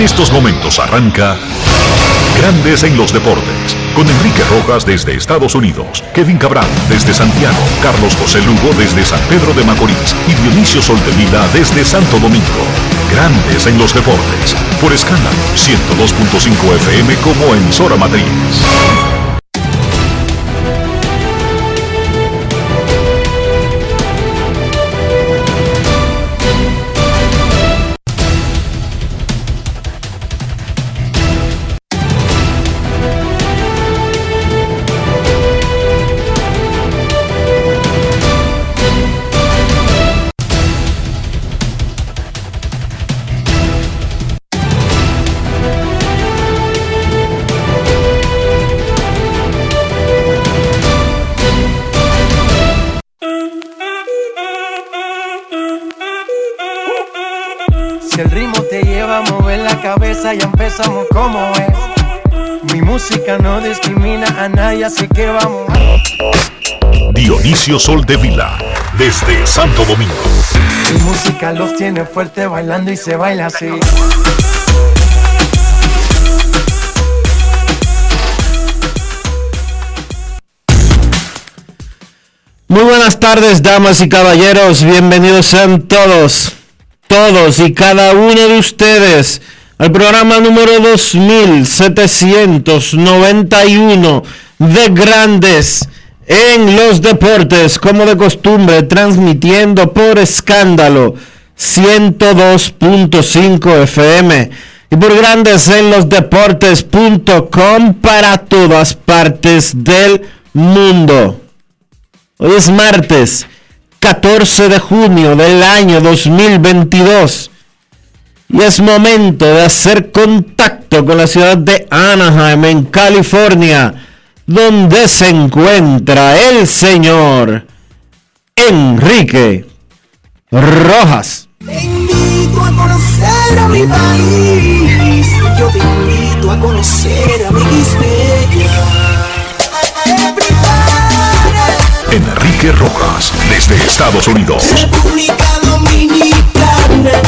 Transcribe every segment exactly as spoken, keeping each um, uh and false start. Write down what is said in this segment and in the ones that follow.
estos momentos arranca Grandes en los Deportes, con Enrique Rojas desde Estados Unidos, Kevin Cabral desde Santiago, Carlos José Lugo desde San Pedro de Macorís y Dionisio Soltevila desde Santo Domingo. Grandes en los Deportes, por Escándalo ciento dos punto cinco F M como emisora matriz. Ya empezamos como es. Mi música no discrimina a nadie, así que vamos. Dionisio Soltevila, desde Santo Domingo. Mi música los tiene fuerte bailando y se baila así. Muy buenas tardes, damas y caballeros. Bienvenidos sean todos, todos y cada uno de ustedes al programa número dos mil setecientos noventa y uno de Grandes en los Deportes, como de costumbre, transmitiendo por Escándalo ciento dos punto cinco F M y por Grandes en los Deportes punto com para todas partes del mundo. Hoy es martes catorce de junio del año dos mil veintidós. Y es momento de hacer contacto con la ciudad de Anaheim, en California, donde se encuentra el señor Enrique Rojas. Te invito a conocer a mi país, yo te invito a conocer a mi Quispeya. Enrique Rojas, desde Estados Unidos. República Dominicana.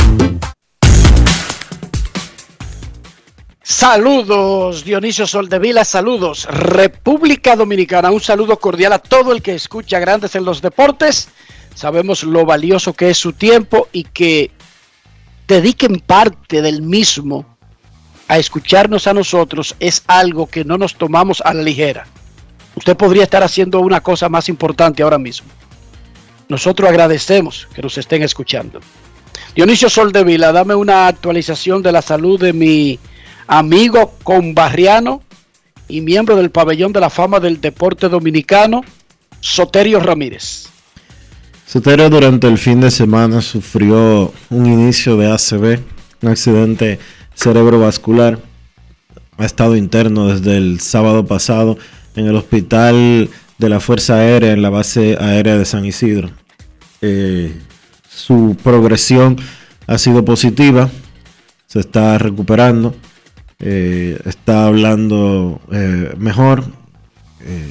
Saludos Dionisio Soldevila, saludos República Dominicana, un saludo cordial a todo el que escucha Grandes en los Deportes. Sabemos lo valioso que es su tiempo y que dediquen parte del mismo a escucharnos a nosotros es algo que no nos tomamos a la ligera. Usted podría estar haciendo una cosa más importante ahora mismo. Nosotros agradecemos que nos estén escuchando. Dionisio Soldevila, dame una actualización de la salud de mi amigo combarriano y miembro del Pabellón de la Fama del Deporte Dominicano, Soterio Ramírez. Soterio durante el fin de semana sufrió un inicio de A C V, un accidente cerebrovascular. Ha estado interno desde el sábado pasado en el hospital de la Fuerza Aérea en la base aérea de San Isidro. Eh, su progresión ha sido positiva, se está recuperando. Eh, está hablando eh, mejor, eh,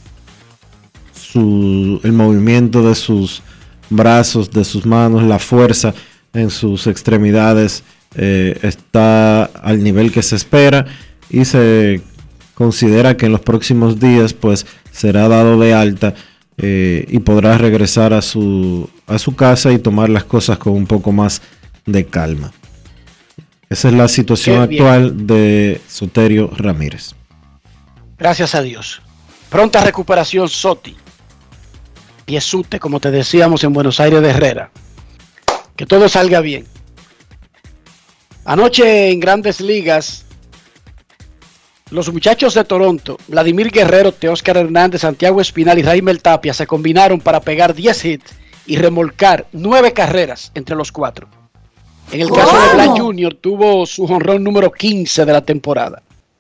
su, el movimiento de sus brazos, de sus manos, la fuerza en sus extremidades eh, está al nivel que se espera y se considera que en los próximos días pues será dado de alta eh, y podrá regresar a su, a su casa y tomar las cosas con un poco más de calma. Esa es la situación actual de Soterio Ramírez. Gracias a Dios. Pronta recuperación, Soti. Piezute, como te decíamos en Buenos Aires de Herrera. Que todo salga bien. Anoche en Grandes Ligas, los muchachos de Toronto, Vladimir Guerrero, Teóscar Hernández, Santiago Espinal y Raimel Tapia se combinaron para pegar diez hits y remolcar nueve carreras entre los cuatro. En el caso de Vlad junior tuvo su jonrón número quince de la temporada.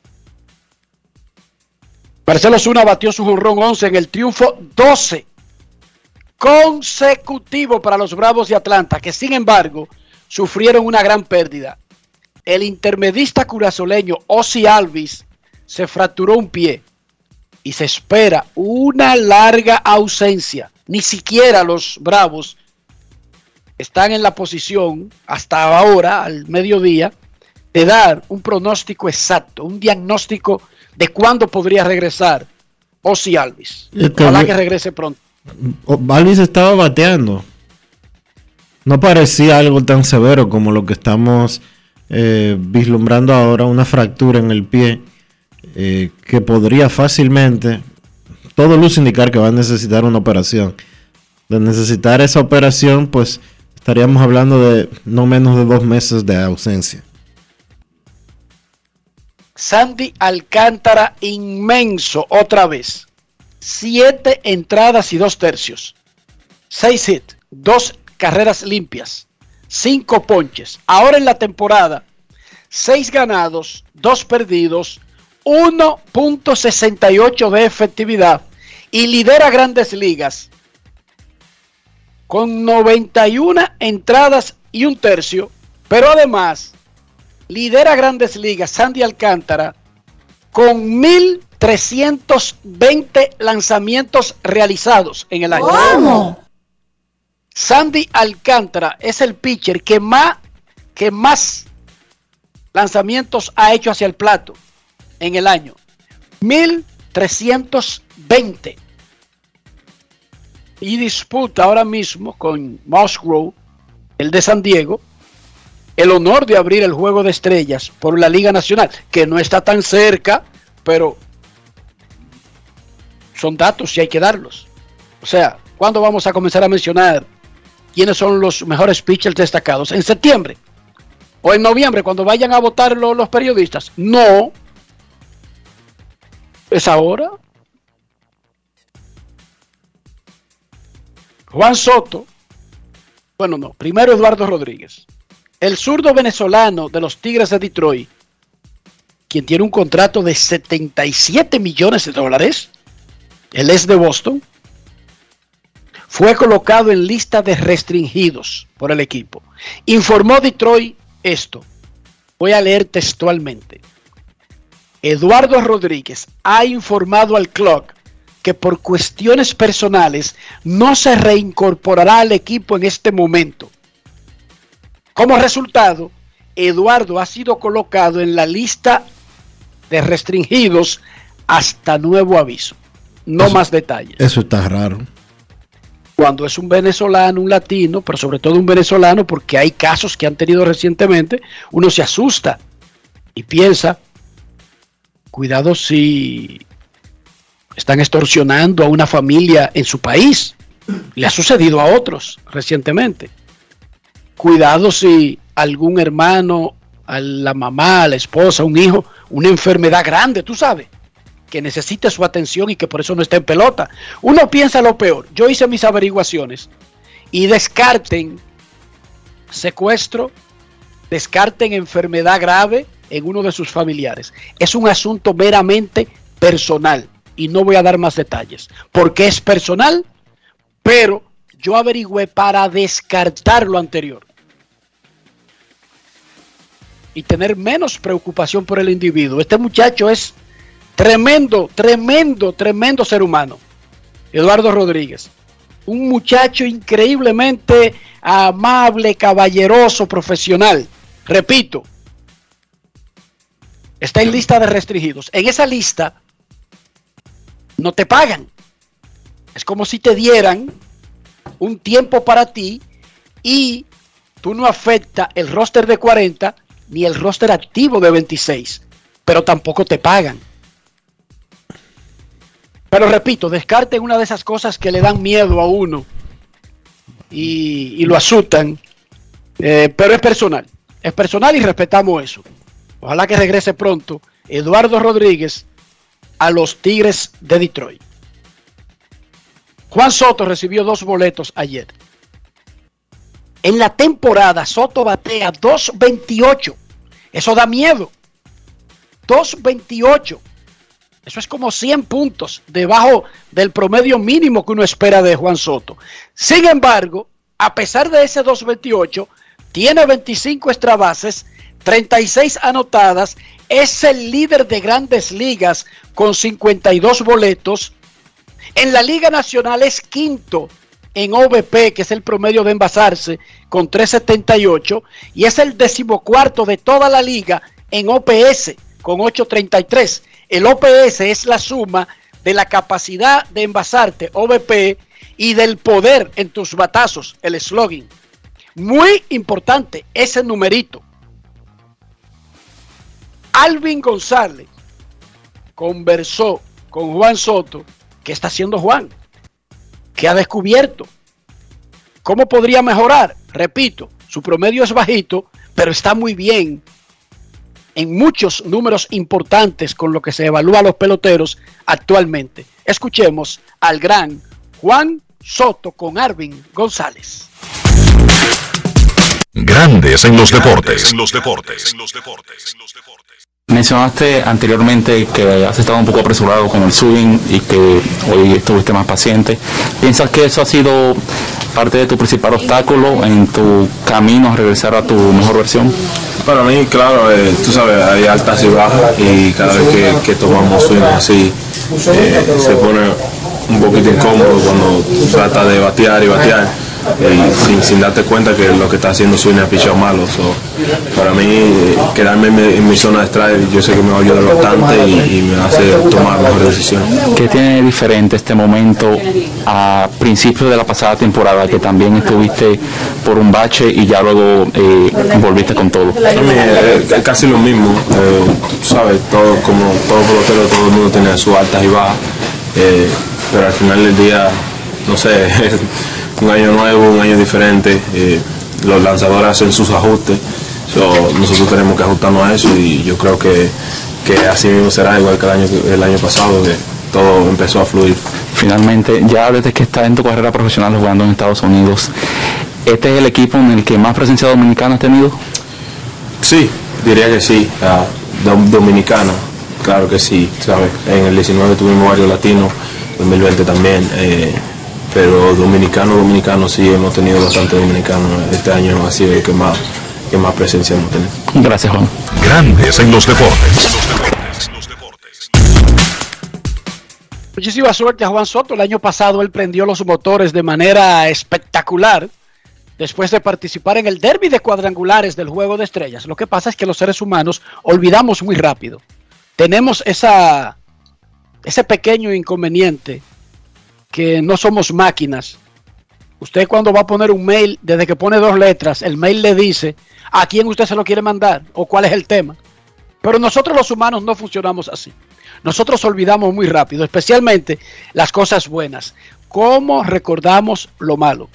Marcelo Zuna batió su jonrón once en el triunfo doce consecutivo para los Bravos de Atlanta, que sin embargo sufrieron una gran pérdida. El intermedista curazoleño Ozzy Alvis se fracturó un pie y se espera una larga ausencia. Ni siquiera los Bravos están en la posición hasta ahora, al mediodía, de dar un pronóstico exacto, un diagnóstico de cuándo podría regresar Ozzy Alvis. Ojalá que regrese pronto. Alvis estaba bateando. No parecía algo tan severo como lo que estamos eh, vislumbrando ahora, una fractura en el pie eh, que podría fácilmente, todo luce indicar que va a necesitar una operación. De necesitar esa operación, pues estaríamos hablando de no menos de dos meses de ausencia. Sandy Alcántara, inmenso, otra vez. Siete entradas y dos tercios. Seis hits, dos carreras limpias, cinco ponches. Ahora en la temporada, seis ganados, dos perdidos, uno punto sesenta y ocho de efectividad y lidera Grandes Ligas con noventa y una entradas y un tercio, pero además lidera Grandes Ligas Sandy Alcántara con mil trescientos veinte lanzamientos realizados en el año. ¿Cómo? Sandy Alcántara es el pitcher que más, que más lanzamientos ha hecho hacia el plato en el año. mil trescientos veinte. Y disputa ahora mismo con Musgrove, el de San Diego, el honor de abrir el Juego de Estrellas por la Liga Nacional, que no está tan cerca, pero son datos y hay que darlos. O sea, ¿cuándo vamos a comenzar a mencionar quiénes son los mejores pitchers destacados? ¿En septiembre? ¿O en noviembre, cuando vayan a votar lo, los periodistas? No. ¿Es ahora? Juan Soto. Bueno, no. Primero Eduardo Rodríguez. El zurdo venezolano de los Tigres de Detroit, quien tiene un contrato de setenta y siete millones de dólares. Él es de Boston. Fue colocado en lista de restringidos por el equipo. Informó Detroit esto. Voy a leer textualmente. Eduardo Rodríguez ha informado al club que por cuestiones personales no se reincorporará al equipo en este momento. Como resultado, Eduardo ha sido colocado en la lista de restringidos hasta nuevo aviso. No eso, más detalles. Eso está raro. Cuando es un venezolano, un latino, pero sobre todo un venezolano, porque hay casos que han tenido recientemente, uno se asusta y piensa, cuidado si están extorsionando a una familia en su país. Le ha sucedido a otros recientemente. Cuidado si algún hermano, a la mamá, a la esposa, un hijo, una enfermedad grande, tú sabes, que necesite su atención y que por eso no está en pelota. Uno piensa lo peor. Yo hice mis averiguaciones y descarten secuestro, descarten enfermedad grave en uno de sus familiares. Es un asunto meramente personal y no voy a dar más detalles porque es personal, pero yo averigüé para descartar lo anterior y tener menos preocupación por el individuo. Este muchacho es tremendo, tremendo, tremendo ser humano. Eduardo Rodríguez, un muchacho increíblemente amable, caballeroso, profesional. Repito, está en lista de restringidos. En esa lista no te pagan. Es como si te dieran un tiempo para ti y tú no afecta el roster de cuarenta ni el roster activo de veintiséis, pero tampoco te pagan. Pero repito, descarten una de esas cosas que le dan miedo a uno y, y lo asustan, eh, pero es personal, es personal y respetamos eso. Ojalá que regrese pronto Eduardo Rodríguez a los Tigres de Detroit. Juan Soto recibió dos boletos ayer. En la temporada Soto batea dos veintiocho. Eso da miedo. dos veintiocho. Eso es como cien puntos debajo del promedio mínimo que uno espera de Juan Soto. Sin embargo, a pesar de ese dos veintiocho, tiene veinticinco extra bases, treinta y seis anotadas, es el líder de Grandes Ligas con cincuenta y dos boletos. En la Liga Nacional es quinto en O V P, que es el promedio de envasarse, con tres setenta y ocho, y es el decimocuarto de toda la liga en O P S, con ocho treinta y tres. El O P S es la suma de la capacidad de envasarte, O V P, y del poder en tus batazos, el slugging. Muy importante ese numerito. Alvin González conversó con Juan Soto. ¿Qué está haciendo Juan? ¿Qué ha descubierto? ¿Cómo podría mejorar? Repito, su promedio es bajito, pero está muy bien en muchos números importantes con lo que se evalúa a los peloteros actualmente. Escuchemos al gran Juan Soto con Alvin González. Grandes en los deportes. En los deportes. En los deportes. Mencionaste anteriormente que has estado un poco apresurado con el swing y que hoy estuviste más paciente. ¿Piensas que eso ha sido parte de tu principal obstáculo en tu camino a regresar a tu mejor versión? Para mí, claro, eh, tú sabes, hay altas y bajas y cada vez que, que tomamos swing así eh, se pone un poquito incómodo cuando trata de batear y batear. Y sin, sin darte cuenta que lo que está haciendo swing es picheo malo. So, para mí, quedarme en mi, en mi zona de strike, yo sé que me va a ayudar bastante y, y me hace tomar mejores decisiones. ¿Qué tiene diferente este momento a principios de la pasada temporada, que también estuviste por un bache y ya luego eh, volviste con todo? A mí es eh, casi lo mismo. Eh, sabes, todo, como todo pelotero, todo el mundo tiene sus altas y bajas, eh, pero al final del día, no sé. Un año nuevo, un año diferente, eh, los lanzadores hacen sus ajustes, so, nosotros tenemos que ajustarnos a eso y yo creo que, que así mismo será igual que el año, el año pasado, que todo empezó a fluir. Finalmente, ya desde que estás en tu carrera profesional jugando en Estados Unidos, ¿este es el equipo en el que más presencia dominicana has tenido? Sí, diría que sí, uh, dominicana, claro que sí, ¿sabes? En el diecinueve tuvimos varios latinos, en dos mil veinte también. Eh, Pero dominicano, dominicano sí hemos tenido bastante dominicanos. Este año ha sido el que más, que más presencia hemos tenido. Gracias, Juan. Grandes en los deportes. Los deportes, los deportes. Muchísima suerte a Juan Soto. El año pasado él prendió los motores de manera espectacular después de participar en el derbi de cuadrangulares del Juego de Estrellas. Lo que pasa es que los seres humanos olvidamos muy rápido. Tenemos esa, ese pequeño inconveniente que no somos máquinas. Usted cuando va a poner un mail, desde que pone dos letras, el mail le dice a quién usted se lo quiere mandar o cuál es el tema. Pero nosotros los humanos no funcionamos así. Nosotros olvidamos muy rápido, especialmente las cosas buenas. ¿Cómo recordamos lo malo?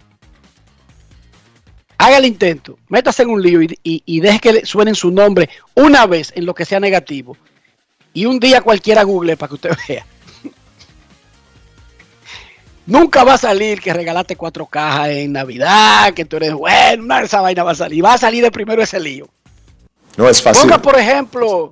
Haga el intento, métase en un lío y, y, y deje que suenen su nombre una vez en lo que sea negativo. Y un día cualquiera google para que usted vea. Nunca va a salir que regalaste cuatro cajas en Navidad, que tú eres bueno, nada de esa vaina va a salir. Va a salir de primero ese lío. No es fácil. Ponga, por ejemplo,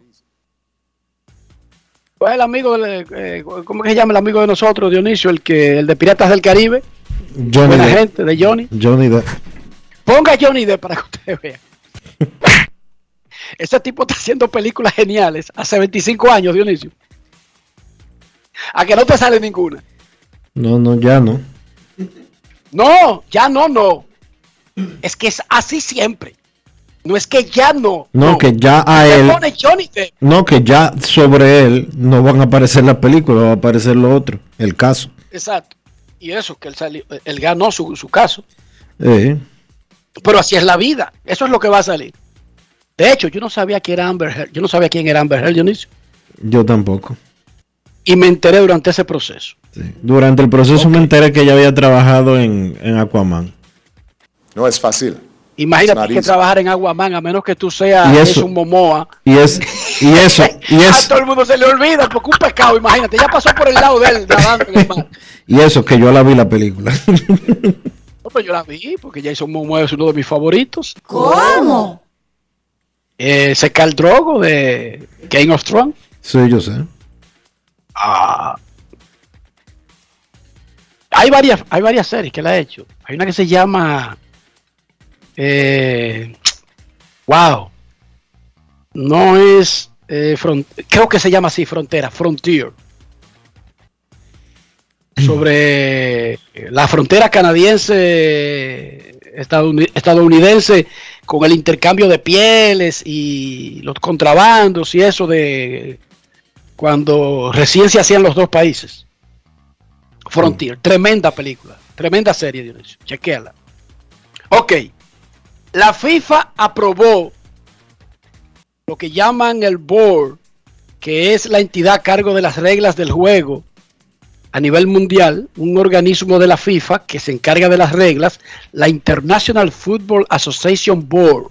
¿cuál es el amigo, de, eh, cómo que se llama el amigo de nosotros, Dionisio, el que el de Piratas del Caribe? Johnny Buena Depp. gente, de Johnny. Johnny Depp. Ponga a Johnny Depp para que usted vea. Ese tipo está haciendo películas geniales hace veinticinco años, Dionisio. A que no te sale ninguna. No, no, ya no. No, ya no, no. Es que es así siempre. No es que ya no. No, no. que ya a Se él. pone Johnny Depp. No, que ya sobre él no van a aparecer las películas, va a aparecer lo otro, el caso. Exacto. Y eso, que él salió, él ganó su, su caso. Eh. Pero así es la vida. Eso es lo que va a salir. De hecho, yo no sabía quién era Amber Heard. Yo no sabía quién era Amber Heard, Dionisio. Yo tampoco. Y me enteré durante ese proceso. Sí. Durante el proceso Okay. me enteré que ella había trabajado en, en Aquaman. No es fácil. Imagínate que trabajar en Aquaman, a menos que tú seas ¿Y eso? es un Momoa. Y es, y eso, y A es, todo el mundo se le olvida, porque un pecado, imagínate, ya pasó por el lado de él nadando en el mar. y eso, que yo la vi la película. No, pero yo la vi, porque Jason Momoa es uno de mis favoritos. ¿Cómo? Eh, ese Khal Drogo de Game of Thrones. Sí, yo sé. Ah. Hay varias, hay varias series que la ha hecho. Hay una que se llama eh, wow. No es eh, front, creo que se llama así, Frontera, Frontier. sobre la frontera canadiense estadounidense con el intercambio de pieles y los contrabandos y eso de cuando recién se hacían los dos países. Frontier, tremenda película, tremenda serie, Dionisio, chequéala. Ok, la FIFA aprobó lo que llaman el board, que es la entidad a cargo de las reglas del juego a nivel mundial, un organismo de la FIFA que se encarga de las reglas, la International Football Association Board.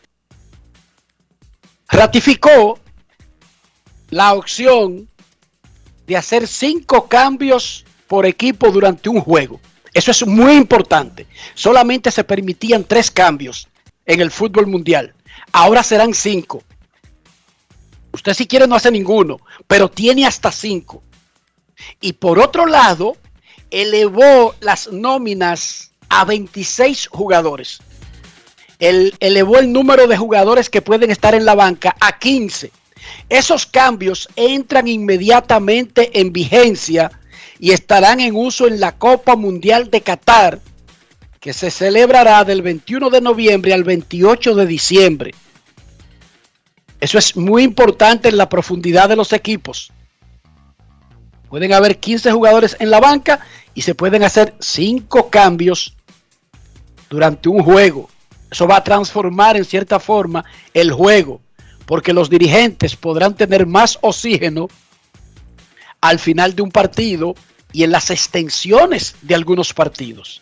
Ratificó la opción de hacer cinco cambios por equipo durante un juego. Eso es muy importante. Solamente se permitían tres cambios en el fútbol mundial. Ahora serán cinco. Usted si quiere no hace ninguno, pero tiene hasta cinco. Y por otro lado, elevó las nóminas a veintiséis jugadores. El, elevó el número de jugadores que pueden estar en la banca a quince. Esos cambios entran inmediatamente en vigencia y estarán en uso en la Copa Mundial de Qatar, que se celebrará del veintiuno de noviembre al veintiocho de diciembre. Eso es muy importante en la profundidad de los equipos. Pueden haber quince jugadores en la banca y se pueden hacer cinco cambios durante un juego. Eso va a transformar en cierta forma el juego, porque los dirigentes podrán tener más oxígeno al final de un partido y en las extensiones de algunos partidos.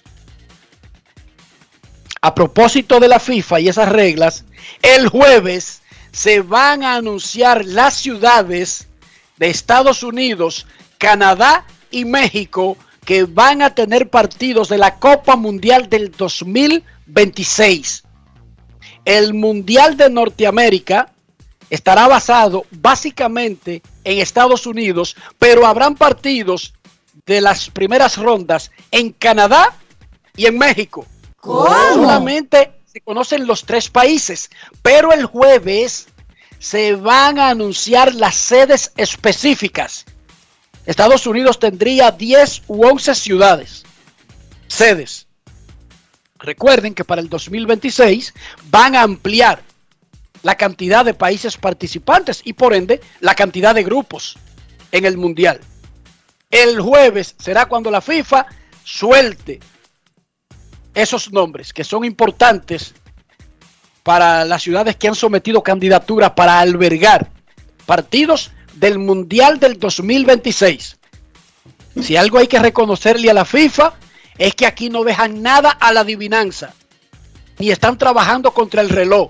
A propósito de la FIFA y esas reglas, el jueves se van a anunciar las ciudades de Estados Unidos, Canadá y México que van a tener partidos de la Copa Mundial del dos mil veintiséis. El Mundial de Norteamérica estará basado básicamente en Estados Unidos, pero habrán partidos de las primeras rondas en Canadá y en México. ¿Cómo? Solamente se conocen los tres países, pero el jueves se van a anunciar las sedes específicas. Estados Unidos tendría diez u once ciudades, sedes. Recuerden que para el dos mil veintiséis van a ampliar la cantidad de países participantes y por ende la cantidad de grupos en el Mundial. El jueves será cuando la FIFA suelte esos nombres que son importantes para las ciudades que han sometido candidatura para albergar partidos del Mundial del dos mil veintiséis. Si algo hay que reconocerle a la FIFA es que aquí no dejan nada a la adivinanza, ni están trabajando contra el reloj.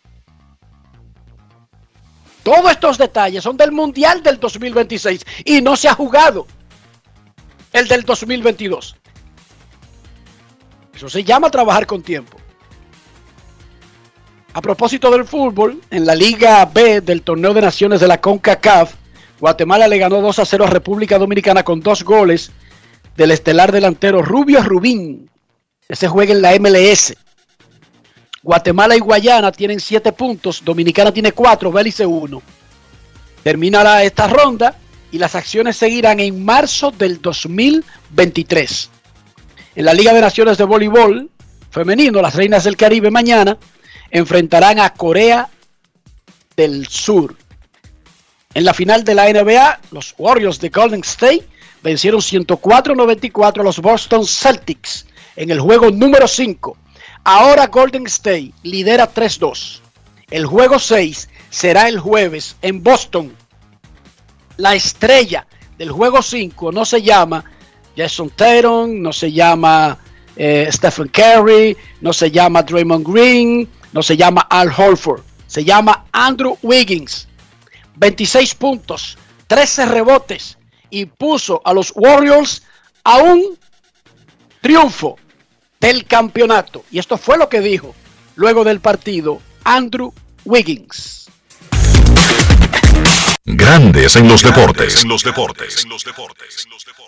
Todos estos detalles son del Mundial del dos mil veintiséis y no se ha jugado el del dos mil veintidós. Eso se llama trabajar con tiempo. A propósito del fútbol, en la Liga B del Torneo de Naciones de la CONCACAF, Guatemala le ganó dos a cero a República Dominicana con dos goles del estelar delantero Rubio Rubín. Ese juega en la M L S. Guatemala y Guayana tienen siete puntos, Dominicana tiene cuatro, Belice uno. Terminará esta ronda y las acciones seguirán en marzo del dos mil veintitrés. En la Liga de Naciones de Voleibol Femenino, las Reinas del Caribe mañana enfrentarán a Corea del Sur. En la final de la N B A, los Warriors de Golden State vencieron ciento cuatro a noventa y cuatro a los Boston Celtics en el juego número cinco. Ahora Golden State lidera tres dos. El juego seis será el jueves en Boston. La estrella del juego cinco no se llama Jason Tatum, no se llama eh, Stephen Curry, no se llama Draymond Green, no se llama Al Horford, se llama Andrew Wiggins. veintiséis puntos, trece rebotes y puso a los Warriors a un triunfo del campeonato. Y esto fue lo que dijo luego del partido Andrew Wiggins. Grandes en los deportes. En los deportes. En los deportes.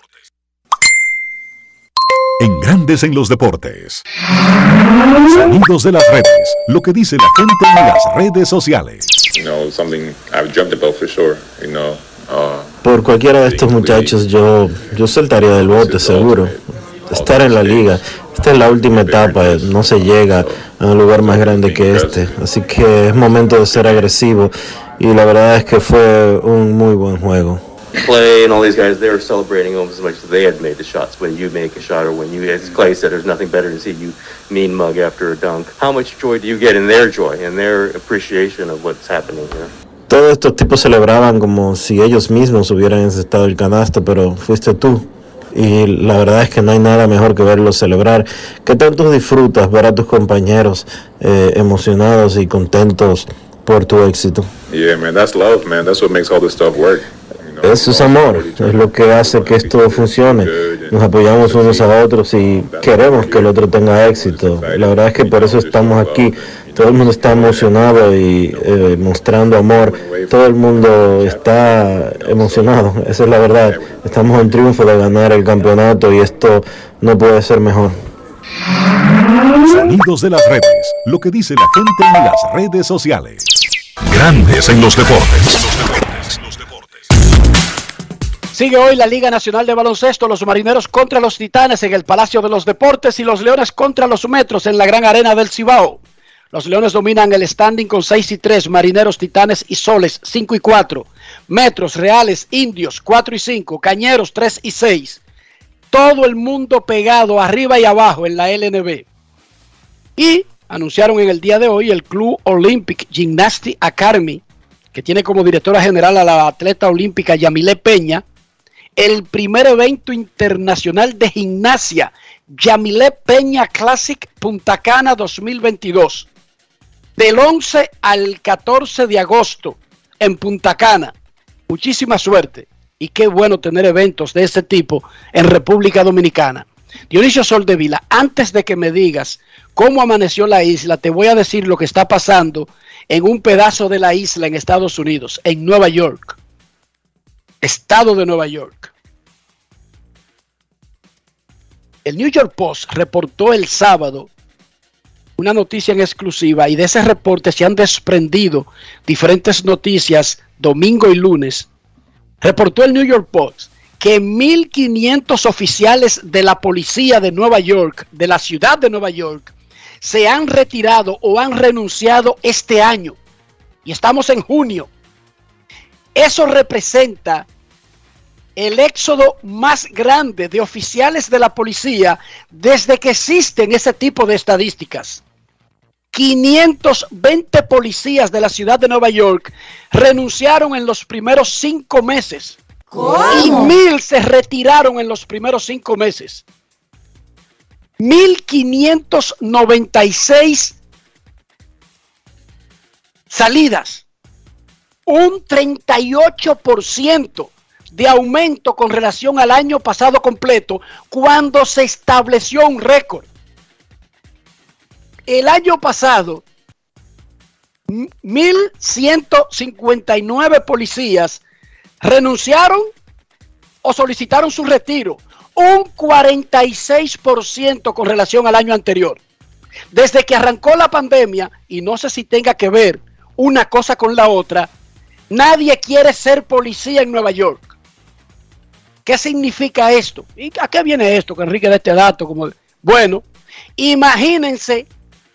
En Grandes en los deportes. Sonidos de las redes. Lo que dice la gente en las redes sociales. You know, something I've dreamt about for sure. You know, uh, por cualquiera de estos muchachos yo, yo saltaría del bote seguro. Estar en la liga, esta es la última etapa, no se llega a un lugar más grande que este, así que es momento de ser agresivo y la verdad es que fue un muy buen juego. Clay and all these guys, they were celebrating almost as much as they had made the shots when you make a shot, or when you, as Clay said, there's nothing better than see you mean mug after a dunk. How much joy do you get in their joy and their appreciation of what's happening here? Todos estos tipos celebraban como si ellos mismos hubieran encestado el canasto, pero fuiste tú. Y la verdad es que no hay nada mejor que verlos celebrar. ¿Qué tanto disfrutas ver a tus compañeros eh, emocionados y contentos por tu éxito? Yeah, man, that's love, man. That's what makes all this stuff work. Eso es amor, es lo que hace que esto funcione. Nos apoyamos unos a otros y queremos que el otro tenga éxito. La verdad es que por eso estamos aquí. Todo el mundo está emocionado y eh, mostrando amor. Todo el mundo está emocionado, esa es la verdad. Estamos en triunfo de ganar el campeonato y esto no puede ser mejor. Sonidos de las redes, lo que dice la gente en las redes sociales. Grandes en los deportes. Sigue hoy la Liga Nacional de Baloncesto, los Marineros contra los Titanes en el Palacio de los Deportes y los Leones contra los Metros en la Gran Arena del Cibao. Los Leones dominan el standing con seis y tres, Marineros, Titanes y Soles cinco y cuatro, Metros, Reales, Indios cuatro y cinco, Cañeros tres y seis. Todo el mundo pegado arriba y abajo en la L N B. Y anunciaron en el día de hoy el Club Olympic Gymnastics Academy, que tiene como directora general a la atleta olímpica Yamile Peña, el primer evento internacional de gimnasia, Yamile Peña Classic Punta Cana dos mil veintidós, del once al catorce de agosto en Punta Cana. Muchísima suerte y qué bueno tener eventos de este tipo en República Dominicana. Dionisio Soldevila, antes de que me digas cómo amaneció la isla, te voy a decir lo que está pasando en un pedazo de la isla en Estados Unidos, en Nueva York, estado de Nueva York. El New York Post reportó el sábado una noticia en exclusiva y de ese reporte se han desprendido diferentes noticias domingo y lunes. Reportó el New York Post que mil quinientos oficiales de la policía de Nueva York, de la ciudad de Nueva York, se han retirado o han renunciado este año. Y estamos en junio. Eso representa el éxodo más grande de oficiales de la policía desde que existen ese tipo de estadísticas. quinientos veinte policías de la ciudad de Nueva York renunciaron en los primeros cinco meses. ¿Cómo? Y mil se retiraron en los primeros cinco meses. mil quinientos noventa y seis salidas. Un treinta y ocho por ciento de aumento con relación al año pasado completo, cuando se estableció un récord. El año pasado, mil ciento cincuenta y nueve policías renunciaron o solicitaron su retiro, un cuarenta y seis por ciento con relación al año anterior. Desde que arrancó la pandemia, y no sé si tenga que ver una cosa con la otra, nadie quiere ser policía en Nueva York. ¿Qué significa esto? ¿Y a qué viene esto? Que Enrique de este dato. Como... Bueno, imagínense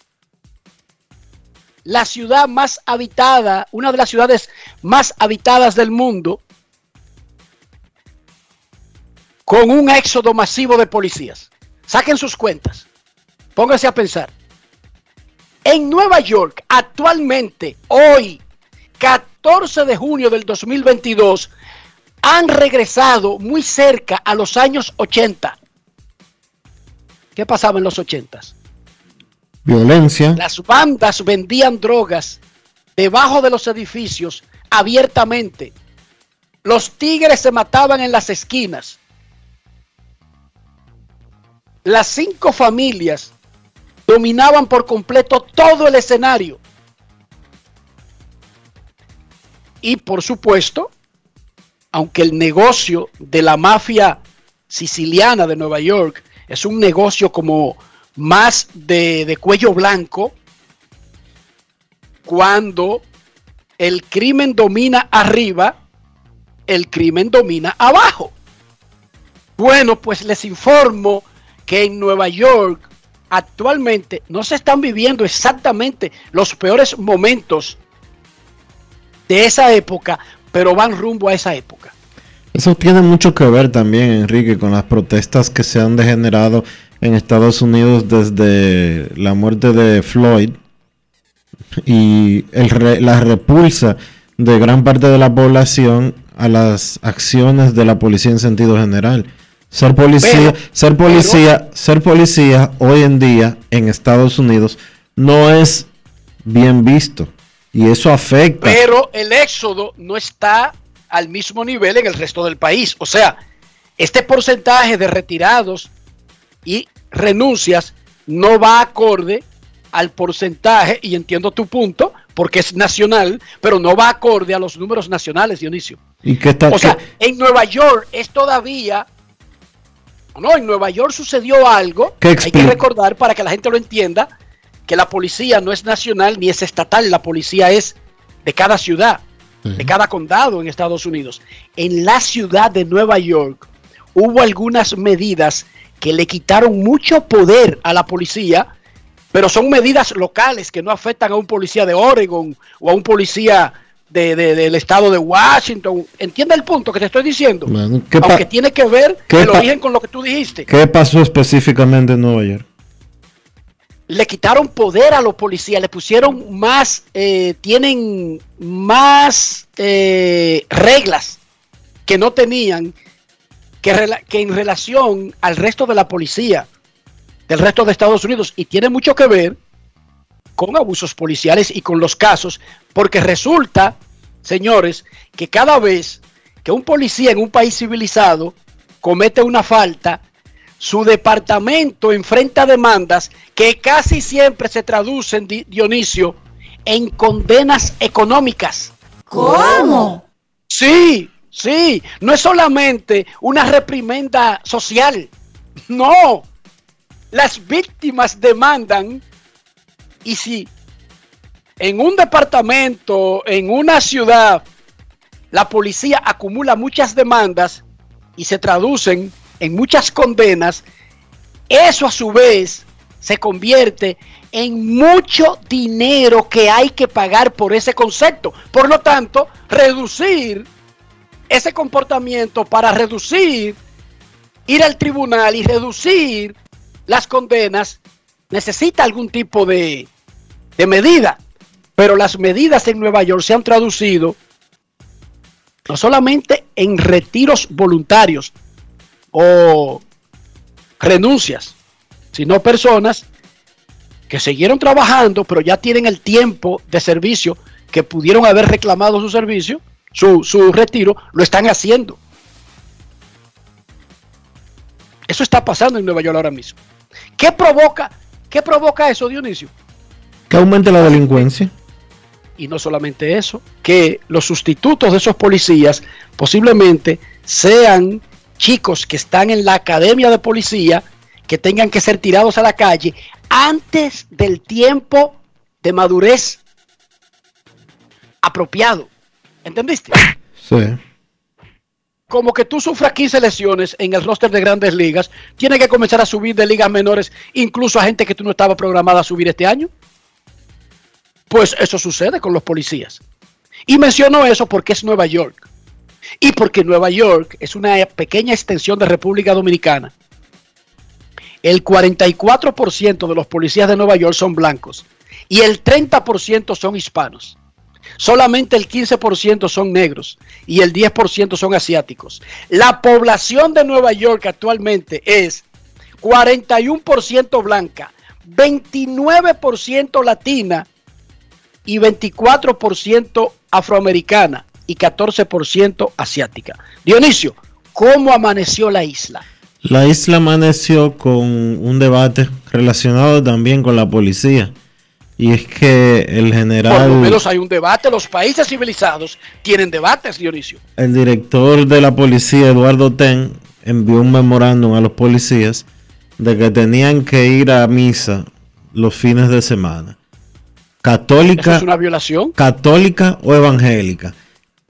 la ciudad más habitada, una de las ciudades más habitadas del mundo, con un éxodo masivo de policías. Saquen sus cuentas. Pónganse a pensar. En Nueva York, actualmente, hoy, catorce de junio del dos mil veintidós, han regresado muy cerca a los años ochenta. ¿Qué pasaba en los ochentas? Violencia. Las bandas vendían drogas debajo de los edificios abiertamente. Los tigres se mataban en las esquinas. Las cinco familias dominaban por completo todo el escenario. Y por supuesto, aunque el negocio de la mafia siciliana de Nueva York es un negocio como más de, de cuello blanco, cuando el crimen domina arriba, el crimen domina abajo. Bueno, pues les informo que en Nueva York actualmente no se están viviendo exactamente los peores momentos de esa época, pero van rumbo a esa época. Eso tiene mucho que ver también, Enrique, con las protestas que se han degenerado en Estados Unidos desde la muerte de Floyd y el re, la repulsa de gran parte de la población a las acciones de la policía en sentido general. Ser policía, pero, ser policía, pero, ser policía hoy en día en Estados Unidos no es bien visto y eso afecta. Pero el éxodo no está al mismo nivel en el resto del país. O sea, este porcentaje de retirados y renuncias no va acorde al porcentaje, y entiendo tu punto, porque es nacional, pero no va acorde a los números nacionales, Dionisio. ¿Y qué está, o sea, qué? En Nueva York es todavía... No, en Nueva York sucedió algo, hay que recordar para que la gente lo entienda, que la policía no es nacional ni es estatal, la policía es de cada ciudad, uh-huh. de cada condado en Estados Unidos. En la ciudad de Nueva York hubo algunas medidas que le quitaron mucho poder a la policía, pero son medidas locales que no afectan a un policía de Oregon o a un policía de, de, del estado de Washington. ¿Entiende el punto que te estoy diciendo? Bueno, aunque pa- tiene que ver el pa- origen con lo que tú dijiste. ¿Qué pasó específicamente en Nueva York? Le quitaron poder a los policías, le pusieron más, eh, tienen más eh, reglas que no tenían que, rela- que en relación al resto de la policía del resto de Estados Unidos, y tiene mucho que ver con abusos policiales y con los casos, porque resulta, señores, que cada vez que un policía en un país civilizado comete una falta, su departamento enfrenta demandas que casi siempre se traducen, Dionisio, en condenas económicas. ¿Cómo? Sí, sí, no es solamente una reprimenda social, no. Las víctimas demandan, y si en un departamento, en una ciudad, la policía acumula muchas demandas y se traducen en muchas condenas, eso a su vez se convierte en mucho dinero que hay que pagar por ese concepto. Por lo tanto, reducir ese comportamiento para reducir, ir al tribunal y reducir las condenas, necesita algún tipo de, de medida, pero las medidas en Nueva York se han traducido no solamente en retiros voluntarios o renuncias, sino personas que siguieron trabajando, pero ya tienen el tiempo de servicio que pudieron haber reclamado su servicio, su, su retiro, lo están haciendo. Eso está pasando en Nueva York ahora mismo. ¿Qué provoca, qué provoca eso, Dionisio? Que aumente la delincuencia. Y no solamente eso, que los sustitutos de esos policías posiblemente sean chicos que están en la academia de policía, que tengan que ser tirados a la calle antes del tiempo de madurez apropiado. ¿Entendiste? Sí. Como que tú sufras quince lesiones en el roster de Grandes Ligas, tienes que comenzar a subir de ligas menores, incluso a gente que tú no estabas programada a subir este año. Pues eso sucede con los policías. Y menciono eso porque es Nueva York. Y porque Nueva York es una pequeña extensión de República Dominicana. El cuarenta y cuatro por ciento de los policías de Nueva York son blancos y el treinta por ciento son hispanos. Solamente el quince por ciento son negros y el diez por ciento son asiáticos. La población de Nueva York actualmente es cuarenta y uno por ciento blanca, veintinueve por ciento latina y veinticuatro por ciento afroamericana y catorce por ciento asiática. Dionisio, ¿cómo amaneció la isla? La isla amaneció con un debate relacionado también con la policía. Y es que el general... Por lo menos hay un debate. Los países civilizados tienen debates, Dionisio. El director de la policía, Eduardo Ten, envió un memorándum a los policías de que tenían que ir a misa los fines de semana. Católica... ¿Eso es una violación? Católica o evangélica.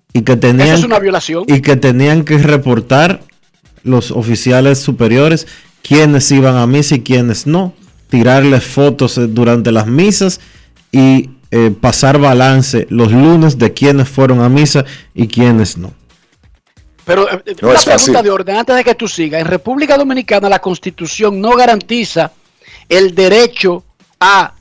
y que tenían, eso es una violación. Y que tenían que reportar los oficiales superiores quiénes iban a misa y quiénes no, tirarles fotos durante las misas y eh, pasar balance los lunes de quiénes fueron a misa y quiénes no. Pero eh, no una es pregunta fácil. de orden antes de que tú sigas. En República Dominicana la Constitución no garantiza el derecho a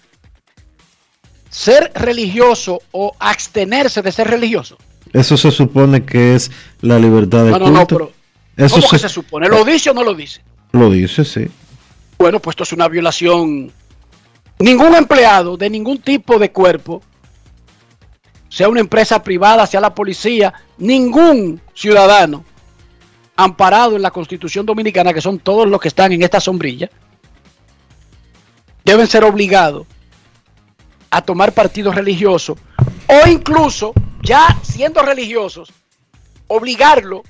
ser religioso o abstenerse de ser religioso. Eso se supone que es la libertad de No, no, culto. no, pero Eso ¿cómo se, que se supone? ¿Lo dice o no lo dice? Lo dice, sí. Bueno, pues esto es una violación. Ningún empleado de ningún tipo de cuerpo, sea una empresa privada, sea la policía, ningún ciudadano amparado en la Constitución Dominicana, que son todos los que están en esta sombrilla, deben ser obligados a tomar partido religioso o incluso, ya siendo religiosos, obligarlo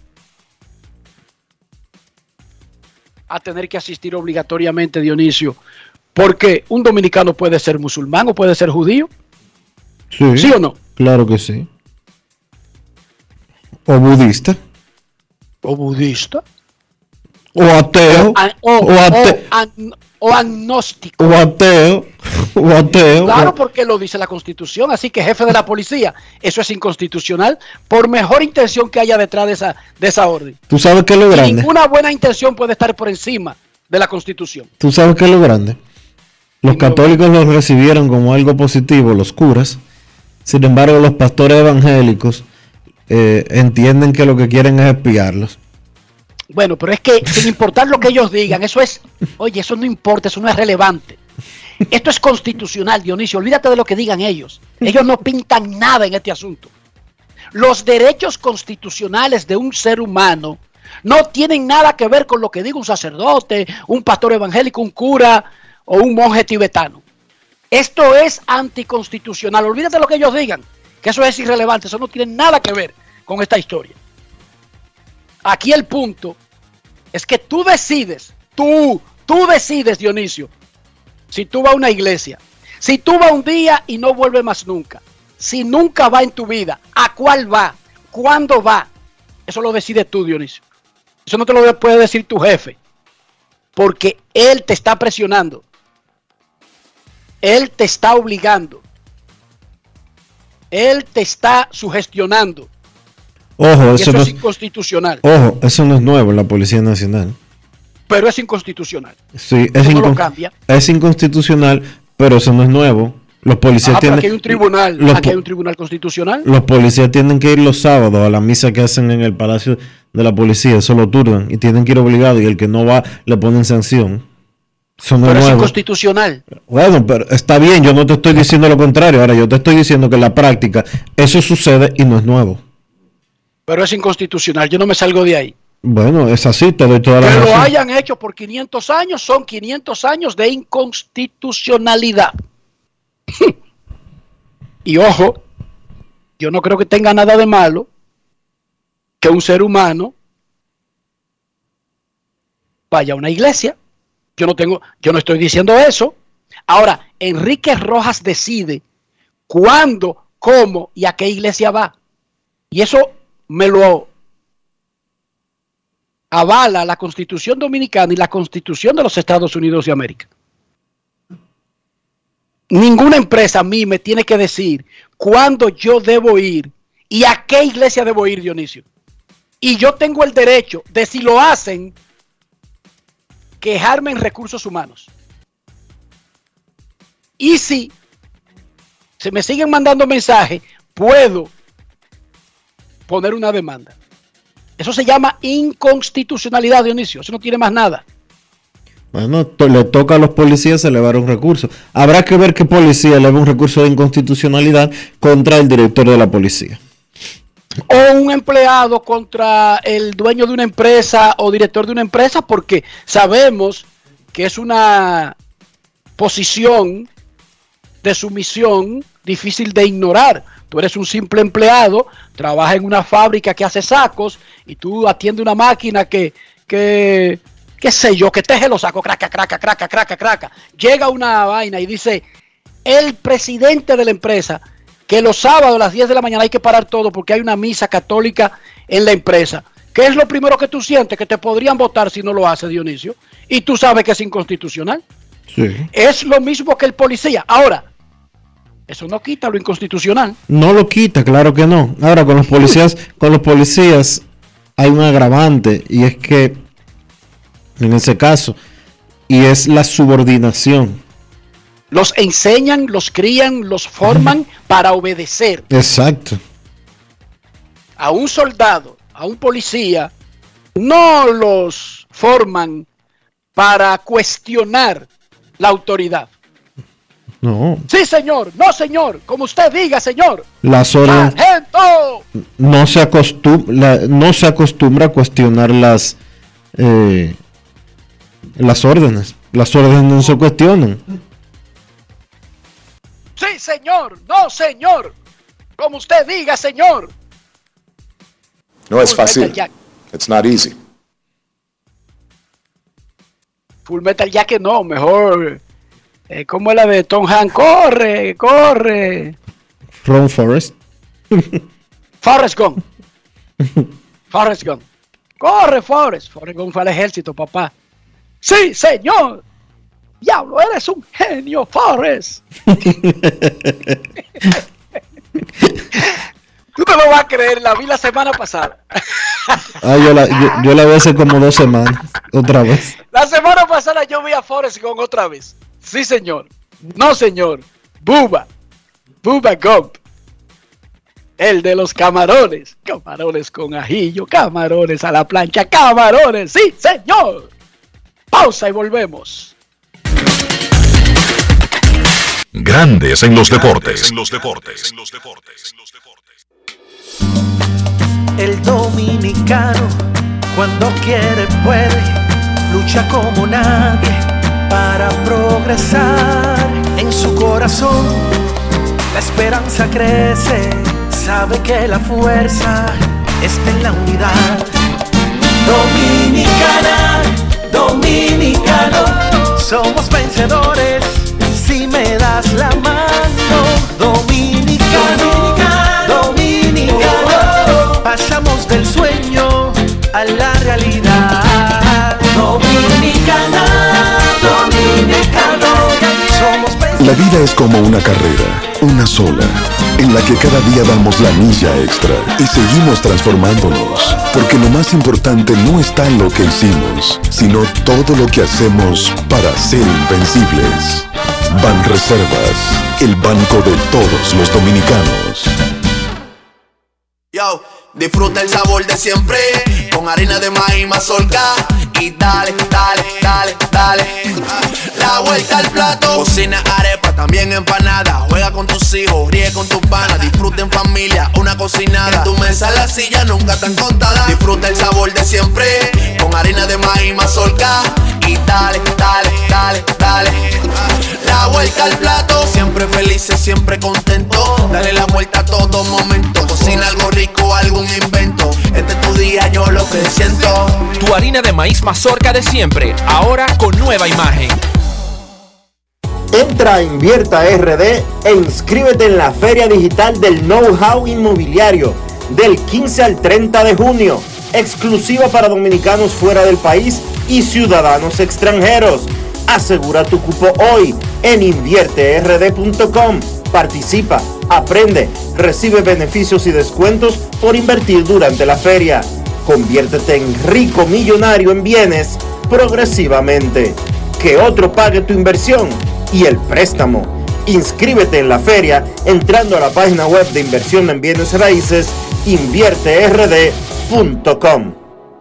a tener que asistir obligatoriamente, Dionisio, porque un dominicano puede ser musulmán o puede ser judío. Sí, ¿Sí o no? Claro que sí. O budista. O budista. O ateo. O, a, o, o, ate, o, an, o agnóstico. O ateo. O ateo. Claro, porque lo dice la Constitución. Así que jefe de la policía, eso es inconstitucional, por mejor intención que haya detrás de esa, de esa orden. ¿Tú sabes qué es lo grande? Y ninguna buena intención puede estar por encima de la Constitución. ¿Tú sabes qué es lo grande? Los católicos lo recibieron como algo positivo, los curas. Sin embargo, los pastores evangélicos eh, entienden que lo que quieren es espiarlos. Bueno, pero es que sin importar lo que ellos digan, eso es, oye, eso no importa, eso no es relevante. Esto es constitucional, Dionisio, olvídate de lo que digan ellos. Ellos no pintan nada en este asunto. Los derechos constitucionales de un ser humano no tienen nada que ver con lo que diga un sacerdote, un pastor evangélico, un cura o un monje tibetano. Esto es anticonstitucional. Olvídate de lo que ellos digan, que eso es irrelevante, eso no tiene nada que ver con esta historia. Aquí el punto es que tú decides, tú, tú decides, Dionisio, si tú vas a una iglesia, si tú vas un día y no vuelves más nunca, si nunca va en tu vida, ¿a cuál va? ¿Cuándo va? Eso lo decides tú, Dionisio. Eso no te lo puede decir tu jefe, porque él te está presionando. Él te está obligando. Él te está sugestionando. Ojo, eso, eso no es es inconstitucional. Ojo, eso no es nuevo en la Policía Nacional. Pero es inconstitucional. Sí, es, no incon lo cambia. Es inconstitucional, pero eso no es nuevo. Los policías ah, tienen. Aquí hay un tribunal. Los, aquí hay un tribunal constitucional. Los policías tienen que ir los sábados a la misa que hacen en el Palacio de la Policía. Eso lo turnan y tienen que ir obligados. Y el que no va le ponen sanción. Eso no pero es, es nuevo. Inconstitucional. Bueno, pero está bien. Yo no te estoy diciendo lo contrario. Ahora yo te estoy diciendo que en la práctica eso sucede y no es nuevo. Pero es inconstitucional. Yo no me salgo de ahí. Bueno, es así, te doy toda la razón. Que lo hayan hecho por quinientos años, son quinientos años de inconstitucionalidad. Y ojo, yo no creo que tenga nada de malo que un ser humano vaya a una iglesia. Yo no tengo, yo no estoy diciendo eso. Ahora, Enrique Rojas decide cuándo, cómo y a qué iglesia va. Y eso me lo avala la Constitución Dominicana y la Constitución de los Estados Unidos de América. Ninguna empresa a mí me tiene que decir cuándo yo debo ir y a qué iglesia debo ir, Dionisio. Y yo tengo el derecho de, si lo hacen, quejarme en recursos humanos. Y si se me siguen mandando mensajes, puedo poner una demanda. Eso se llama inconstitucionalidad, Dionisio. Eso no tiene más nada. Bueno, to le toca a los policías elevar un recurso. Habrá que ver qué policía eleva un recurso de inconstitucionalidad contra el director de la policía. O un empleado contra el dueño de una empresa o director de una empresa, porque sabemos que es una posición de sumisión difícil de ignorar. Tú eres un simple empleado, trabajas en una fábrica que hace sacos y tú atiendes una máquina que, que qué sé yo, que teje los sacos, craca, craca, craca, craca, craca. Llega una vaina y dice, el presidente de la empresa que los sábados a las diez de la mañana hay que parar todo porque hay una misa católica en la empresa. ¿Qué es lo primero que tú sientes? Que te podrían votar si no lo hace, Dionisio. Y tú sabes que es inconstitucional. Sí. Es lo mismo que el policía. Ahora, eso no quita lo inconstitucional. No lo quita, claro que no. Ahora, con los policías, con los policías hay un agravante, y es que en ese caso, y es la subordinación. Los enseñan, los crían, los forman para obedecer. Exacto. A un soldado, a un policía, no los forman para cuestionar la autoridad. No. Sí, señor. No, señor. Como usted diga, señor. Las órdenes. ¡Sargento! No se acostumbra, no se acostumbra a cuestionar las eh, las órdenes. Las órdenes no se cuestionan. Sí, señor. No, señor. Como usted diga, señor. No es fácil. It's not easy. Full Metal Jacket no, mejor. Eh, ¿Cómo es la de Tom Hanks? Corre, corre. Ron Forrest. Forrest Gump. Forrest Gump. Corre, Forrest. Forrest Gump fue al ejército, papá. Sí, señor. Diablo, eres un genio, Forrest. Tú no lo vas a creer, la vi la semana pasada. Ah, yo la, yo, yo la vi hace como dos semanas, otra vez. La semana pasada yo vi a Forrest Gump otra vez. Sí, señor. No, señor. Bubba. Bubba Gump. El de los camarones. Camarones con ajillo, camarones a la plancha, camarones. Sí, señor. Pausa y volvemos. Grandes en los deportes. En los deportes. En los deportes. El dominicano, cuando quiere, puede, lucha como nadie para progresar. En su corazón, la esperanza crece, sabe que la fuerza está en la unidad. Dominicana, dominicano, somos vencedores si me das la mano. Dominicano, dominicano, pasamos del sueño a la realidad. Dominicana, dominicano, somos vencedores. La vida es como una carrera, una sola, en la que cada día damos la milla extra y seguimos transformándonos, porque lo más importante no está en lo que hicimos, sino todo lo que hacemos para ser invencibles. Banreservas, el banco de todos los dominicanos. Yo, disfruta el sabor de siempre, con harina de maíz mazorca, y dale, dale, dale, dale, la vuelta al plato. Cocina arepa, también empanada, juega con tus hijos, ríe con tus panas, disfruta en familia, una cocinada. En tu mesa las sillas nunca tan contadas. Disfruta el sabor de siempre, con harina de maíz mazorca, y dale, dale, dale, dale, la vuelta al plato. Siempre felices, siempre contentos, dale la vuelta a todo momento. Cocina algo rico, algún invento, este es tu día, yo lo que siento. Tu harina de maíz mazorca de siempre, ahora con nueva imagen. Entra a Invierta R D e inscríbete en la Feria Digital del Know-How Inmobiliario del quince al treinta de junio, exclusiva para dominicanos fuera del país y ciudadanos extranjeros. Asegura tu cupo hoy en invierte r d punto com. Participa, aprende, recibe beneficios y descuentos por invertir durante la feria. Conviértete en rico millonario en bienes progresivamente. Que otro pague tu inversión y el préstamo. Inscríbete en la feria entrando a la página web de inversión en bienes raíces invierte r d punto com.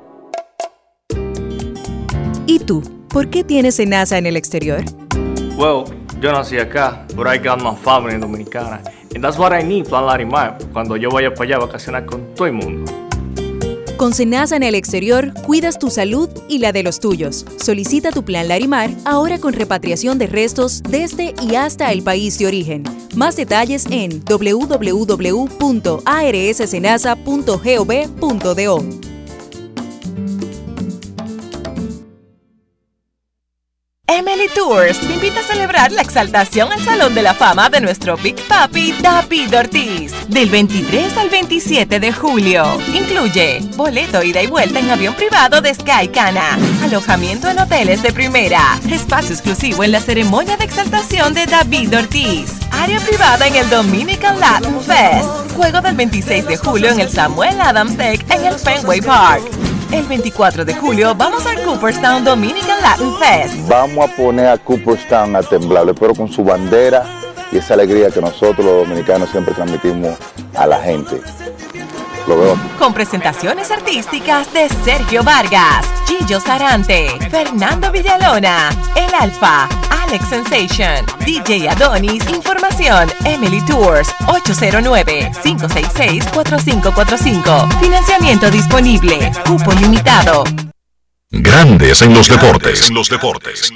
¿Y tú? ¿Por qué tienes SENASA en el exterior? Well, yo nací acá, but I got my family dominicana. And that's what I need, Plan Larimar, cuando yo vaya para allá a vacacionar con todo el mundo. Con SENASA en el exterior, cuidas tu salud y la de los tuyos. Solicita tu plan Larimar ahora con repatriación de restos desde y hasta el país de origen. Más detalles en w w w punto a r s senasa punto gov punto do. Emily Tours te invita a celebrar la exaltación al Salón de la Fama de nuestro Big Papi David Ortiz del veintitrés al veintisiete de julio. Incluye boleto ida y vuelta en avión privado de Sky Cana, alojamiento en hoteles de primera, espacio exclusivo en la ceremonia de exaltación de David Ortiz, área privada en el Dominican Latin Fest, juego del veintiséis de julio en el Samuel Adams Deck en el Fenway Park. El veinticuatro de julio vamos al Cooperstown Dominican Latin Fest. Vamos a poner a Cooperstown a temblar, pero con su bandera y esa alegría que nosotros los dominicanos siempre transmitimos a la gente. Lo veo aquí. Con presentaciones artísticas de Sergio Vargas, Gillo Sarante, Fernando Villalona, El Alfa, Alex Sensation, D J Adonis. Información Emily Tours ocho cero nueve, cinco seis seis, cuatro cinco cuatro cinco. Financiamiento disponible. Cupo limitado. Grandes en los deportes. En los deportes.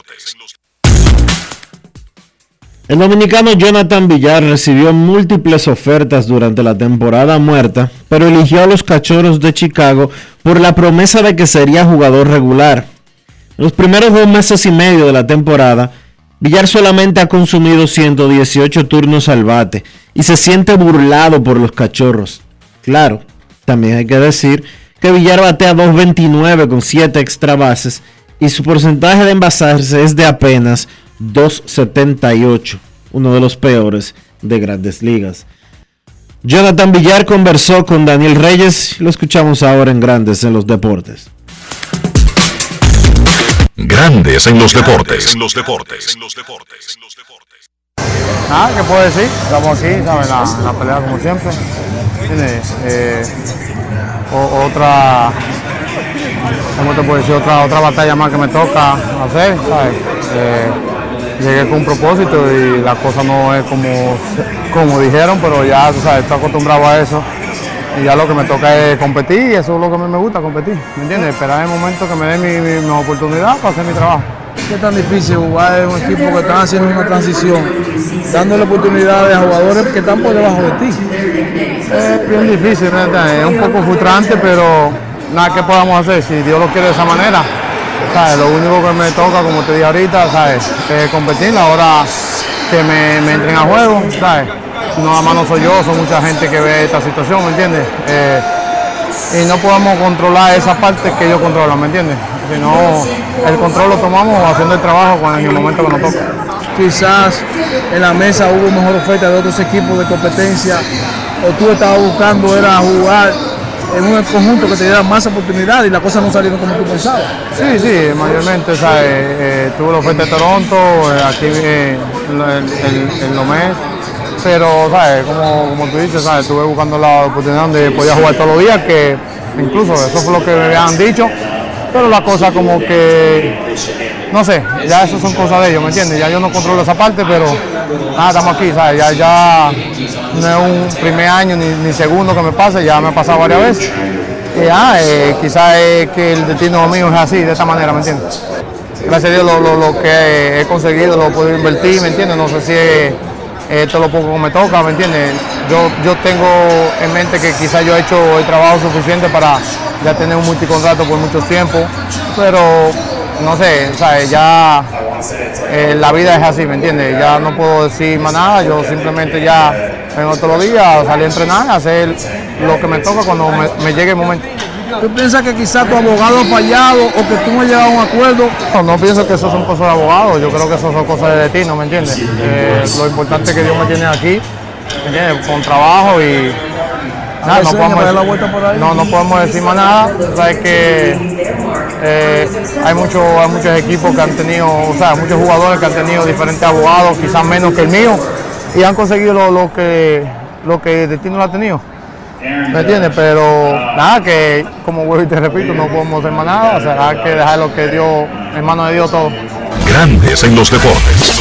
El dominicano Jonathan Villar recibió múltiples ofertas durante la temporada muerta, pero eligió a los Cachorros de Chicago por la promesa de que sería jugador regular. En los primeros dos meses y medio de la temporada, Villar solamente ha consumido ciento dieciocho turnos al bate y se siente burlado por los Cachorros. Claro, también hay que decir que Villar batea dos veintinueve con siete extra bases y su porcentaje de envasarse es de apenas dos setenta y ocho, uno de los peores de Grandes Ligas. Jonathan Villar conversó con Daniel Reyes, lo escuchamos ahora en Grandes en los Deportes. Grandes en los deportes. En los deportes. Ah, ¿qué puedo decir? Estamos aquí, ¿sabes? La, la pelea como siempre. ¿Entiendes? Eh, o, otra, ¿cómo te puedo decir? Otra, otra batalla más que me toca hacer, ¿sabes? Eh, llegué con un propósito y la cosa no es como, como dijeron, pero ya, tú sabes, estoy acostumbrado a eso. Y ya lo que me toca es competir y eso es lo que a mí me gusta, competir, ¿me entiendes? Esperar el momento que me dé mi, mi, mi oportunidad para hacer mi trabajo. ¿Qué tan difícil jugar en un equipo que están haciendo una transición, dándole oportunidades a jugadores que están por debajo de ti? Es bien difícil, ¿verdad? Es un poco frustrante, pero nada que podamos hacer, si Dios lo quiere de esa manera. ¿Sabes? Lo único que me toca, como te dije ahorita, ¿sabes? Es competir, la hora que me, me entren a juego, ¿sabes? No, nada más no soy yo, son mucha gente que ve esta situación, ¿me entiendes? Eh, y no podemos controlar esa parte que ellos controlan, ¿me entiendes? Si no, el control lo tomamos haciendo el trabajo en el momento que nos toca. Quizás en la mesa hubo mejor oferta de otros equipos de competencia, o tú estabas buscando era jugar en un conjunto que te diera más oportunidad y las cosas no salieron como tú pensabas. Sí, sí, mayormente, ¿sabes? Eh, tuve la oferta de Toronto, eh, aquí eh, en, en, en Lomé. Pero, ¿sabes? Como, como tú dices, ¿sabes? Estuve buscando la oportunidad donde podía jugar todos los días, que incluso eso fue lo que me habían dicho, pero la cosa como que, no sé, ya eso son cosas de ellos, ¿me entiendes? Ya yo no controlo esa parte, pero nada, estamos aquí, ¿sabes? Ya, ya no es un primer año ni, ni segundo que me pase, ya me ha pasado varias veces. Y ah, eh, quizás es que el destino mío es así, de esta manera, ¿me entiendes? Gracias a Dios lo, lo, lo que he conseguido lo he podido invertir, ¿me entiendes? No sé si es esto lo poco que me toca, ¿me entiendes? Yo, yo tengo en mente que quizás yo he hecho el trabajo suficiente para ya tener un multicontrato por mucho tiempo, pero no sé, ¿sabes? Ya eh, la vida es así, ¿me entiendes? Ya no puedo decir más nada, yo simplemente ya vengo todos los días a salir a entrenar, a hacer lo que me toca cuando me, me llegue el momento. ¿Tú piensas que quizás tu abogado ha fallado o que tú no has llegado a un acuerdo? No, no pienso que eso son cosas de abogados, yo creo que eso son cosas de destino, ¿me entiendes? Eh, lo importante es que Dios me tiene aquí, ¿me entiendes? Con trabajo y nada, no podemos, decir, la vuelta por ahí. No, no podemos decir más nada. Sabes que eh, hay, mucho, hay muchos equipos que han tenido, o sea, muchos jugadores que han tenido diferentes abogados, quizás menos que el mío, y han conseguido lo, lo, que, lo que el destino lo ha tenido. ¿Me entiendes? Pero nada, que como vuelvo y te repito, no podemos hacer más nada, o sea, hay que dejar lo que Dios, en manos de Dios todo. Grandes en los deportes.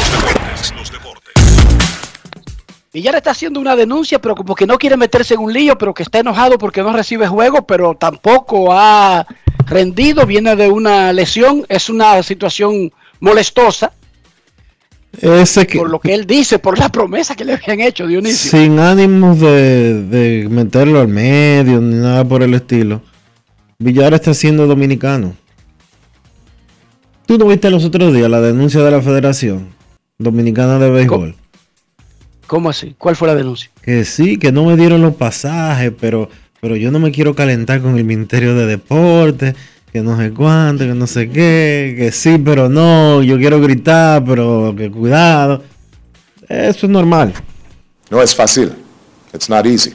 Villar está haciendo una denuncia, pero como que no quiere meterse en un lío, pero que está enojado porque no recibe juego, pero tampoco ha rendido, viene de una lesión, es una situación molestosa. Ese que, por lo que él dice, por la promesa que le habían hecho, Dionisio. Sin ánimos de, de meterlo al medio ni nada por el estilo, Villar está siendo dominicano. ¿Tú no viste los otros días la denuncia de la Federación Dominicana de Béisbol? ¿Cómo, ¿Cómo así? ¿Cuál fue la denuncia? Que sí, que no me dieron los pasajes, pero, pero yo no me quiero calentar con el Ministerio de Deportes, que no sé cuánto, que no sé qué, que sí, pero no, yo quiero gritar, pero que cuidado. Eso es normal. No es fácil. It's not easy.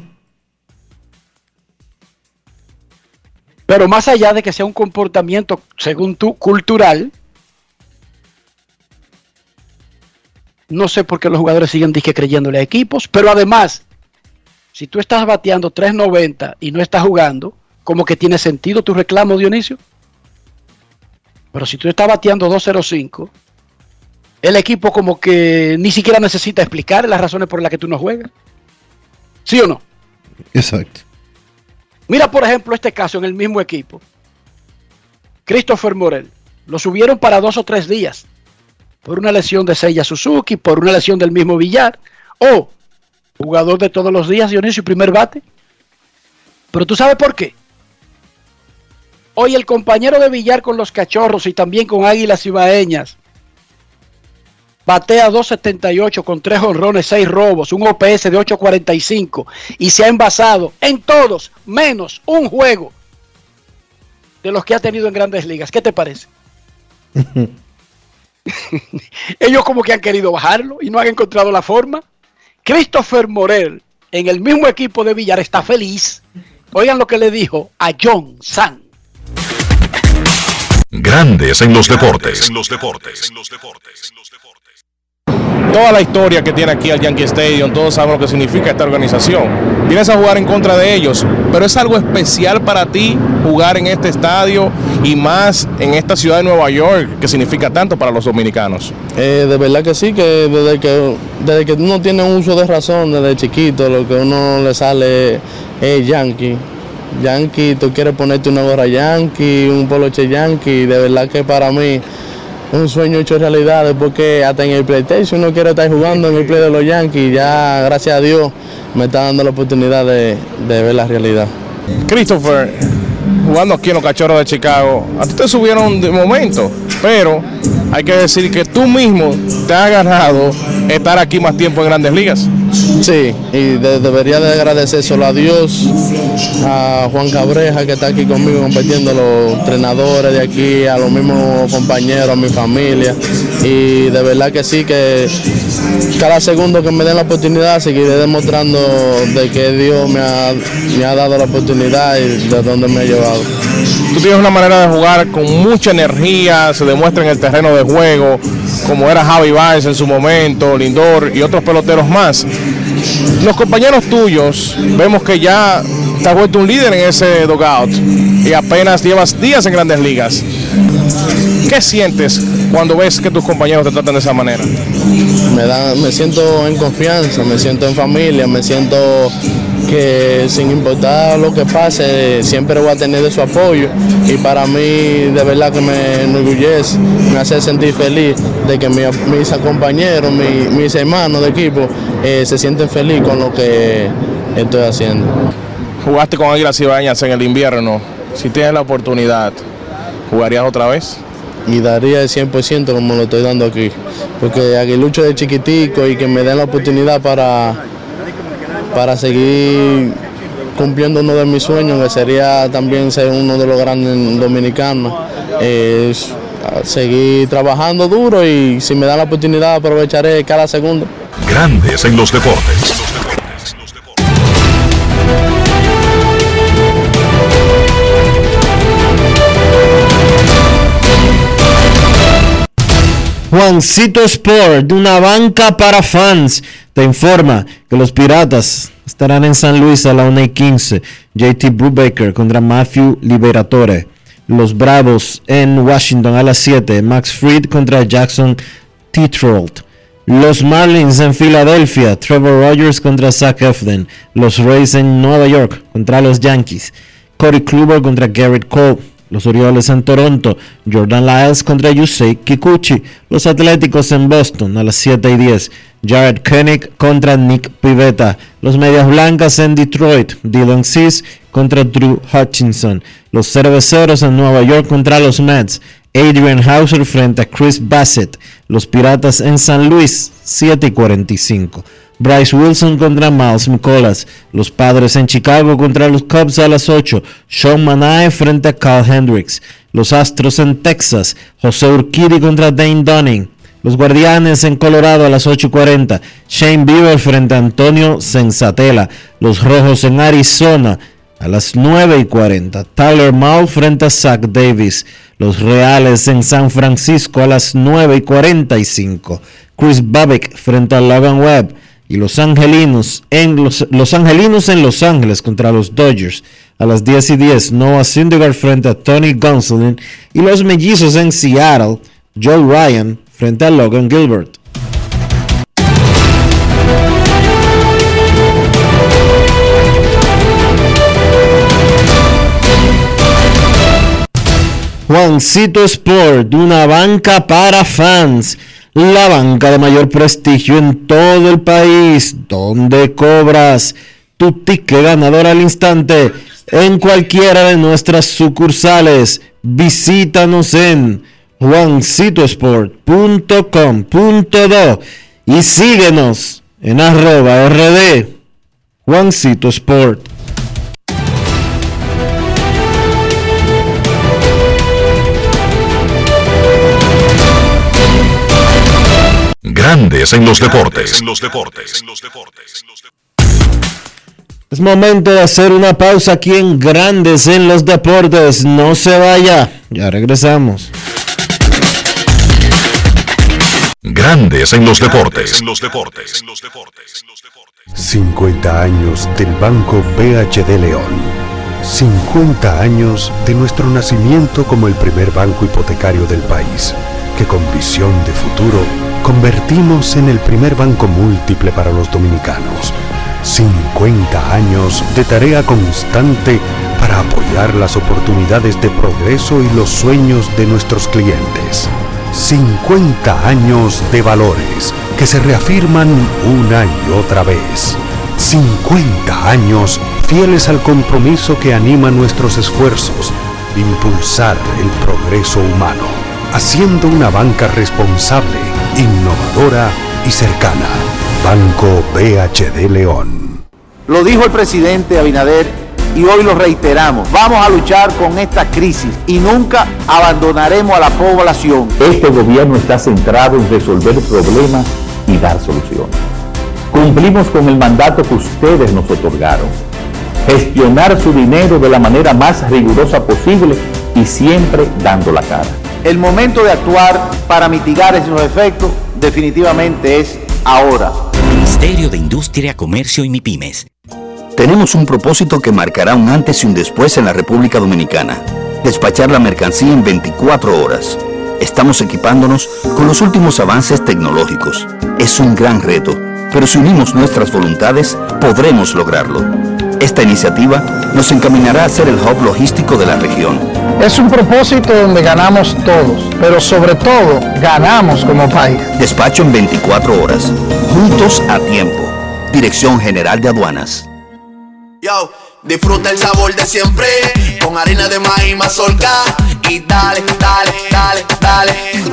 Pero más allá de que sea un comportamiento, según tú, cultural, no sé por qué los jugadores siguen disque creyéndole a equipos, pero además, si tú estás bateando tres noventa y no estás jugando, ¿cómo que tiene sentido tu reclamo, Dionisio? Pero si tú estás bateando dos cero cinco, el equipo como que ni siquiera necesita explicar las razones por las que tú no juegas. ¿Sí o no? Exacto. Mira, por ejemplo, este caso en el mismo equipo. Christopher Morel. Lo subieron para dos o tres días. Por una lesión de Seiya Suzuki, por una lesión del mismo Villar. O jugador de todos los días, Dionisio, primer bate. Pero tú sabes por qué. Hoy el compañero de Villar con los Cachorros y también con Águilas Ibaeñas batea dos setenta y ocho con tres jonrones, seis robos, un O P S de ocho cuarenta y cinco y se ha envasado en todos menos un juego de los que ha tenido en Grandes Ligas. ¿Qué te parece? Ellos como que han querido bajarlo y no han encontrado la forma. Christopher Morel en el mismo equipo de Villar está feliz. Oigan lo que le dijo a John San. Grandes en los deportes. En los deportes. Toda la historia que tiene aquí el Yankee Stadium, todos saben lo que significa esta organización. Vienes a jugar en contra de ellos, pero es algo especial para ti jugar en este estadio y más en esta ciudad de Nueva York, que significa tanto para los dominicanos. Eh, de verdad que sí, que desde que desde que uno tiene un uso de razón, desde chiquito, lo que uno le sale es Yankee. Yankee, tú quieres ponerte una gorra Yankee, un poloche Yankee, de verdad que para mí un sueño hecho realidad, porque hasta en el PlayStation uno quiere estar jugando en el play de los Yankees, ya gracias a Dios me está dando la oportunidad de, de ver la realidad. Christopher, jugando aquí en los Cachorros de Chicago, a ti te subieron de momento, pero hay que decir que tú mismo te has agarrado estar aquí más tiempo en Grandes Ligas. Sí, y de, debería de agradecer solo a Dios, a Juan Cabreja que está aquí conmigo compitiendo, los entrenadores de aquí, a los mismos compañeros, a mi familia, y de verdad que sí, que cada segundo que me den la oportunidad seguiré demostrando de que Dios me ha, me ha dado la oportunidad y de dónde me ha llevado. Tú tienes una manera de jugar con mucha energía, se demuestra en el terreno de juego, como era Javi Baez en su momento, Lindor y otros peloteros más. Los compañeros tuyos, vemos que ya te has vuelto un líder en ese dugout y apenas llevas días en Grandes Ligas. ¿Qué sientes cuando ves que tus compañeros te tratan de esa manera? Me da, me siento en confianza, me siento en familia, me siento que sin importar lo que pase, siempre voy a tener de su apoyo, y para mí de verdad que me enorgullece, me hace sentir feliz de que mi, mis compañeros, mi, mis hermanos de equipo eh, se sienten felices con lo que estoy haciendo. Jugaste con Águilas Ibaeñas en el invierno, si tienes la oportunidad, ¿jugarías otra vez? Y daría el cien por ciento como lo estoy dando aquí, porque aguilucho de chiquitico y que me den la oportunidad para, para seguir cumpliendo uno de mis sueños, que sería también ser uno de los grandes dominicanos, es seguir trabajando duro, y si me dan la oportunidad aprovecharé cada segundo. Grandes en los deportes. Juancito Sport, de una banca para fans, te informa que los Piratas estarán en San Luis a la una y quince. J T Brubaker contra Matthew Liberatore. Los Bravos en Washington a las siete. Max Fried contra Jackson Tetrold. Los Marlins en Filadelfia. Trevor Rogers contra Zach Eflin. Los Rays en Nueva York contra los Yankees. Corey Kluber contra Garrett Cole. Los Orioles en Toronto, Jordan Lyles contra Yusei Kikuchi. Los Atléticos en Boston a las siete y diez, Jared Koenig contra Nick Pivetta. Los Medias Blancas en Detroit, Dylan Cease contra Drew Hutchinson. Los Cerveceros en Nueva York contra los Mets. Adrian Hauser frente a Chris Bassett. Los Piratas en San Luis, siete y cuarenta y cinco. Bryce Wilson contra Miles McCollum. Los Padres en Chicago contra los Cubs a las ocho. Sean Manaea frente a Carl Hendricks. Los Astros en Texas. José Urquidy contra Dane Dunning. Los Guardianes en Colorado a las ocho y cuarenta. Shane Bieber frente a Antonio Senzatela. Los Rojos en Arizona a las nueve y cuarenta. Tyler Mahle frente a Zach Davis. Los Reales en San Francisco a las nueve y cuarenta y cinco. Chris Babick frente a Logan Webb. Y los Angelinos en los, los Angelinos en Los Ángeles contra los Dodgers a las diez y diez. Noah Syndergaard frente a Tony Gonsolin. Y los Mellizos en Seattle. Joe Ryan frente a Logan Gilbert. Juancito Sport, una banca para fans. La banca de mayor prestigio en todo el país, donde cobras tu ticket ganador al instante en cualquiera de nuestras sucursales. Visítanos en juancito sport punto com punto do y síguenos en arroba rd Juancito Sport. Grandes en los deportes. Es momento de hacer una pausa aquí en Grandes en los Deportes. No se vaya, ya regresamos. Grandes en los deportes. cincuenta años del Banco B H D León. cincuenta años de nuestro nacimiento como el primer banco hipotecario del país, que con visión de futuro convertimos en el primer banco múltiple para los dominicanos. cincuenta años de tarea constante para apoyar las oportunidades de progreso y los sueños de nuestros clientes. cincuenta años de valores que se reafirman una y otra vez. cincuenta años fieles al compromiso que anima nuestros esfuerzos, impulsar el progreso humano, haciendo una banca responsable, innovadora y cercana. Banco B H D León. Lo dijo el presidente Abinader y hoy lo reiteramos. Vamos a luchar con esta crisis y nunca abandonaremos a la población. Este gobierno está centrado en resolver problemas y dar soluciones. Cumplimos con el mandato que ustedes nos otorgaron. Gestionar su dinero de la manera más rigurosa posible y siempre dando la cara. El momento de actuar para mitigar esos efectos definitivamente es ahora. Ministerio de Industria, Comercio y MIPYMES. Tenemos un propósito que marcará un antes y un después en la República Dominicana. Despachar la mercancía en veinticuatro horas. Estamos equipándonos con los últimos avances tecnológicos. Es un gran reto, pero si unimos nuestras voluntades, podremos lograrlo. Esta iniciativa nos encaminará a ser el hub logístico de la región. Es un propósito donde ganamos todos, pero sobre todo ganamos como país. Despacho en veinticuatro horas. Juntos a tiempo. Dirección General de Aduanas. Yo, disfruta el sabor de siempre con harina de maíz mazorca y dale, dale, dale, dale.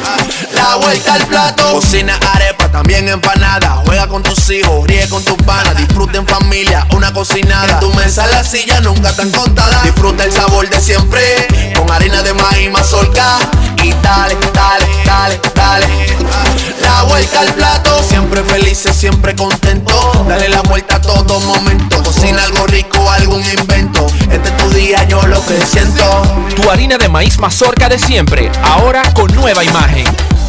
La vuelta al plato. Cocina arepa, también empanada. Juega con tus hijos, ríe con tus panas. Disfruta en familia, una cocinada. En tu mesa la silla nunca tan contada. Disfruta el sabor de siempre con harina de maíz mazorca y dale, dale, dale, dale. La vuelta al plato. Siempre felices, siempre contentos. Dale la vuelta a todo momento. Cocina algo rico, algún invento. Este es tu día, yo lo que siento. Tu harina de maíz mazorca de siempre, ahora con nueva imagen.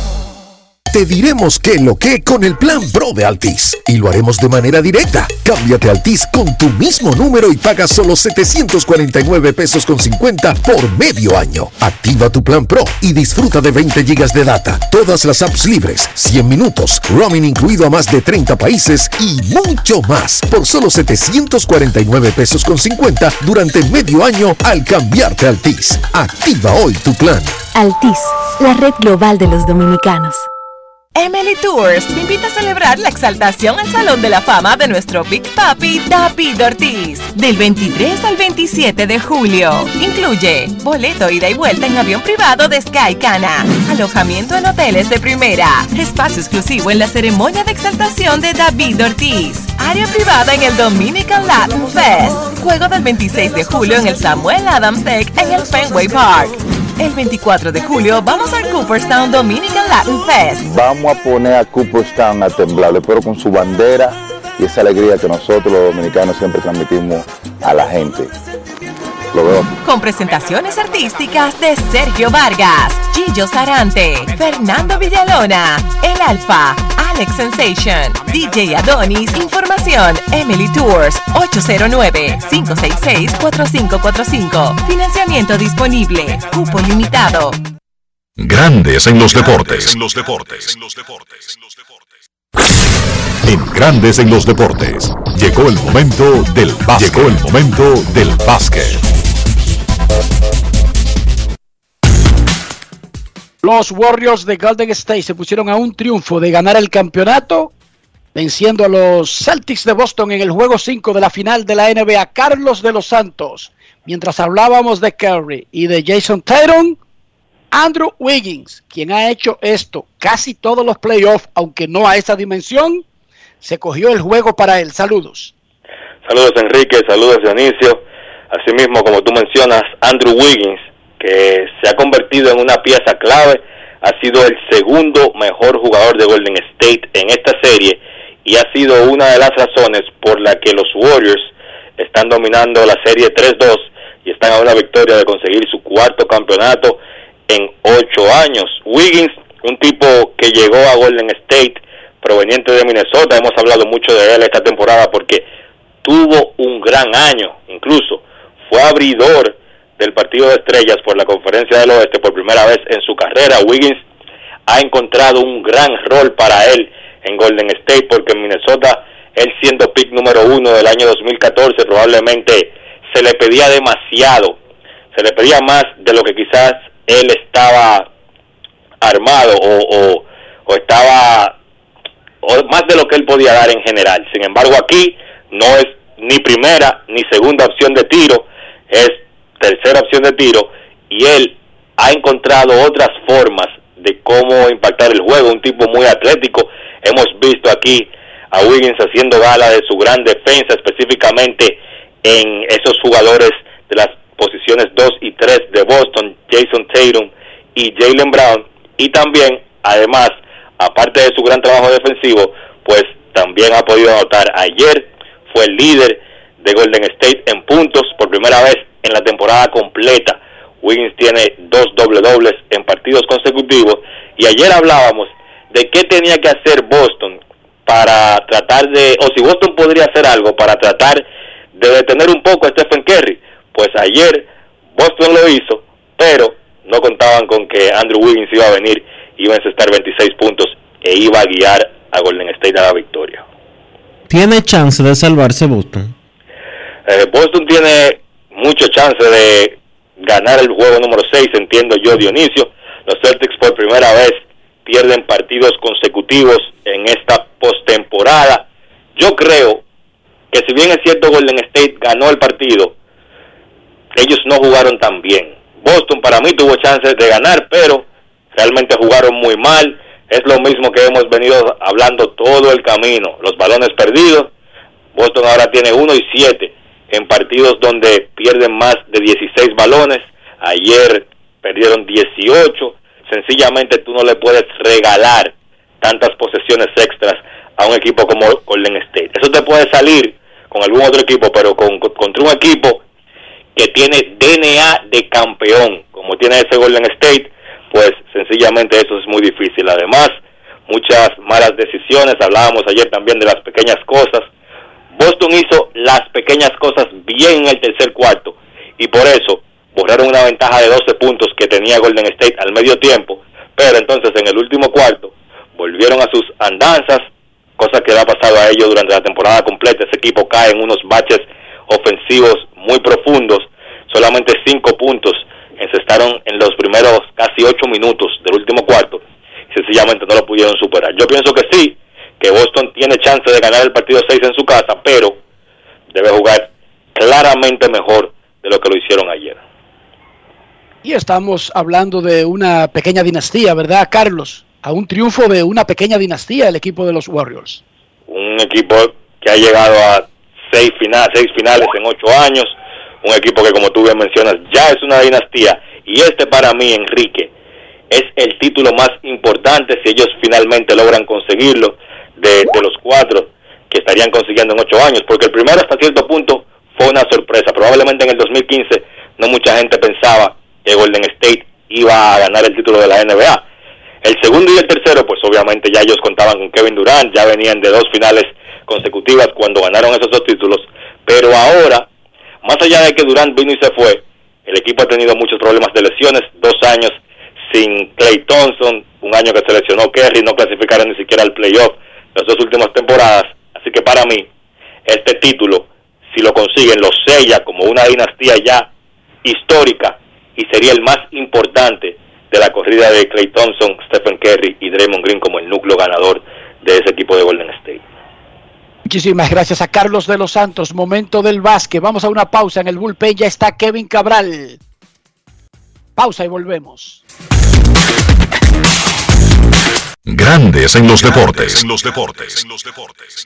Te diremos qué lo que con el Plan Pro de Altis y lo haremos de manera directa. Cámbiate a Altis con tu mismo número y paga solo setecientos cuarenta y nueve pesos con cincuenta por medio año. Activa tu Plan Pro y disfruta de veinte gigas de data, todas las apps libres, cien minutos, roaming incluido a más de treinta países y mucho más por solo setecientos cuarenta y nueve pesos con cincuenta durante medio año al cambiarte a Altis. Activa hoy tu plan. Altis, la red global de los dominicanos. Emily Tours te invita a celebrar la exaltación al Salón de la Fama de nuestro Big Papi David Ortiz del veintitrés al veintisiete de julio. Incluye boleto ida y vuelta en avión privado de Sky Cana, alojamiento en hoteles de primera, espacio exclusivo en la ceremonia de exaltación de David Ortiz, área privada en el Dominican Latin Fest, juego del veintiséis de julio en el Samuel Adams Deck en el Fenway Park. El veinticuatro de julio vamos al Cooperstown Dominican Latin Fest. Vamos a poner a Cooperstown a temblar, pero con su bandera y esa alegría que nosotros los dominicanos siempre transmitimos a la gente. Lo veo. Con presentaciones artísticas de Sergio Vargas, Gillo Sarante, Fernando Villalona, El Alfa, Alex Sensation, D J Adonis. Información Emily Tours ocho cero nueve, cinco seis seis, cuatro cinco cuatro cinco. Financiamiento disponible. Cupo limitado. Grandes en los deportes. En los deportes. En Grandes en los deportes. Llegó el momento del básquet. Llegó el momento del básquet. Los Warriors de Golden State se pusieron a un triunfo de ganar el campeonato, venciendo a los Celtics de Boston en el juego cinco de la final de la N B A. Carlos de los Santos, mientras hablábamos de Curry y de Jason Tatum, Andrew Wiggins, quien ha hecho esto casi todos los playoffs, aunque no a esa dimensión, se cogió el juego para él. Saludos. Saludos, Enrique, saludos, Dionisio. Asimismo, como tú mencionas, Andrew Wiggins, que se ha convertido en una pieza clave, ha sido el segundo mejor jugador de Golden State en esta serie y ha sido una de las razones por la que los Warriors están dominando la serie tres dos y están a una victoria de conseguir su cuarto campeonato en ocho años. Wiggins, un tipo que llegó a Golden State proveniente de Minnesota, hemos hablado mucho de él esta temporada porque tuvo un gran año, incluso fue abridor del partido de estrellas por la Conferencia del Oeste por primera vez en su carrera. Wiggins ha encontrado un gran rol para él en Golden State porque en Minnesota, él siendo pick número uno del año dos mil catorce, probablemente se le pedía demasiado, se le pedía más de lo que quizás él estaba armado o, o, o estaba, o más de lo que él podía dar en general. Sin embargo, aquí no es ni primera ni segunda opción de tiro, es tercera opción de tiro, y él ha encontrado otras formas de cómo impactar el juego, un tipo muy atlético. Hemos visto aquí a Wiggins haciendo gala de su gran defensa, específicamente en esos jugadores de las posiciones dos y tres de Boston, Jason Tatum y Jaylen Brown, y también, además, aparte de su gran trabajo defensivo, pues también ha podido anotar. Ayer fue el líder de Golden State en puntos por primera vez en la temporada completa. Wiggins tiene dos doble dobles en partidos consecutivos, y ayer hablábamos de qué tenía que hacer Boston para tratar de, o si Boston podría hacer algo para tratar de detener un poco a Stephen Curry. Pues ayer Boston lo hizo, pero no contaban con que Andrew Wiggins iba a venir, iba a encestar veintiséis puntos e iba a guiar a Golden State a la victoria. ¿Tiene chance de salvarse Boston? Eh, Boston tiene mucha chance de ganar el juego número seis, entiendo yo, Dionisio. Los Celtics por primera vez pierden partidos consecutivos en esta postemporada. Yo creo que si bien es cierto Golden State ganó el partido, ellos no jugaron tan bien. Boston para mí tuvo chances de ganar, pero realmente jugaron muy mal. Es lo mismo que hemos venido hablando todo el camino, los balones perdidos. Boston ahora tiene uno y siete en partidos donde pierden más de dieciséis balones. Ayer perdieron dieciocho. Sencillamente tú no le puedes regalar tantas posesiones extras a un equipo como Golden State. Eso te puede salir con algún otro equipo, pero con, con, contra un equipo que tiene D N A de campeón, como tiene ese Golden State, pues sencillamente eso es muy difícil. Además, muchas malas decisiones. Hablábamos ayer también de las pequeñas cosas. Boston hizo las pequeñas cosas bien en el tercer cuarto, y por eso borraron una ventaja de doce puntos que tenía Golden State al medio tiempo, pero entonces en el último cuarto volvieron a sus andanzas, cosa que le ha pasado a ellos durante la temporada completa. Ese equipo cae en unos baches ofensivos muy profundos. Solamente cinco puntos encestaron en los primeros casi ocho minutos del último cuarto. sencillamente no lo pudieron superar. Yo pienso que sí, que Boston tiene chance de ganar el partido seis en su casa, pero debe jugar claramente mejor de lo que lo hicieron ayer. Y estamos hablando de una pequeña dinastía, ¿verdad, Carlos? A un triunfo de una pequeña dinastía el equipo de los Warriors. Un equipo que ha llegado a seis, final, seis finales en ocho años, un equipo que, como tú bien mencionas, ya es una dinastía, y este para mí, Enrique, es el título más importante si ellos finalmente logran conseguirlo de, de los cuatro que estarían consiguiendo en ocho años, porque el primero hasta cierto punto fue una sorpresa. Probablemente en el dos mil quince no mucha gente pensaba que Golden State iba a ganar el título de la N B A. El segundo y el tercero, pues obviamente ya ellos contaban con Kevin Durant, ya venían de dos finales consecutivas cuando ganaron esos dos títulos, pero ahora, más allá de que Durant vino y se fue, el equipo ha tenido muchos problemas de lesiones, dos años sin Klay Thompson, un año que se lesionó Kerry, no clasificaron ni siquiera al playoff las dos últimas temporadas, así que para mí, este título, si lo consiguen, lo sella como una dinastía ya histórica, y sería el más importante de la corrida de Klay Thompson, Stephen Curry y Draymond Green como el núcleo ganador de ese equipo de Golden State. Muchísimas gracias a Carlos de los Santos. Momento del básquet. Vamos a una pausa. En el bullpen ya está Kevin Cabral. Pausa y volvemos. Grandes en los deportes. En los deportes. En los deportes.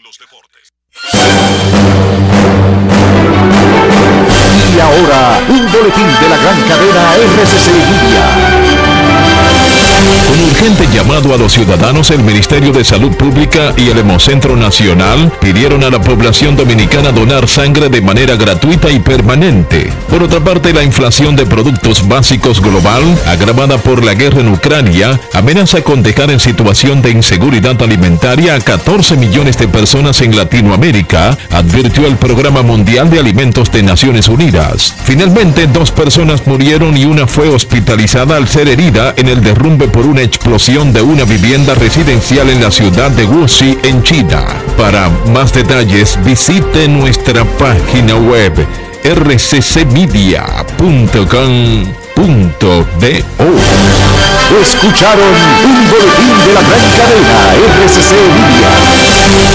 Y ahora, un boletín de la gran cadena R C C Media. Con urgente llamado a los ciudadanos, el Ministerio de Salud Pública y el Hemocentro Nacional pidieron a la población dominicana donar sangre de manera gratuita y permanente. Por otra parte, la inflación de productos básicos global, agravada por la guerra en Ucrania, amenaza con dejar en situación de inseguridad alimentaria a catorce millones de personas en Latinoamérica, advirtió el Programa Mundial de Alimentos de Naciones Unidas. Finalmente, dos personas murieron y una fue hospitalizada al ser herida en el derrumbe por una explosión de una vivienda residencial en la ciudad de Wuxi, en China. Para más detalles, visite nuestra página web r c c media punto com punto d o. Escucharon un boletín de la gran cadena R C C Media.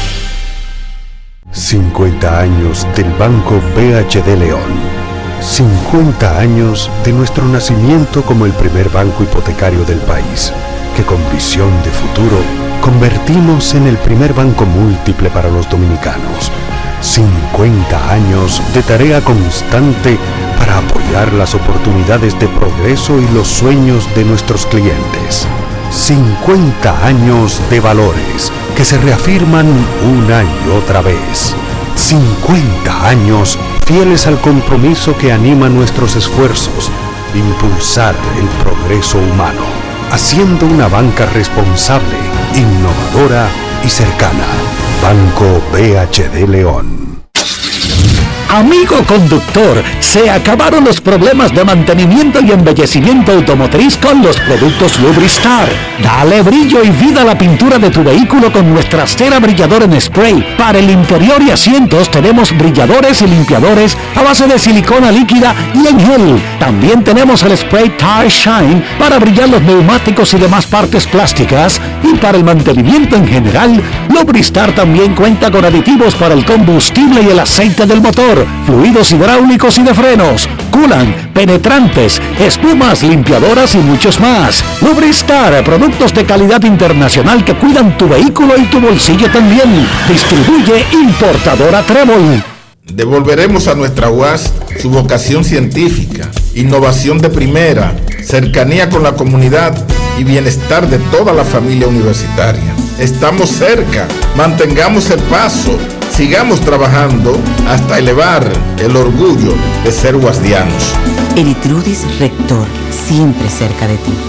cincuenta años del Banco B H D León. cincuenta años de nuestro nacimiento como el primer banco hipotecario del país, que con visión de futuro convertimos en el primer banco múltiple para los dominicanos. cincuenta años de tarea constante para apoyar las oportunidades de progreso y los sueños de nuestros clientes. cincuenta años de valores que se reafirman una y otra vez. cincuenta años fieles al compromiso que anima nuestros esfuerzos, impulsar el progreso humano, haciendo una banca responsable, innovadora y cercana. Banco B H D León. Amigo conductor, se acabaron los problemas de mantenimiento y embellecimiento automotriz con los productos Lubristar. Dale brillo y vida a la pintura de tu vehículo con nuestra cera brilladora en spray. Para el interior y asientos tenemos brilladores y limpiadores a base de silicona líquida y en gel. También tenemos el spray Tire Shine para brillar los neumáticos y demás partes plásticas. Y para el mantenimiento en general, Lubristar también cuenta con aditivos para el combustible y el aceite del motor, fluidos hidráulicos y de frenos, culan, penetrantes, espumas, limpiadoras y muchos más. Lubristar, productos de calidad internacional que cuidan tu vehículo y tu bolsillo también. Distribuye importadora Trébol. Devolveremos a nuestra U A S su vocación científica, innovación de primera, cercanía con la comunidad y bienestar de toda la familia universitaria. Estamos cerca, mantengamos el paso, sigamos trabajando hasta elevar el orgullo de ser guasdianos. Eritrudis Rector, siempre cerca de ti.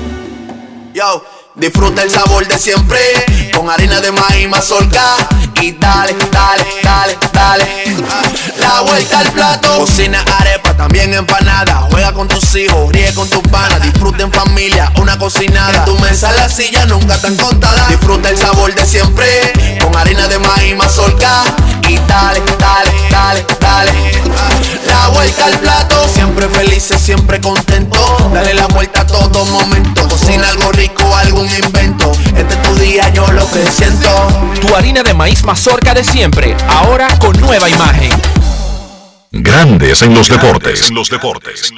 Yo, disfruta el sabor de siempre, con harina de maíz mazorca, y dale, dale, dale, dale, la vuelta al plato. Cocina arepa, también empanada, juega con tus hijos, ríe con tus panas, disfruta en familia, una cocinada, en tu mesa la silla nunca tan contada. Disfruta el sabor de siempre, con harina de maíz mazorca, y dale, dale, dale, dale, la vuelta al plato. Siempre siempre felices, siempre contentos. Dale la vuelta a todo momento. Cocina algo rico, algún invento. Este es tu día, yo lo que siento. Tu harina de maíz mazorca de siempre, ahora con nueva imagen. Grandes en los deportes. En los deportes.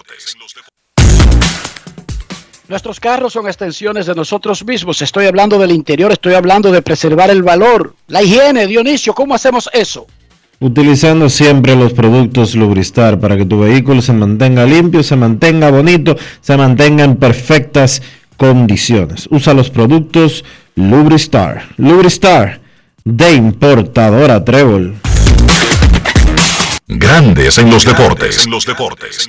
Nuestros carros son extensiones de nosotros mismos. Estoy hablando del interior, estoy hablando de preservar el valor, la higiene. Dionisio, ¿cómo hacemos eso? Utilizando siempre los productos Lubristar para que tu vehículo se mantenga limpio, se mantenga bonito, se mantenga en perfectas condiciones. Usa los productos Lubristar. Lubristar de importadora Trébol. Grandes en los deportes. En los deportes.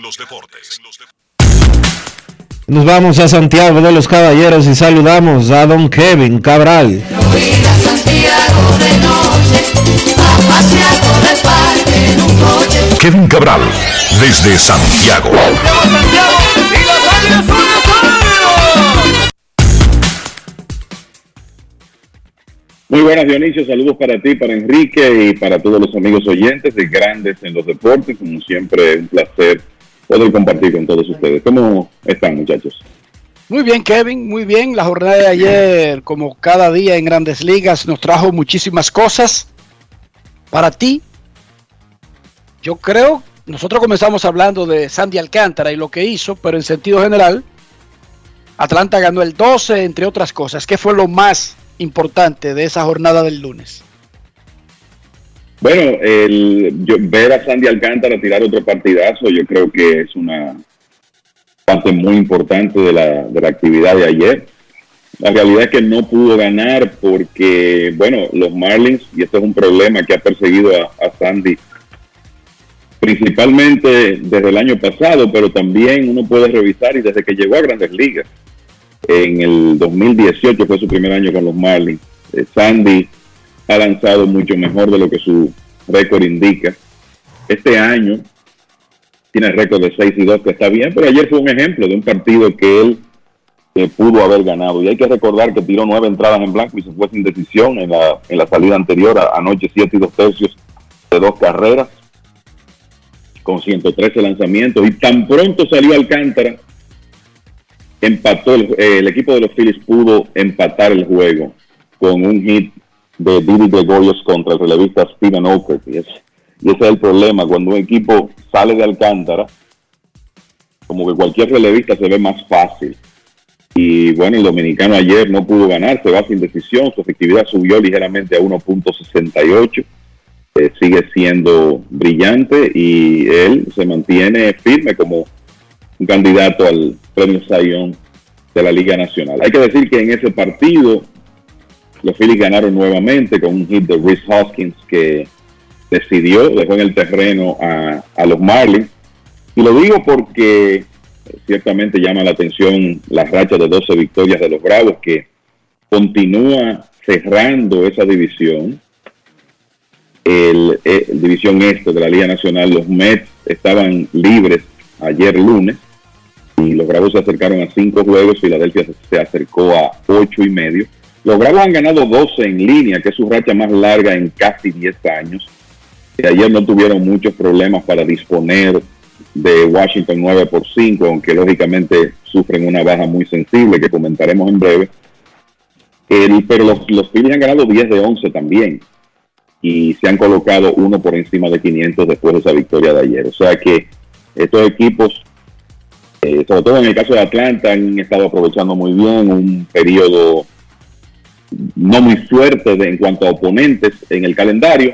Nos vamos a Santiago de los Caballeros y saludamos a don Kevin Cabral. Kevin Cabral, desde Santiago. Muy buenas, Dionisio, saludos para ti, para Enrique y para todos los amigos oyentes de Grandes en los Deportes. Como siempre, un placer poder compartir con todos ustedes. ¿Cómo están, muchachos? Muy bien, Kevin, muy bien. La jornada de ayer, como cada día en Grandes Ligas, nos trajo muchísimas cosas para ti. Yo creo, nosotros comenzamos hablando de Sandy Alcántara y lo que hizo, pero en sentido general, Atlanta ganó el doce, entre otras cosas. ¿Qué fue lo más importante de esa jornada del lunes? Bueno, el, yo, ver a Sandy Alcántara tirar otro partidazo, yo creo que es una parte muy importante de la, de la actividad de ayer. La realidad es que no pudo ganar porque, bueno, los Marlins, y esto es un problema que ha perseguido a, a Sandy principalmente desde el año pasado, pero también uno puede revisar y desde que llegó a Grandes Ligas. En el dos mil dieciocho fue su primer año con los Marlins. Eh, Sandy ha lanzado mucho mejor de lo que su récord indica. Este año tiene récord de seis y dos, que está bien, pero ayer fue un ejemplo de un partido que él eh, pudo haber ganado. Y hay que recordar que tiró nueve entradas en blanco y se fue sin decisión en la, en la salida anterior. A, anoche siete y dos tercios de dos carreras, con ciento trece lanzamientos. Y tan pronto salió Alcántara, empató el, eh, el equipo de los Phillies pudo empatar el juego con un hit de Didi Gregorius contra el relevista Steven Okert. Y, es, y ese es el problema, cuando un equipo sale de Alcántara, como que cualquier relevista se ve más fácil. Y bueno, el dominicano ayer no pudo ganar, se va sin decisión, su efectividad subió ligeramente a uno punto sesenta y ocho, eh, sigue siendo brillante y él se mantiene firme como un candidato al premio Cy Young de la Liga Nacional. Hay que decir que en ese partido los Phillies ganaron nuevamente con un hit de Rhys Hoskins que decidió, dejó en el terreno a, a los Marlins. Y lo digo porque ciertamente llama la atención la racha de doce victorias de los Bravos, que continúa cerrando esa división, el, el, el división este de la Liga Nacional. Los Mets estaban libres ayer lunes y los Bravos se acercaron a cinco juegos. Filadelfia se, se acercó a ocho y medio. Los Bravos han ganado doce en línea, que es su racha más larga en casi diez años. Y ayer no tuvieron muchos problemas para disponer de Washington nueve por cinco, aunque lógicamente sufren una baja muy sensible que comentaremos en breve. El, pero los, los Phillies han ganado diez de once también y se han colocado uno por encima de quinientos después de esa victoria de ayer. O sea que estos equipos, eh, sobre todo en el caso de Atlanta, han estado aprovechando muy bien un periodo no muy fuerte de, en cuanto a oponentes en el calendario,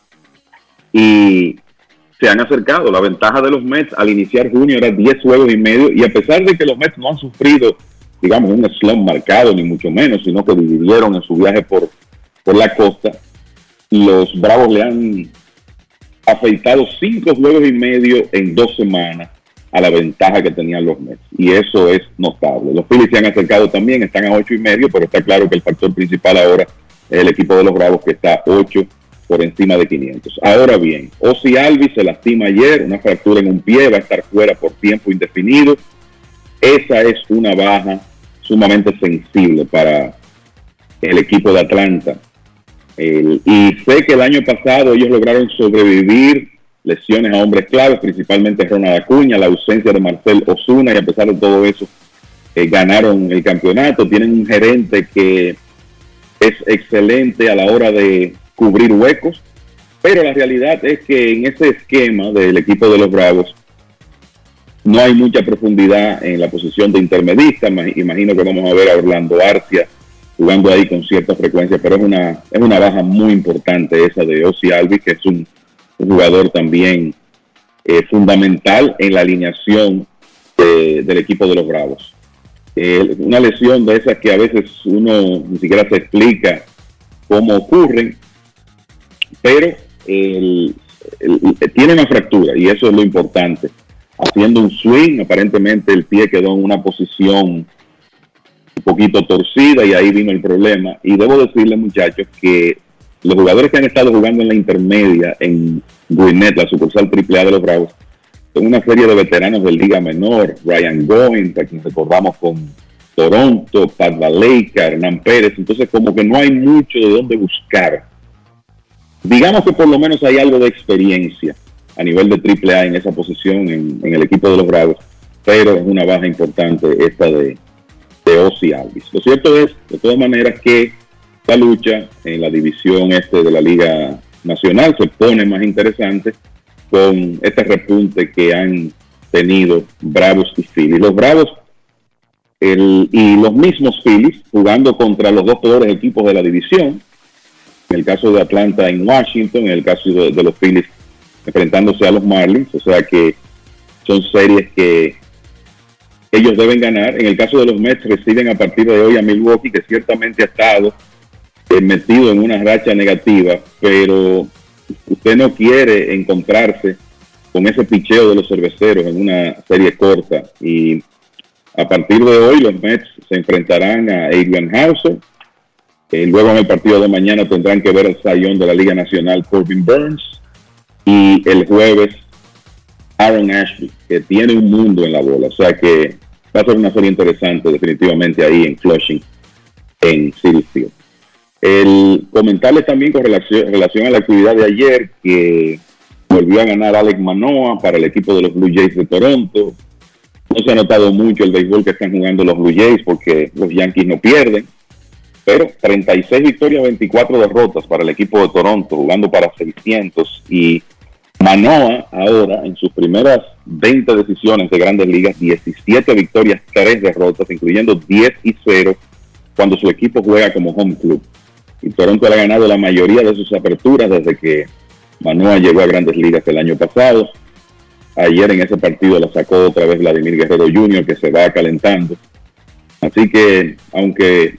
y se han acercado. La ventaja de los Mets al iniciar junio era diez juegos y medio, y a pesar de que los Mets no han sufrido, digamos, un slump marcado, ni mucho menos, sino que dividieron en su viaje por, por la costa, los Bravos le han afeitado cinco juegos y medio en dos semanas a la ventaja que tenían los Mets, y eso es notable. Los Phillies se han acercado también, están a ocho y medio, pero está claro que el factor principal ahora es el equipo de los Bravos, que está ocho por encima de quinientos. Ahora bien, Ozzie Albies se lastima ayer, una fractura en un pie, va a estar fuera por tiempo indefinido. Esa es una baja sumamente sensible para el equipo de Atlanta. El, y sé que el año pasado ellos lograron sobrevivir lesiones a hombres claves, principalmente Ronald Acuña, la ausencia de Marcel Ozuna, y a pesar de todo eso, eh, ganaron el campeonato. Tienen un gerente que es excelente a la hora de cubrir huecos, pero la realidad es que en ese esquema del equipo de los Bravos no hay mucha profundidad en la posición de intermedista. Imagino que vamos a ver a Orlando Arcia jugando ahí con cierta frecuencia, pero es una, es una baja muy importante esa de Ozzy Albies, que es un, un jugador también eh, fundamental en la alineación de, del equipo de los Bravos. Eh, una lesión de esas que a veces uno ni siquiera se explica cómo ocurren, pero el, el, el, tiene una fractura y eso es lo importante. Haciendo un swing, aparentemente el pie quedó en una posición un poquito torcida y ahí vino el problema. Y debo decirles, muchachos, que los jugadores que han estado jugando en la intermedia en Gwinnett, la sucursal triple A de los Bravos, son una serie de veteranos de Liga Menor. Ryan Goins, a quien recordamos con Toronto, Pat Valleca, Hernán Pérez. Entonces, como que no hay mucho de dónde buscar. Digamos que por lo menos hay algo de experiencia a nivel de triple A en esa posición en, en el equipo de los Bravos, pero es una baja importante esta de, de Ozzy Albies. Lo cierto es, de todas maneras, que la lucha en la división este de la Liga Nacional se pone más interesante con este repunte que han tenido Bravos y Phillies. Los Bravos el, y los mismos Phillies jugando contra los dos peores equipos de la división, en el caso de Atlanta en Washington, en el caso de, de los Phillies enfrentándose a los Marlins, o sea que son series que ellos deben ganar. En el caso de los Mets, reciben a partir de hoy a Milwaukee, que ciertamente ha estado eh, metido en una racha negativa, pero usted no quiere encontrarse con ese picheo de los cerveceros en una serie corta, y a partir de hoy los Mets se enfrentarán a Adrian Hauser. Eh, luego en el partido de mañana tendrán que ver al Cy Young de la Liga Nacional, Corbin Burns, y el jueves Aaron Ashby, que tiene un mundo en la bola. O sea que va a ser una serie interesante definitivamente ahí en Flushing, en Citi Field. El comentarles también con relación, relación a la actividad de ayer, que volvió a ganar Alek Manoah para el equipo de los Blue Jays de Toronto. No se ha notado mucho el béisbol que están jugando los Blue Jays porque los Yankees no pierden, pero treinta y seis victorias, veinticuatro derrotas para el equipo de Toronto, jugando para seiscientos, y Manoah ahora en sus primeras veinte decisiones de Grandes Ligas, diecisiete victorias, tres derrotas, incluyendo diez y cero cuando su equipo juega como home club. Y Toronto ha ganado la mayoría de sus aperturas desde que Manoah llegó a Grandes Ligas el año pasado. Ayer en ese partido la sacó otra vez Vladimir Guerrero junior, que se va calentando. Así que, aunque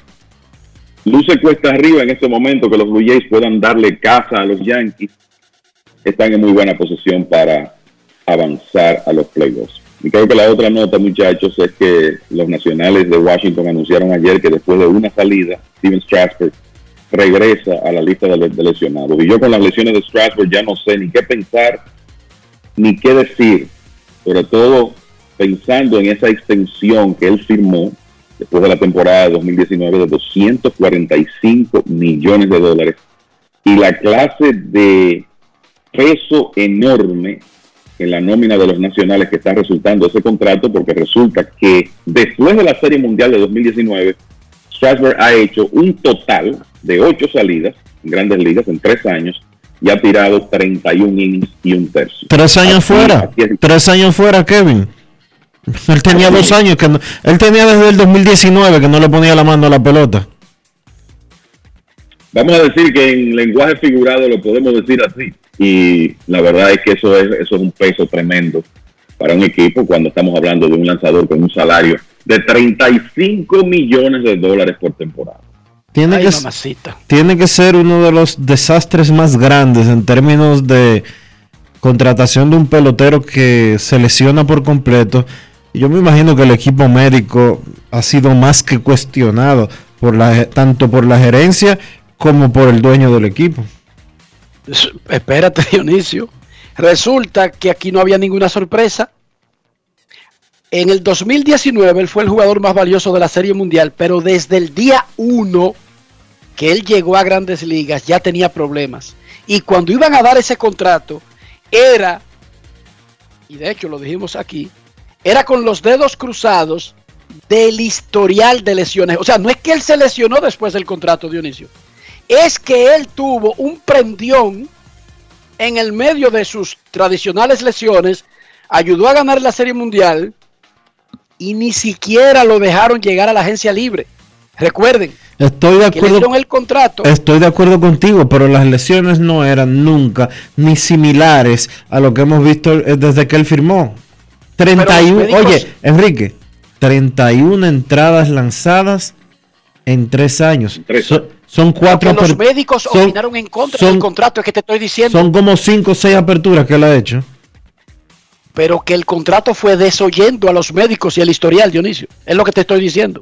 luce cuesta arriba en este momento que los Blue Jays puedan darle caza a los Yankees, están en muy buena posición para avanzar a los playoffs. Y creo que la otra nota, muchachos, es que los Nacionales de Washington anunciaron ayer que después de una salida, Steven Strasburg regresa a la lista de, de lesionados. Y yo con las lesiones de Strasburg ya no sé ni qué pensar, ni qué decir, sobre todo pensando en esa extensión que él firmó después de la temporada de dos mil diecinueve de doscientos cuarenta y cinco millones de dólares, y la clase de peso enorme en la nómina de los Nacionales que está resultando ese contrato, porque resulta que después de la Serie Mundial de dos mil diecinueve, Strasburg ha hecho un total de ocho salidas en Grandes Ligas en tres años y ha tirado treinta y un innings y un tercio. Tres años Así, fuera, así es. tres años fuera, Kevin. Él tenía dos años, que no, él tenía desde el dos mil diecinueve que no le ponía la mano a la pelota. Vamos a decir que en lenguaje figurado lo podemos decir así, y la verdad es que eso es, eso es un peso tremendo para un equipo cuando estamos hablando de un lanzador con un salario de treinta y cinco millones de dólares por temporada. Tiene, Ay, que, mamacita. tiene que ser uno de los desastres más grandes en términos de contratación de un pelotero que se lesiona por completo. Y yo me imagino que el equipo médico ha sido más que cuestionado por la, tanto por la gerencia como por el dueño del equipo. Espérate, Dionisio. Resulta que aquí no había ninguna sorpresa. En el dos mil diecinueve él fue el jugador más valioso de la Serie Mundial, pero desde el día uno que él llegó a Grandes Ligas ya tenía problemas. Y cuando iban a dar ese contrato, era, y de hecho lo dijimos aquí, era con los dedos cruzados del historial de lesiones. O sea, no es que él se lesionó después del contrato, Dionisio, es que él tuvo un prendión en el medio de sus tradicionales lesiones, ayudó a ganar la Serie Mundial y ni siquiera lo dejaron llegar a la agencia libre. Recuerden, estoy de acuerdo, que le dieron el contrato. Estoy de acuerdo contigo, pero las lesiones no eran nunca ni similares a lo que hemos visto desde que él firmó. treinta y uno, médicos, oye, Enrique, treinta y una entradas lanzadas en tres años. Tres. So, son cuatro. Porque los médicos son, opinaron en contra son, del contrato, es que te estoy diciendo. Son como cinco o seis aperturas que él ha hecho. Pero que el contrato fue desoyendo a los médicos y el historial, Dionisio. Es lo que te estoy diciendo.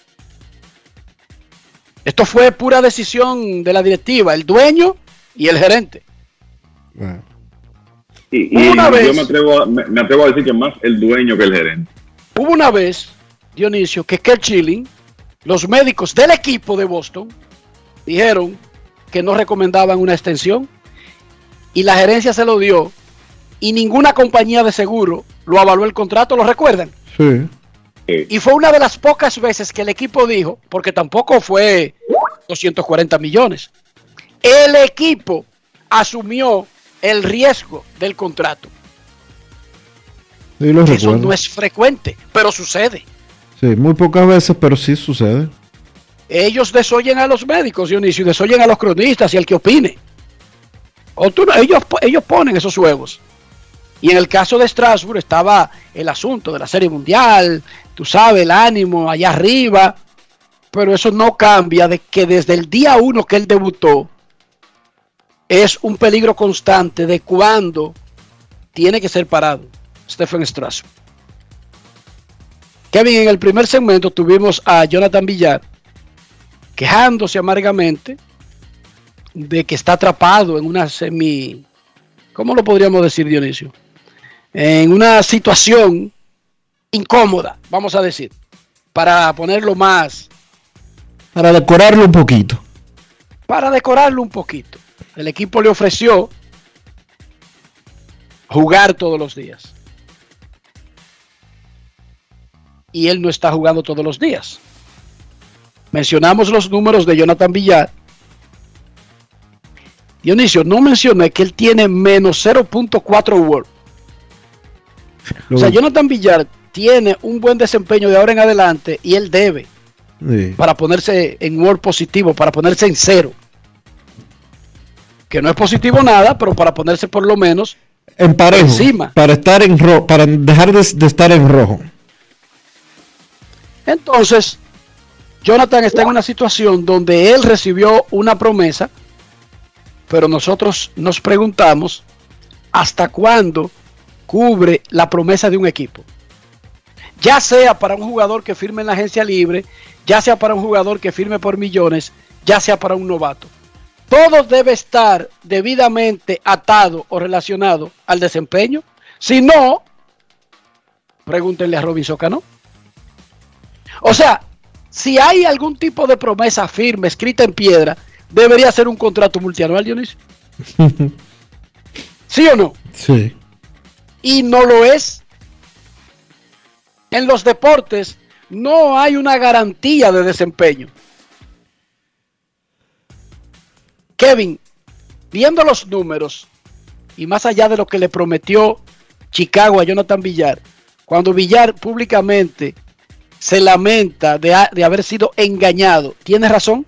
Esto fue pura decisión de la directiva, el dueño y el gerente. Bueno. Y, y una vez, yo me atrevo, a, me, me atrevo a decir que más el dueño que el gerente. Hubo una vez, Dionisio, que Curt Schilling, los médicos del equipo de Boston, dijeron que no recomendaban una extensión y la gerencia se lo dio y ninguna compañía de seguro lo avaló el contrato, ¿lo recuerdan? Sí. Y fue una de las pocas veces que el equipo dijo, porque tampoco fue doscientos cuarenta millones, el equipo asumió el riesgo del contrato. Sí, lo Eso recuerdo. no es frecuente, pero sucede. Sí, muy pocas veces, pero sí sucede. Ellos desoyen a los médicos, Dionisio, y desoyen a los cronistas y al que opine. O tú, ellos, ellos ponen esos huevos. Y en el caso de Strasburg estaba el asunto de la Serie Mundial, tú sabes, el ánimo allá arriba, pero eso no cambia de que desde el día uno que él debutó, es un peligro constante de cuándo tiene que ser parado Stephen Strasburg. Kevin, en el primer segmento tuvimos a Jonathan Villar quejándose amargamente de que está atrapado en una semi, ¿cómo lo podríamos decir, Dionisio? En una situación incómoda, vamos a decir, para ponerlo más... Para decorarlo un poquito. Para decorarlo un poquito. El equipo le ofreció jugar todos los días. Y él no está jugando todos los días. Mencionamos los números de Jonathan Villar. Dionisio, no mencioné que él tiene menos cero punto cuatro W A R. O sea, Jonathan Villar tiene un buen desempeño de ahora en adelante y él debe sí. para ponerse en W A R positivo, para ponerse en cero. Que no es positivo nada, pero para ponerse por lo menos en parejo, encima. Para estar en rojo, para dejar de, de estar en rojo. Entonces, Jonathan está en una situación donde él recibió una promesa, pero nosotros nos preguntamos hasta cuándo cubre la promesa de un equipo. Ya sea para un jugador que firme en la agencia libre, ya sea para un jugador que firme por millones, ya sea para un novato. Todo debe estar debidamente atado o relacionado al desempeño. Si no, pregúntenle a Robinson Cano. O sea, si hay algún tipo de promesa firme, escrita en piedra, debería ser un contrato multianual, Dionisio. ¿Sí o no? Sí. Y no lo es. En los deportes no hay una garantía de desempeño. Kevin, viendo los números y más allá de lo que le prometió Chicago a Jonathan Villar, cuando Villar públicamente se lamenta de, de haber sido engañado, ¿tiene razón?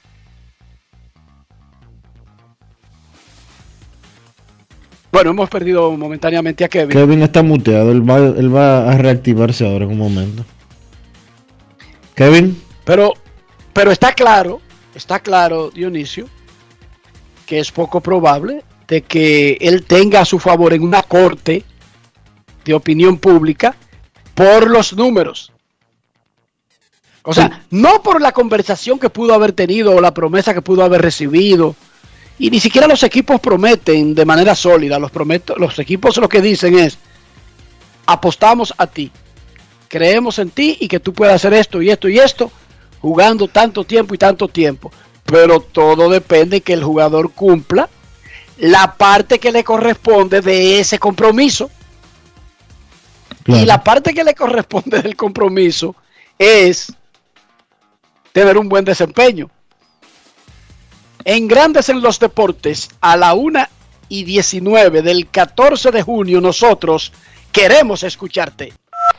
Bueno, hemos perdido momentáneamente a Kevin. Kevin está muteado, él va, él va a reactivarse ahora en un momento. Kevin. Pero, pero está claro, está claro, Dionisio, que es poco probable de que él tenga a su favor en una corte de opinión pública por los números. O sea, no por la conversación que pudo haber tenido o la promesa que pudo haber recibido. Y ni siquiera los equipos prometen de manera sólida. Los, prometo, los equipos lo que dicen es, apostamos a ti, creemos en ti y que tú puedas hacer esto y esto y esto, jugando tanto tiempo y tanto tiempo. Pero todo depende que el jugador cumpla la parte que le corresponde de ese compromiso. Claro. Y la parte que le corresponde del compromiso es tener un buen desempeño. En Grandes en los Deportes, a la una y diecinueve del catorce de junio, nosotros queremos escucharte.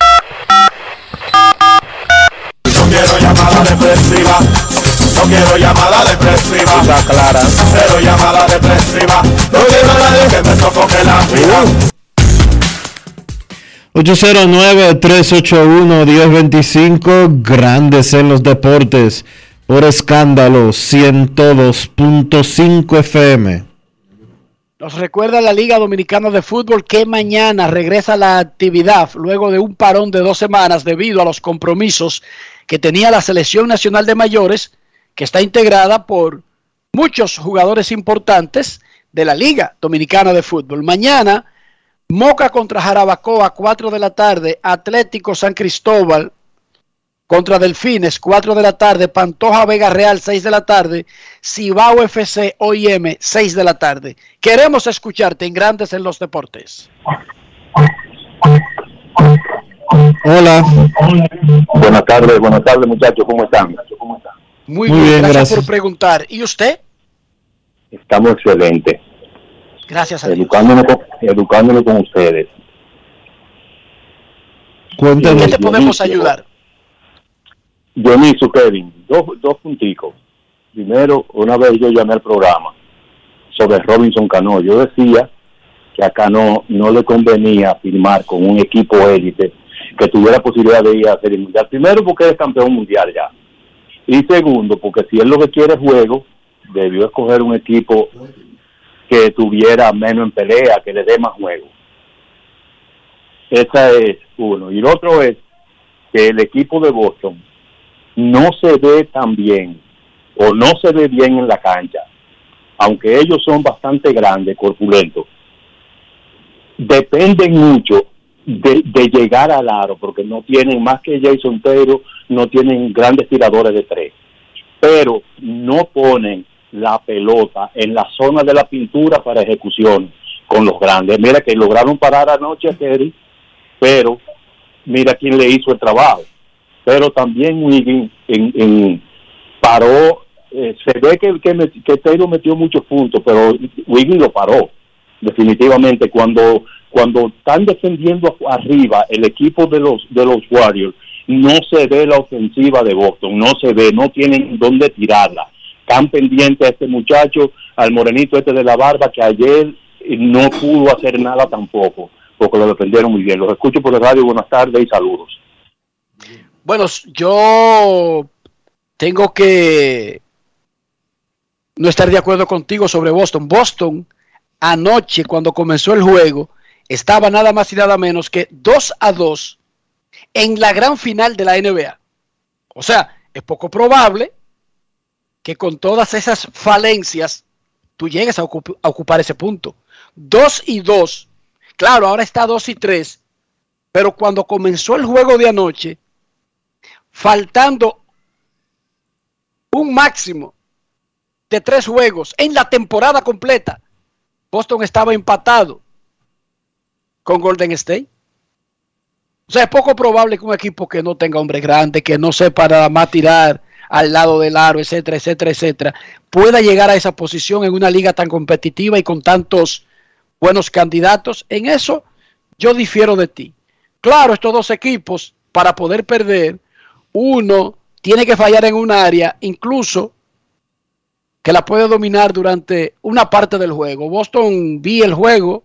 No quiero llamada depresiva, no quiero llamada depresiva, está clara. Cero llamada depresiva, no quiero a nadie que me sofoque la vida. ocho cero nueve, tres ocho uno, uno cero dos cinco, Grandes en los Deportes, por Escándalo ciento dos punto cinco F M. Nos recuerda la Liga Dominicana de Fútbol que mañana regresa la actividad luego de un parón de dos semanas debido a los compromisos que tenía la Selección Nacional de Mayores, que está integrada por muchos jugadores importantes de la Liga Dominicana de Fútbol. Mañana, Moca contra Jarabacoa, cuatro de la tarde, Atlético San Cristóbal contra Delfines, cuatro de la tarde, Pantoja Vega Real, seis de la tarde, Cibao F C O I M, seis de la tarde. Queremos escucharte en Grandes en los Deportes. Hola. Buenas tardes, buenas tardes muchachos, ¿cómo están? ¿Cómo están? Muy, Muy bien, bien gracias, gracias por preguntar. ¿Y usted? Estamos excelentes. Gracias a Dios. Educándonos con, educándonos con ustedes. Cuéntanos. ¿Qué te podemos Dionisio, ayudar? Dionisio, Kevin, dos, dos punticos. Primero, una vez yo llamé al programa sobre Robinson Cano. Yo decía que a Cano no le convenía firmar con un equipo élite que tuviera posibilidad de ir a hacer el mundial. Primero, porque es campeón mundial ya. Y segundo, porque si él lo que quiere es juego, debió escoger un equipo que tuviera menos en pelea, que le dé más juego. Esa es uno. Y el otro es que el equipo de Boston no se ve tan bien, o no se ve bien en la cancha, aunque ellos son bastante grandes, corpulentos. Dependen mucho de, de llegar al aro, porque no tienen más que Jason Taylor, no tienen grandes tiradores de tres, pero no ponen la pelota en la zona de la pintura para ejecución con los grandes. Mira que lograron parar anoche a Kerry, pero mira quién le hizo el trabajo. Pero también Wiggins en, en, paró, eh, se ve que, que, que Taylor metió muchos puntos, pero Wiggins lo paró definitivamente. Cuando cuando están defendiendo arriba el equipo de los de los Warriors, no se ve la ofensiva de Boston, no se ve, no tienen dónde tirarla. Están pendientes a este muchacho, al morenito este de la barba, que ayer no pudo hacer nada tampoco, porque lo defendieron muy bien. Los escucho por el radio, buenas tardes y saludos. Bueno, yo tengo que no estar de acuerdo contigo sobre Boston. Boston, anoche, cuando comenzó el juego, estaba nada más y nada menos que dos a dos en la gran final de la N B A. O sea, es poco probable que con todas esas falencias tú llegues a, ocup- a ocupar ese punto. dos y dos. Claro, ahora está dos y tres. Pero cuando comenzó el juego de anoche, faltando un máximo de tres juegos en la temporada completa, Boston estaba empatado con Golden State. O sea, es poco probable que un equipo que no tenga hombre grande, que no sepa nada más tirar al lado del aro, etcétera, etcétera, etcétera, pueda llegar a esa posición en una liga tan competitiva y con tantos buenos candidatos. En eso yo difiero de ti. Claro, estos dos equipos, para poder perder, uno tiene que fallar en un área, incluso que la puede dominar durante una parte del juego. Boston, vi el juego,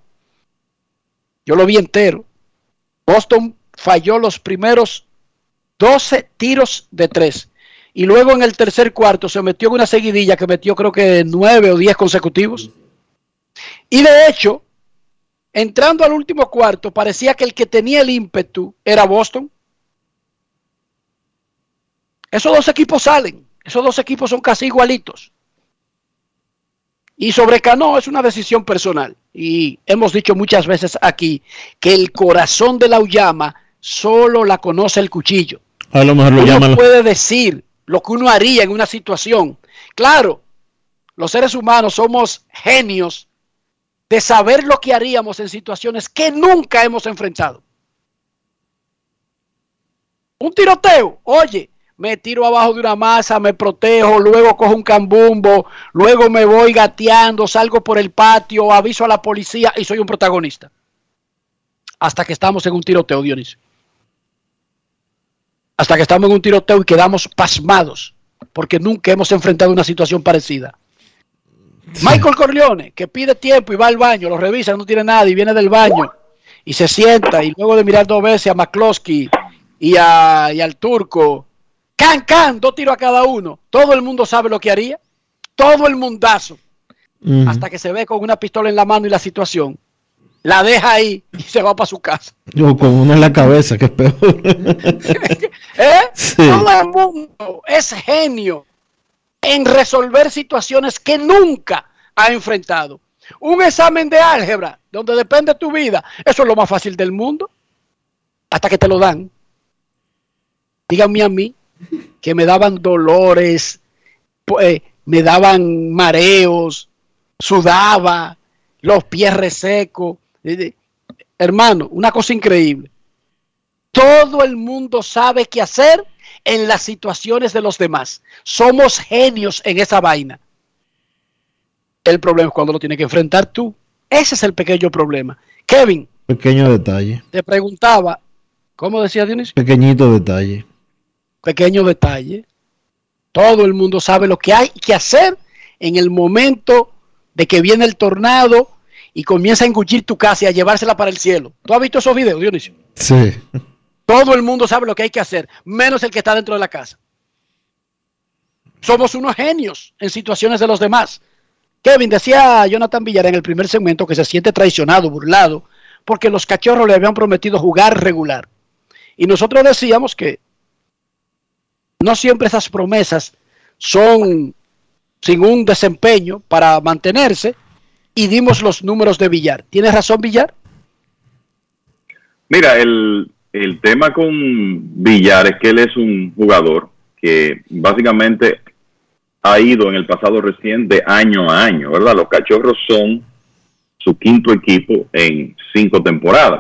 yo lo vi entero. Boston falló los primeros doce tiros de tres. Y luego en el tercer cuarto se metió en una seguidilla que metió creo que nueve o diez consecutivos. Y de hecho, entrando al último cuarto, parecía que el que tenía el ímpetu era Boston. Esos dos equipos salen. Esos dos equipos son casi igualitos. Y sobre Cano es una decisión personal. Y hemos dicho muchas veces aquí que el corazón de la uyama solo la conoce el cuchillo. A lo mejor lo uno llaman. puede decir lo que uno haría en una situación. Claro, los seres humanos somos genios de saber lo que haríamos en situaciones que nunca hemos enfrentado. Un tiroteo, oye, me tiro abajo de una masa, me protejo, luego cojo un cambumbo, luego me voy gateando, salgo por el patio, aviso a la policía y soy un protagonista. Hasta que estamos en un tiroteo, Dionisio. Hasta que estamos en un tiroteo y quedamos pasmados, porque nunca hemos enfrentado una situación parecida. Sí. Michael Corleone, que pide tiempo y va al baño, lo revisa, no tiene nada y viene del baño y se sienta y luego de mirar dos veces a McCloskey y, a, y al turco, can, can, dos tiros a cada uno. Todo el mundo sabe lo que haría, todo el mundazo, uh-huh. hasta que se ve con una pistola en la mano y la situación, la deja ahí y se va para su casa. O con una en la cabeza, que es peor. ¿Eh? Sí. Todo el mundo es genio en resolver situaciones que nunca ha enfrentado. Un examen de álgebra, donde depende tu vida, eso es lo más fácil del mundo, hasta que te lo dan. Díganme a mí, que me daban dolores, pues, me daban mareos, sudaba, los pies resecos. Hermano, una cosa increíble. Todo el mundo sabe qué hacer en las situaciones de los demás. Somos genios en esa vaina. El problema es cuando lo tienes que enfrentar tú. Ese es el pequeño problema. Kevin. Pequeño detalle. Te preguntaba, ¿cómo decía Dionisio? Pequeñito detalle. Pequeño detalle. Todo el mundo sabe lo que hay que hacer en el momento de que viene el tornado y comienza a engullir tu casa y a llevársela para el cielo. ¿Tú has visto esos videos, Dionisio? Sí. Todo el mundo sabe lo que hay que hacer, menos el que está dentro de la casa. Somos unos genios en situaciones de los demás. Kevin, decía Jonathan Villar en el primer segmento que se siente traicionado, burlado, porque los Cachorros le habían prometido jugar regular. Y nosotros decíamos que no siempre esas promesas son sin un desempeño para mantenerse, y dimos los números de Villar. ¿Tienes razón, Villar? Mira, el, el tema con Villar es que él es un jugador que básicamente ha ido en el pasado reciente año a año, ¿verdad? Los Cachorros son su quinto equipo en cinco temporadas.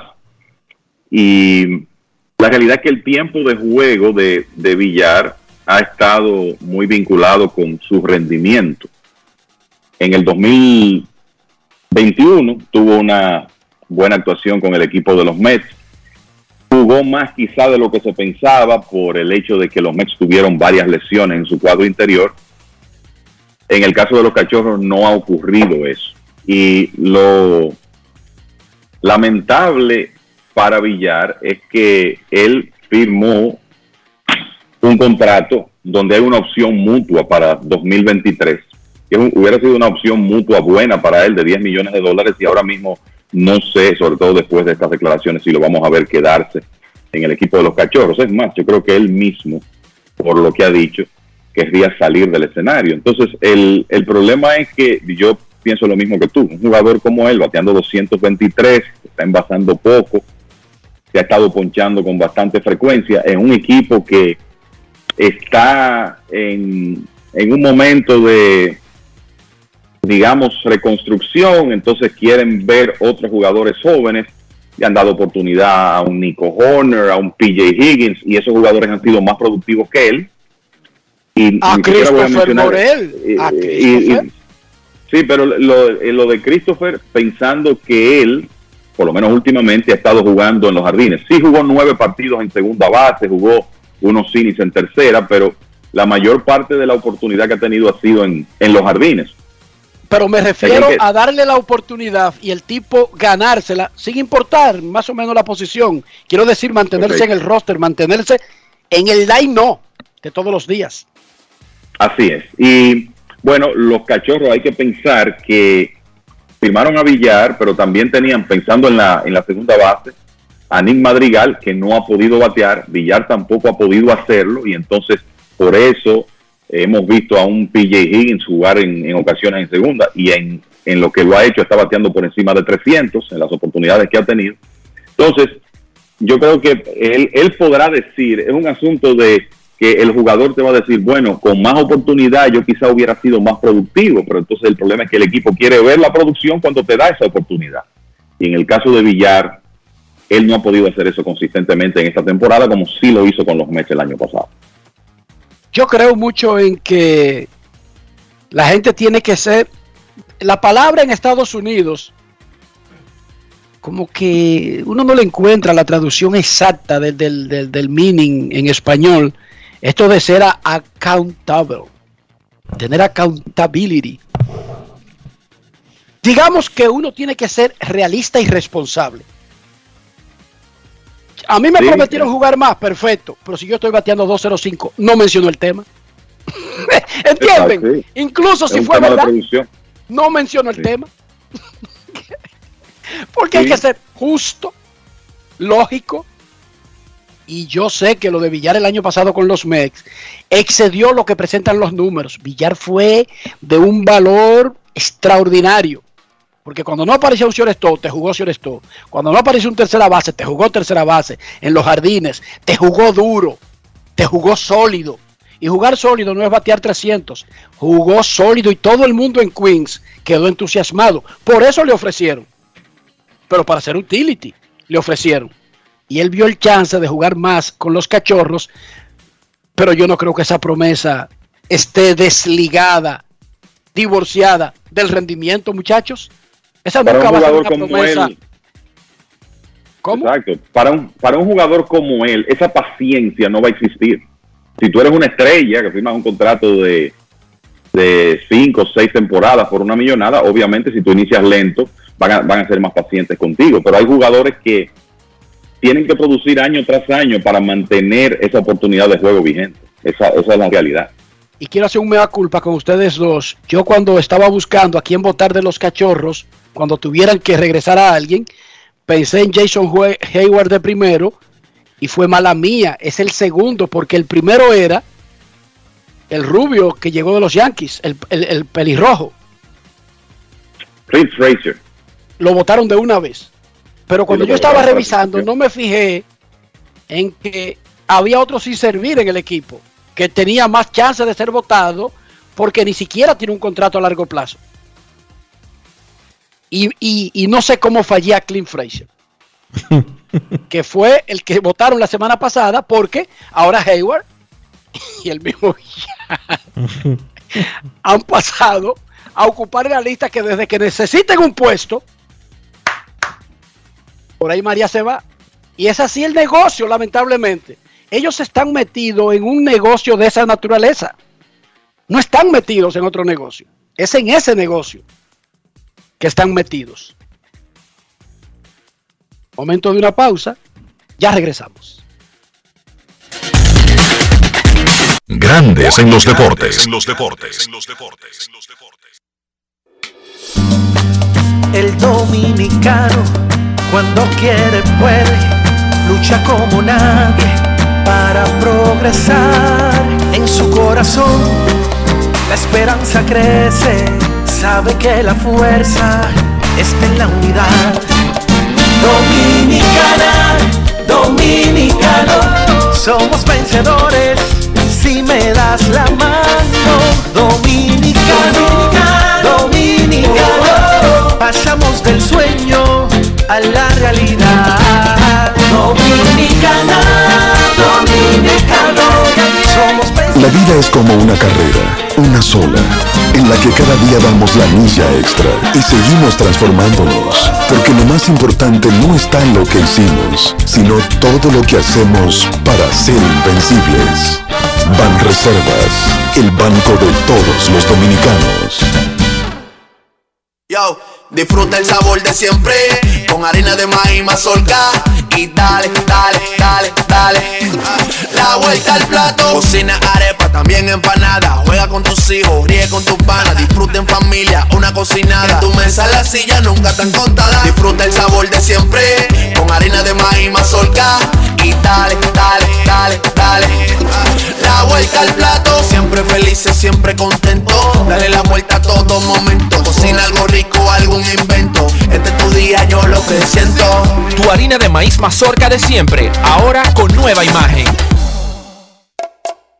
Y la realidad es que el tiempo de juego de, de Villar ha estado muy vinculado con su rendimiento. En el dos mil veintiuno tuvo una buena actuación con el equipo de los Mets. Jugó más quizá de lo que se pensaba por el hecho de que los Mets tuvieron varias lesiones en su cuadro interior. En el caso de los Cachorros no ha ocurrido eso. Y lo lamentable para Villar es que él firmó un contrato donde hay una opción mutua para dos mil veintitrés. Que hubiera sido una opción mutua buena para él de diez millones de dólares y ahora mismo no sé, sobre todo después de estas declaraciones, si lo vamos a ver quedarse en el equipo de los Cachorros. Es más, yo creo que él mismo, por lo que ha dicho, querría salir del escenario. Entonces, el, el problema es que yo pienso lo mismo que tú. Un jugador como él, bateando doscientos veintitrés, está envasando poco, se ha estado ponchando con bastante frecuencia en un equipo que está en, en un momento de, digamos, reconstrucción. Entonces quieren ver otros jugadores jóvenes. Le han dado oportunidad a un Nico Horner, a un P J Higgins, y esos jugadores han sido más productivos que él. Y, a Christopher Morel. Y, a y, y, sí, pero lo, lo de Christopher, pensando que él, por lo menos últimamente, ha estado jugando en los jardines. Sí jugó nueve partidos en segunda base, jugó unos innings en tercera, pero la mayor parte de la oportunidad que ha tenido ha sido en, en los jardines. Pero me refiero a darle la oportunidad y el tipo ganársela, sin importar más o menos la posición. Quiero decir, mantenerse okay. en el roster, mantenerse en el line-up de todos los días. Así es. Y bueno, los Cachorros, hay que pensar que firmaron a Villar, pero también tenían, pensando en la, en la segunda base, a Nick Madrigal, que no ha podido batear. Villar tampoco ha podido hacerlo, y entonces por eso hemos visto a un P J Higgins jugar en, en ocasiones en segunda, y en, en lo que lo ha hecho está bateando por encima de trescientos en las oportunidades que ha tenido. Entonces, yo creo que él, él podrá decir, es un asunto de que el jugador te va a decir, bueno, con más oportunidad yo quizá hubiera sido más productivo, pero entonces el problema es que el equipo quiere ver la producción cuando te da esa oportunidad. Y en el caso de Villar, él no ha podido hacer eso consistentemente en esta temporada como sí lo hizo con los Mets el año pasado. Yo creo mucho en que la gente tiene que ser, la palabra en Estados Unidos, como que uno no le encuentra la traducción exacta del, del, del, del meaning en español. Esto de ser accountable, tener accountability. Digamos que uno tiene que ser realista y responsable. A mí me sí, prometieron sí. jugar más, perfecto, pero si yo estoy bateando dos cero cinco, no menciono el tema. ¿Entienden? Exacto, sí. Incluso es si fue verdad, no menciono el sí. tema. Porque sí. hay que ser justo, lógico. Y yo sé que lo de Villar el año pasado con los Mets excedió lo que presentan los números. Villar fue de un valor extraordinario. Porque cuando no apareció un shortstop, te jugó shortstop. Cuando no apareció un tercera base, te jugó tercera base. En los jardines, te jugó duro. Te jugó sólido. Y jugar sólido no es batear trescientos. Jugó sólido y todo el mundo en Queens quedó entusiasmado. Por eso le ofrecieron. Pero para hacer utility le ofrecieron. Y él vio el chance de jugar más con los Cachorros. Pero yo no creo que esa promesa esté desligada, divorciada del rendimiento, muchachos. Esa para nunca un va a ser jugador una como promesa. Él, ¿Cómo? Exacto. Para un, para un jugador como él, esa paciencia no va a existir. Si tú eres una estrella que firmas un contrato de de cinco o seis temporadas por una millonada, obviamente si tú inicias lento, van a, van a ser más pacientes contigo. Pero hay jugadores que tienen que producir año tras año para mantener esa oportunidad de juego vigente. Esa, esa es la realidad. Y quiero hacer un mea culpa con ustedes dos. Yo cuando estaba buscando a quién votar de los Cachorros, cuando tuvieran que regresar a alguien, pensé en Jason Hayward de primero y fue mala mía. Es el segundo porque el primero era el rubio que llegó de los Yankees, el, el, el pelirrojo. Clint Frazier. Lo votaron de una vez. Pero cuando sí, yo estaba revisando, no me fijé en que había otro sin servir en el equipo, que tenía más chance de ser votado porque ni siquiera tiene un contrato a largo plazo. Y, y, y no sé cómo fallé a Clint Frazier, que fue el que votaron la semana pasada, porque ahora Hayward y el mismo han pasado a ocupar la lista que desde que necesiten un puesto, por ahí María se va. Y es así el negocio, lamentablemente. Ellos están metidos en un negocio de esa naturaleza. No están metidos en otro negocio. Es en ese negocio que están metidos. Momento de una pausa. Ya regresamos. Grandes en los deportes. En los deportes. En los deportes. El dominicano, cuando quiere, puede, lucha como nadie para progresar. En su corazón la esperanza crece, sabe que la fuerza está en la unidad. Dominicana, dominicano, somos vencedores si me das la mano. Dominicano, dominicano, pasamos del sueño a la realidad. Dominicana, dominicano, somos vencedores. La vida es como una carrera, una sola, en la que cada día damos la milla extra y seguimos transformándonos, porque lo más importante no está en lo que hicimos, sino todo lo que hacemos para ser invencibles. Banreservas, el banco de todos los dominicanos. Yo, disfruta el sabor de siempre, con harina de maíz mazorca, y dale, dale, dale, dale, la vuelta al plato. Cocina arepa, también empanada, juega con tus hijos, ríe con tus panas, disfruta en familia, una cocinada, en tu mesa la silla nunca tan contada. Disfruta el sabor de siempre, con harina de maíz mazorca, y dale, dale, dale, dale, la vuelta al plato. Siempre felices, siempre contentos, dale la vuelta a todo momento. Cocina algo rico, algún invento, este es tu día, yo lo que siento. Tu harina de maíz mazorca de siempre, ahora con nueva imagen.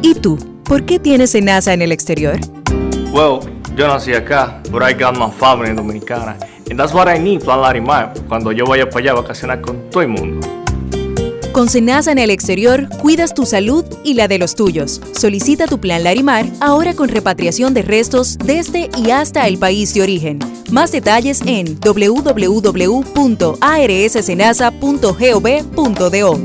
¿Y tú? ¿Por qué tienes SENASA en el exterior? Well, yo nací acá, but I got my family dominicana. And that's what I need, Plan Larimar, cuando yo vaya para allá a vacacionar con todo el mundo. Con SENASA en el exterior, cuidas tu salud y la de los tuyos. Solicita tu plan Larimar ahora con repatriación de restos desde y hasta el país de origen. Más detalles en doble u doble u doble u punto a r s senasa punto gov punto do.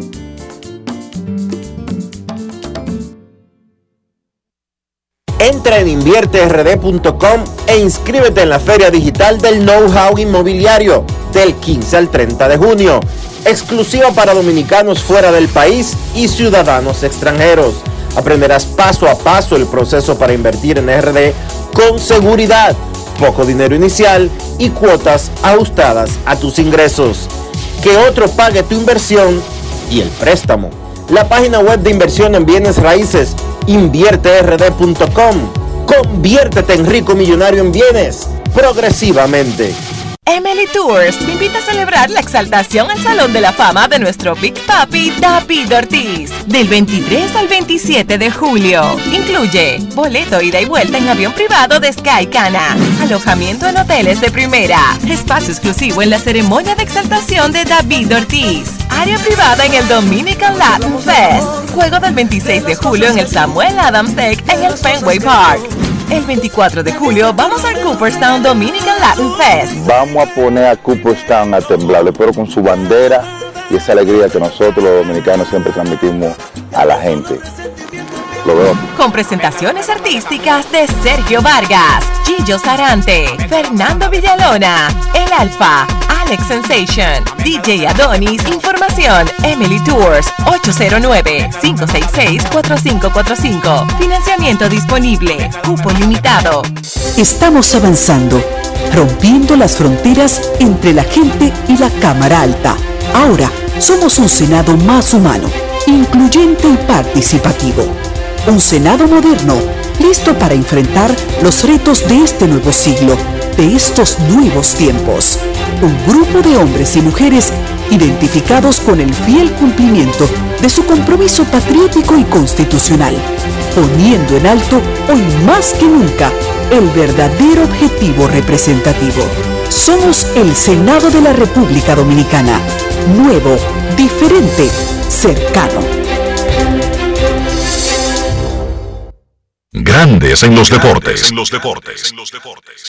Entra en invierte r d punto com e inscríbete en la Feria Digital del Know-How Inmobiliario del quince al treinta de junio, exclusiva para dominicanos fuera del país y ciudadanos extranjeros. Aprenderás paso a paso el proceso para invertir en R D con seguridad, poco dinero inicial y cuotas ajustadas a tus ingresos. Que otro pague tu inversión y el préstamo. La página web de inversión en bienes raíces invierte r d punto com. Conviértete en rico millonario en bienes progresivamente. Emily Tours te invita a celebrar la exaltación al Salón de la Fama de nuestro Big Papi David Ortiz del veintitrés al veintisiete de julio. Incluye boleto ida y vuelta en avión privado de Sky Cana, alojamiento en hoteles de primera, espacio exclusivo en la ceremonia de exaltación de David Ortiz, área privada en el Dominican Latin Fest, juego del veintiséis de julio en el Samuel Adams Deck en el Fenway Park. El veinticuatro de julio vamos al Cooperstown Dominican Latin Fest. Vamos a poner a Cooperstown a temblar, pero con su bandera y esa alegría que nosotros los dominicanos siempre transmitimos a la gente. Lo veo. Con presentaciones artísticas de Sergio Vargas, Gillo Sarante, Fernando Villalona, El Alfa, Alex Sensation, D J Adonis. Información Emily Tours ocho cero nueve, cinco seis seis, cuatro cinco cuatro cinco. Financiamiento disponible. Cupo limitado. Estamos avanzando, rompiendo las fronteras entre la gente y la Cámara Alta. Ahora somos un Senado más humano, incluyente y participativo. Un Senado moderno, listo para enfrentar los retos de este nuevo siglo, de estos nuevos tiempos. Un grupo de hombres y mujeres identificados con el fiel cumplimiento de su compromiso patriótico y constitucional, poniendo en alto hoy más que nunca el verdadero objetivo representativo. Somos el Senado de la República Dominicana, nuevo, diferente, cercano. Grandes en los deportes. En los deportes. En los deportes.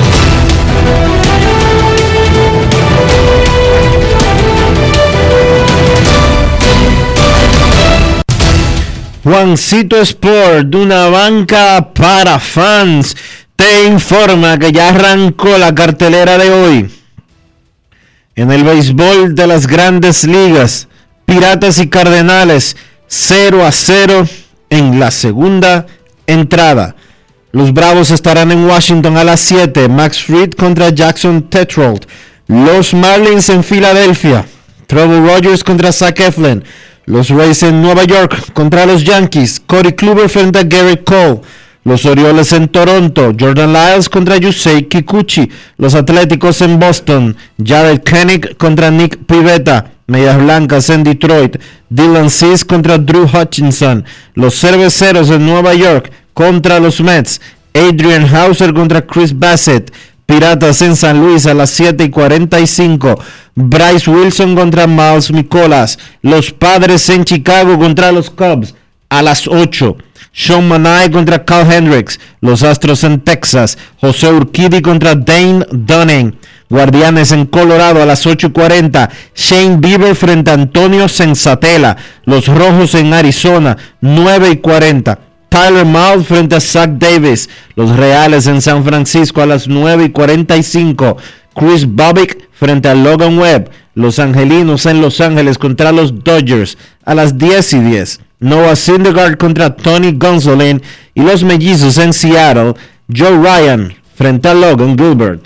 Juancito Sport, una banca para fans, te informa que ya arrancó la cartelera de hoy. En el béisbol de las Grandes Ligas, Piratas y Cardenales cero a cero en la segunda entrada. Los Bravos estarán en Washington a las siete. Max Fried contra Jackson Tetrold. Los Marlins en Filadelfia. Trevor Rogers contra Zach Eflin. Los Rays en Nueva York contra los Yankees. Cody Kluber frente a Garrett Cole. Los Orioles en Toronto. Jordan Lyles contra Yusei Kikuchi. Los Atléticos en Boston. Jared Koenig contra Nick Pivetta. Medias Blancas en Detroit. Dylan Cease contra Drew Hutchinson. Los Cerveceros en Nueva York contra los Mets. Adrian Hauser contra Chris Bassett. Piratas en San Luis a las siete y cuarenta y cinco. Bryce Wilson contra Miles Mikolas. Los Padres en Chicago contra los Cubs a las ocho. Sean Manaea contra Cal Hendricks. Los Astros en Texas. José Urquidy contra Dane Dunning. Guardianes en Colorado a las ocho y cuarenta. Shane Bieber frente a Antonio Sensatela. Los Rojos en Arizona, nueve y cuarenta. Tyler Mahle frente a Zach Davis. Los Reales en San Francisco a las nueve y cuarenta y cinco. Chris Bobbick frente a Logan Webb. Los Angelinos en Los Ángeles contra los Dodgers a las diez y diez. Noah Syndergaard contra Tony Gonsolin. Y los Mellizos en Seattle. Joe Ryan frente a Logan Gilbert.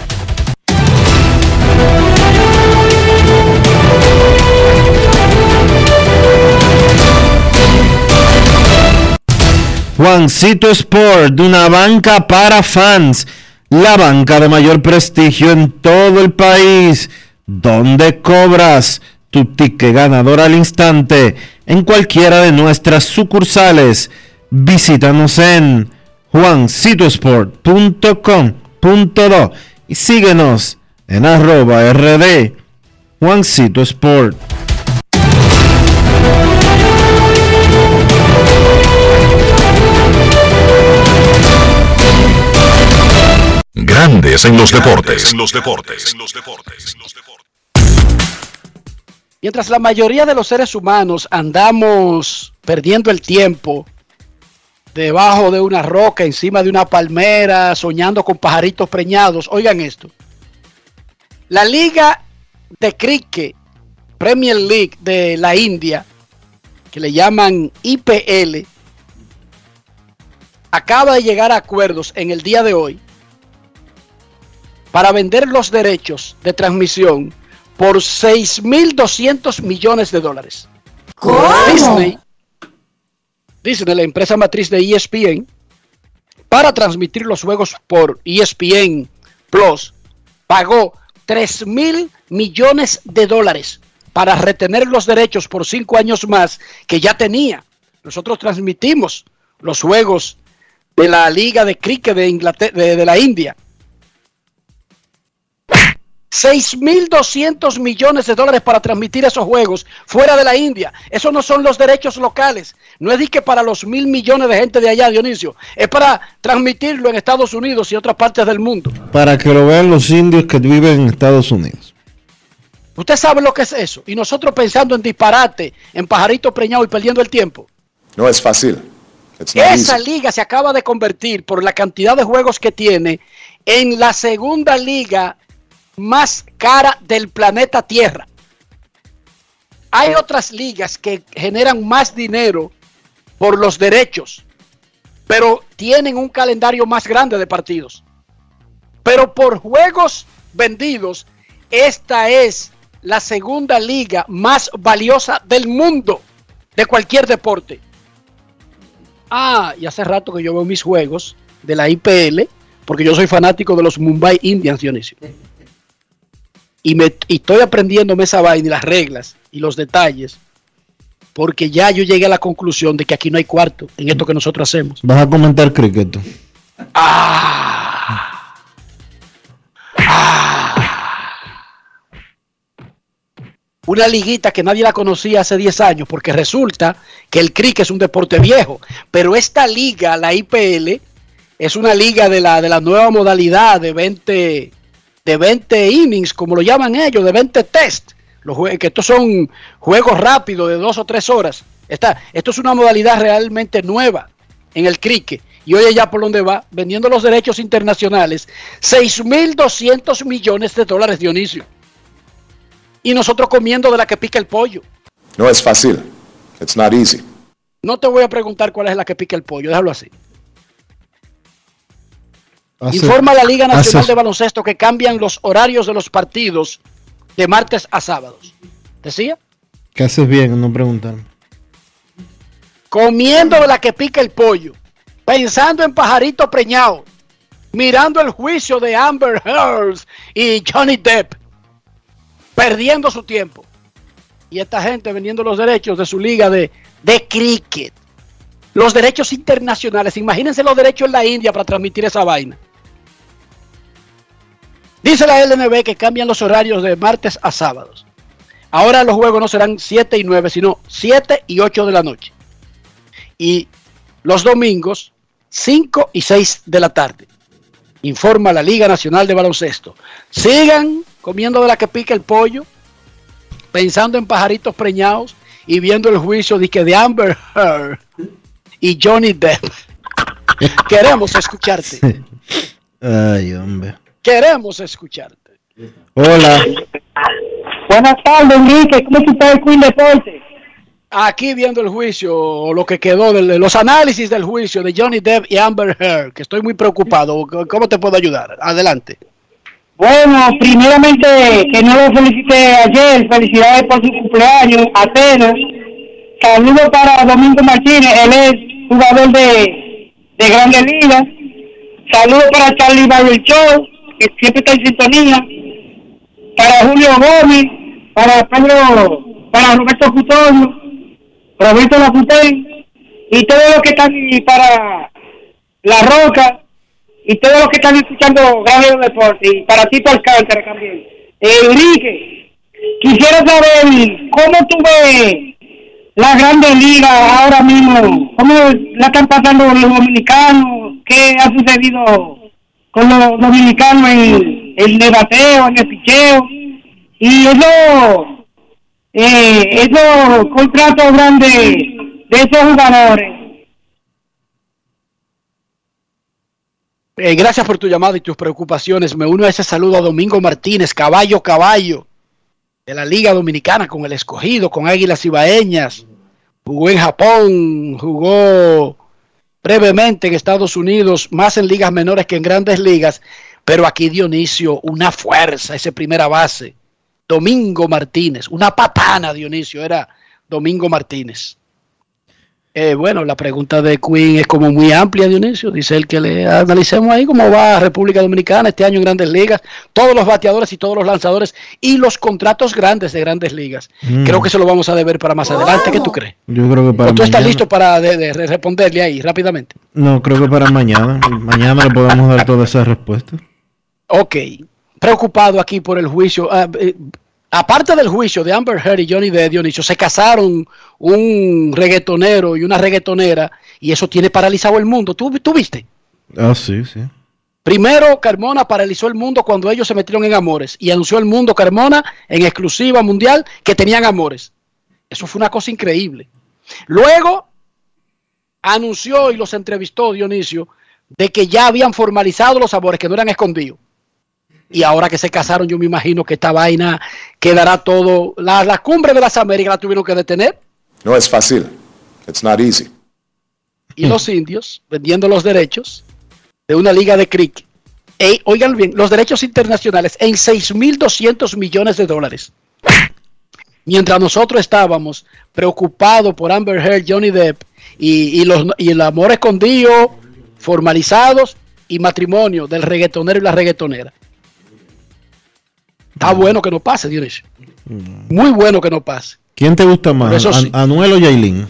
Juancito Sport, una banca para fans, la banca de mayor prestigio en todo el país, donde cobras tu ticket ganador al instante en cualquiera de nuestras sucursales. Visítanos en juancito sport punto com punto do y síguenos en arroba rd Juancito Sport. Grandes en los deportes. En los deportes. Mientras la mayoría de los seres humanos andamos perdiendo el tiempo debajo de una roca, encima de una palmera, soñando con pajaritos preñados, oigan esto. La Liga de Cricket Premier League de la India, que le llaman I P L, acaba de llegar a acuerdos en el día de hoy para vender los derechos de transmisión por seis mil doscientos millones de dólares. ¿Cómo? Disney, Disney, la empresa matriz de E S P N, para transmitir los juegos por E S P N Plus, pagó tres mil millones de dólares para retener los derechos por cinco años más que ya tenía. Nosotros transmitimos los juegos de la Liga de Cricket de, Inglaterra, de, de la India. seis mil doscientos millones de dólares para transmitir esos juegos fuera de la India. Esos no son los derechos locales. No es de que para los mil millones de gente de allá, Dionisio. Es para transmitirlo en Estados Unidos y otras partes del mundo. Para que lo vean los indios que viven en Estados Unidos. Usted sabe lo que es eso. Y nosotros pensando en disparate, en pajarito preñado y perdiendo el tiempo. No es fácil. Esa liga se acaba de convertir, por la cantidad de juegos que tiene, en la segunda liga más cara del planeta Tierra. Hay otras ligas que generan más dinero por los derechos, pero tienen un calendario más grande de partidos. Pero por juegos vendidos, esta es la segunda liga más valiosa del mundo, de cualquier deporte. Ah, y hace rato que yo veo mis juegos de la I P L, porque yo soy fanático de los Mumbai Indians, Dionisio. Y, me, y estoy aprendiéndome esa vaina y las reglas y los detalles, porque ya yo llegué a la conclusión de que aquí no hay cuarto en esto que nosotros hacemos. ¿Vas a comentar cricket? Ah, ah, una liguita que nadie la conocía hace diez años, porque resulta que el cricket es un deporte viejo, pero esta liga, la I P L, es una liga de la, de la nueva modalidad de veinte... de veinte innings, como lo llaman ellos, de veinte test, los jue- que estos son juegos rápidos de dos o tres horas. Esta, esto es una modalidad realmente nueva en el cricket, y oye ya por dónde va, vendiendo los derechos internacionales, seis mil doscientos millones de dólares, Dionisio. Y nosotros comiendo de la que pica el pollo. No es fácil. It's not easy. No te voy a preguntar cuál es la que pica el pollo, déjalo así. Hace, Informa la Liga Nacional hace, de Baloncesto que cambian los horarios de los partidos de martes a sábados. ¿Decía? Que haces bien en no preguntarme. Comiendo de la que pica el pollo, pensando en pajarito preñado, mirando el juicio de Amber Heard y Johnny Depp, perdiendo su tiempo. Y esta gente vendiendo los derechos de su liga de, de cricket. Los derechos internacionales. Imagínense los derechos en la India para transmitir esa vaina. Dice la L N B que cambian los horarios de martes a sábados. Ahora los juegos no serán siete y nueve, sino siete y ocho de la noche. Y los domingos, cinco y seis de la tarde. Informa la Liga Nacional de Baloncesto. Sigan comiendo de la que pica el pollo, pensando en pajaritos preñados y viendo el juicio de que de Amber Heard y Johnny Depp. Queremos escucharte. Ay, hombre. Queremos escucharte. Hola. Buenas tardes, Enrique. ¿Cómo está el Queen Deporte? Aquí viendo el juicio, o lo que quedó, de los análisis del juicio de Johnny Depp y Amber Heard, que estoy muy preocupado. ¿Cómo te puedo ayudar? Adelante. Bueno, primeramente, que no lo felicité ayer. Felicidades por su cumpleaños, Atenas. Saludos para Domingo Martínez, él es jugador de, de Grandes Ligas. Saludos para Charlie Barberchó, que siempre está en sintonía. Para Julio Gómez, para Pedro, para Roberto Futorio, Roberto Lafutén, y todos los que están para La Roca, y todos los que están escuchando Grandes en los Deportes, y para Tito Alcántara también. Enrique, quisiera saber cómo tú ves la Grandes Ligas ahora mismo, cómo la están pasando los dominicanos, qué ha sucedido con los dominicanos en el debateo, en el picheo, y eso, eh, esos contratos grandes de esos jugadores. Eh, gracias por tu llamada y tus preocupaciones. Me uno a ese saludo a Domingo Martínez, caballo, caballo, de la Liga Dominicana, con el Escogido, con Águilas Ibaeñas. Jugó en Japón, jugó brevemente en Estados Unidos, más en ligas menores que en grandes ligas. Pero aquí Dionisio, una fuerza, ese primera base. Domingo Martínez, una patana, Dionisio, era Domingo Martínez. Eh, bueno, la pregunta de Quinn es como muy amplia, Dionisio. Dice él que le analicemos ahí cómo va República Dominicana este año en Grandes Ligas, todos los bateadores y todos los lanzadores y los contratos grandes de Grandes Ligas. Mm. Creo que eso lo vamos a deber para más adelante. ¿Qué tú crees? Yo creo que para ¿O tú estás mañana. listo para de, de responderle ahí rápidamente? No, creo que para mañana. Mañana le podemos dar toda esa respuesta. Ok. Preocupado aquí por el juicio. Uh, eh, Aparte del juicio de Amber Heard y Johnny Depp, Dionisio, se casaron un reggaetonero y una reggaetonera y eso tiene paralizado el mundo. ¿Tú, tú viste? Ah, sí, sí. Primero, Carmona paralizó el mundo cuando ellos se metieron en amores y anunció el mundo Carmona en exclusiva mundial que tenían amores. Eso fue una cosa increíble. Luego, anunció y los entrevistó Dionisio de que ya habían formalizado los amores, que no eran escondidos. Y ahora que se casaron, yo me imagino que esta vaina quedará todo. La, la cumbre de las Américas la tuvieron que detener. No es fácil. It's not easy. Y los indios vendiendo los derechos de una liga de cricket. E, oigan bien, los derechos internacionales en seis mil doscientos millones de dólares. Mientras nosotros estábamos preocupados por Amber Heard, Johnny Depp y, y, los, y el amor escondido, formalizados y matrimonio del reggaetonero y la reggaetonera. Está bueno que no pase, Dionisio. Muy bueno que no pase. ¿Quién te gusta más, sí. ¿An Anuel o Yailin?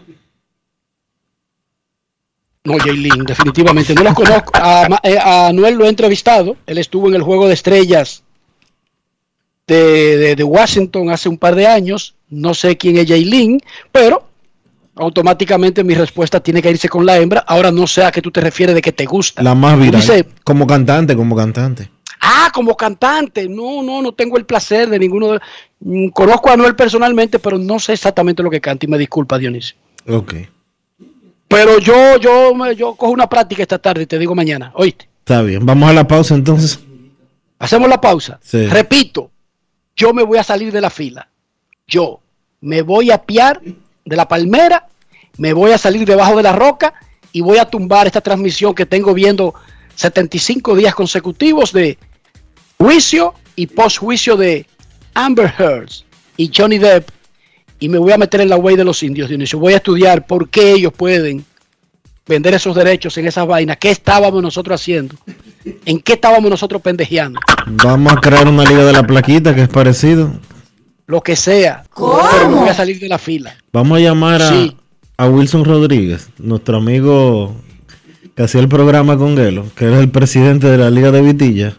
No, Yailin, definitivamente. No los conozco. A, a Anuel lo he entrevistado. Él estuvo en el Juego de Estrellas de, de, de Washington hace un par de años. No sé quién es Yailin, pero automáticamente mi respuesta tiene que irse con la hembra. Ahora no sé a qué tú te refieres de que te gusta. La más viral. Dice, como cantante, como cantante. Ah, como cantante. No, no, no tengo el placer de ninguno de... Mm, conozco a Anuel personalmente, pero no sé exactamente lo que canta y me disculpa, Dionisio. Ok. Pero yo, yo, yo cojo una práctica esta tarde y te digo mañana, ¿oíste? Está bien, vamos a la pausa entonces. Hacemos la pausa. Sí. Repito, yo me voy a salir de la fila. Yo me voy a apiar de la palmera, me voy a salir debajo de la roca y voy a tumbar esta transmisión que tengo viendo setenta y cinco días consecutivos de juicio y posjuicio de Amber Heard y Johnny Depp, y me voy a meter en la way de los indios, Dionisio. Voy a estudiar por qué ellos pueden vender esos derechos en esas vainas. ¿Qué estábamos nosotros haciendo? ¿En qué estábamos nosotros pendejeando? Vamos a crear una liga de la plaquita que es parecido. Lo que sea. ¿Cómo? Pero me voy a salir de la fila. Vamos a llamar a, sí. a Wilson Rodríguez, nuestro amigo que hacía el programa con Gelo, que era el presidente de la Liga de Vitilla.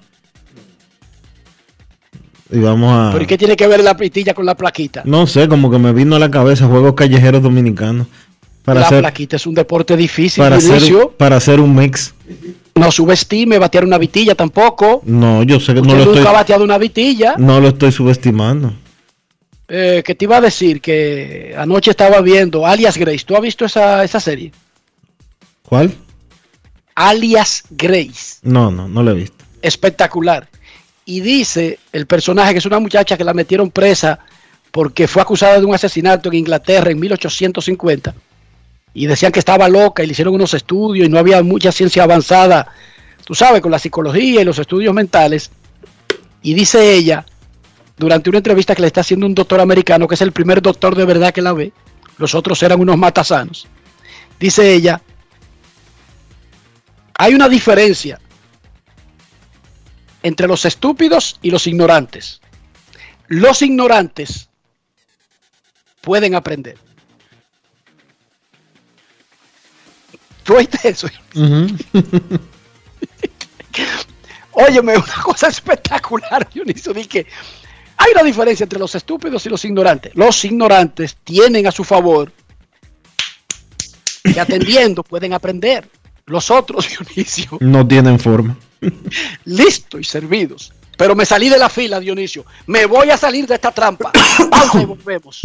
Y vamos a... ¿Pero qué tiene que ver la pitilla con la plaquita? No sé, como que me vino a la cabeza juegos callejeros dominicanos. Para la hacer, plaquita es un deporte difícil. Para hacer, para hacer un mix. No subestime batear una vitilla tampoco. No, yo sé que Usted no lo nunca estoy... ha bateado una vitilla. No lo estoy subestimando. Eh, que te iba a decir que anoche estaba viendo Alias Grace. ¿Tú has visto esa, esa serie? ¿Cuál? Alias Grace. No, no, no la he visto. Espectacular. Y dice el personaje que es una muchacha que la metieron presa porque fue acusada de un asesinato en Inglaterra en mil ochocientos cincuenta. Y decían que estaba loca y le hicieron unos estudios y no había mucha ciencia avanzada, tú sabes, con la psicología y los estudios mentales. Y dice ella, durante una entrevista que le está haciendo un doctor americano, que es el primer doctor de verdad que la ve, los otros eran unos matasanos, dice ella, hay una diferencia entre los estúpidos y los ignorantes. Los ignorantes pueden aprender. ¿Tú oíste eso? Uh-huh. Óyeme, una cosa espectacular, Dionisio, di que hay una diferencia entre los estúpidos y los ignorantes. Los ignorantes tienen a su favor que atendiendo pueden aprender. Los otros, Dionisio, no tienen forma. Listos y servidos. Pero me salí de la fila, Dionisio. Me voy a salir de esta trampa. Pausa y volvemos.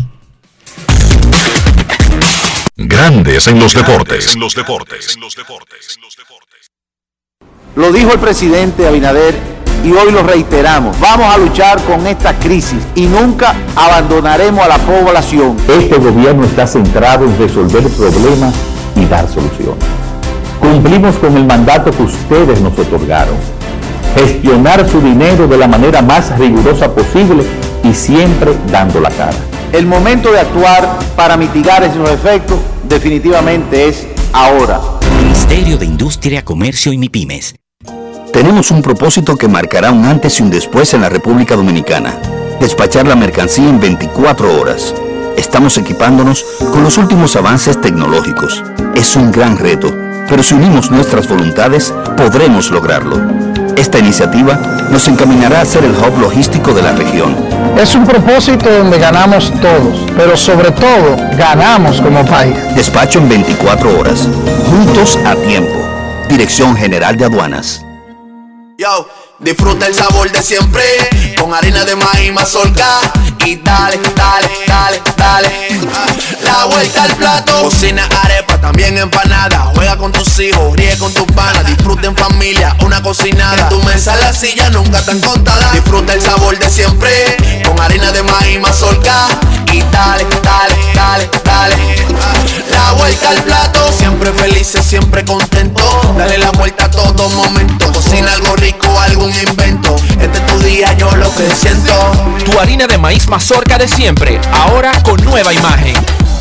Grandes en los deportes. En los deportes. En los deportes. Lo dijo el presidente Abinader y hoy lo reiteramos. Vamos a luchar con esta crisis y nunca abandonaremos a la población. Este gobierno está centrado en resolver problemas y dar soluciones. Cumplimos con el mandato que ustedes nos otorgaron. Gestionar su dinero de la manera más rigurosa posible y siempre dando la cara. El momento de actuar para mitigar esos efectos definitivamente es ahora. Ministerio de Industria, Comercio y MIPYMES. Tenemos un propósito que marcará un antes y un después en la República Dominicana. Despachar la mercancía en veinticuatro horas. Estamos equipándonos con los últimos avances tecnológicos. Es un gran reto, pero si unimos nuestras voluntades, podremos lograrlo. Esta iniciativa nos encaminará a ser el hub logístico de la región. Es un propósito donde ganamos todos, pero sobre todo ganamos como país. Despacho en veinticuatro horas, juntos a tiempo. Dirección General de Aduanas. Yo, disfruta el sabor de siempre, con harina de maíz mazorca y dale, dale, dale, dale. La vuelta al plato, cocina arepa, también empanada. Juega con tus hijos, ríe con tus panas, disfruta en familia, una cocinada. En tu mesa la silla nunca tan contada. Disfruta el sabor de siempre, con harina de maíz mazorca y dale, dale, dale, dale. La vuelta al plato, siempre felices, siempre contento. Dale la vuelta a todo momento, cocina algo rico, algún invento. Este es tu día, yo lo que siento. Tu harina de maíz mazorca de siempre, ahora con nueva imagen.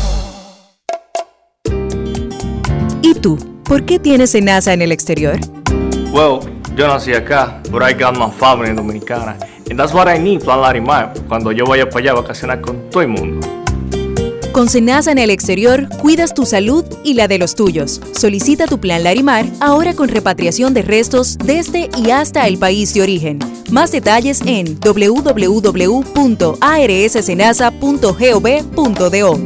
¿Y tú? ¿Por qué tienes SENASA en el exterior? Well, yo nací acá, but I got my family dominicana. And that's what I need, Plan Larimar, cuando yo vaya para allá a vacacionar con todo el mundo. Con SENASA en el exterior, cuidas tu salud y la de los tuyos. Solicita tu plan Larimar ahora con repatriación de restos desde y hasta el país de origen. Más detalles en doble u doble u doble u punto a r s senasa punto gov punto do.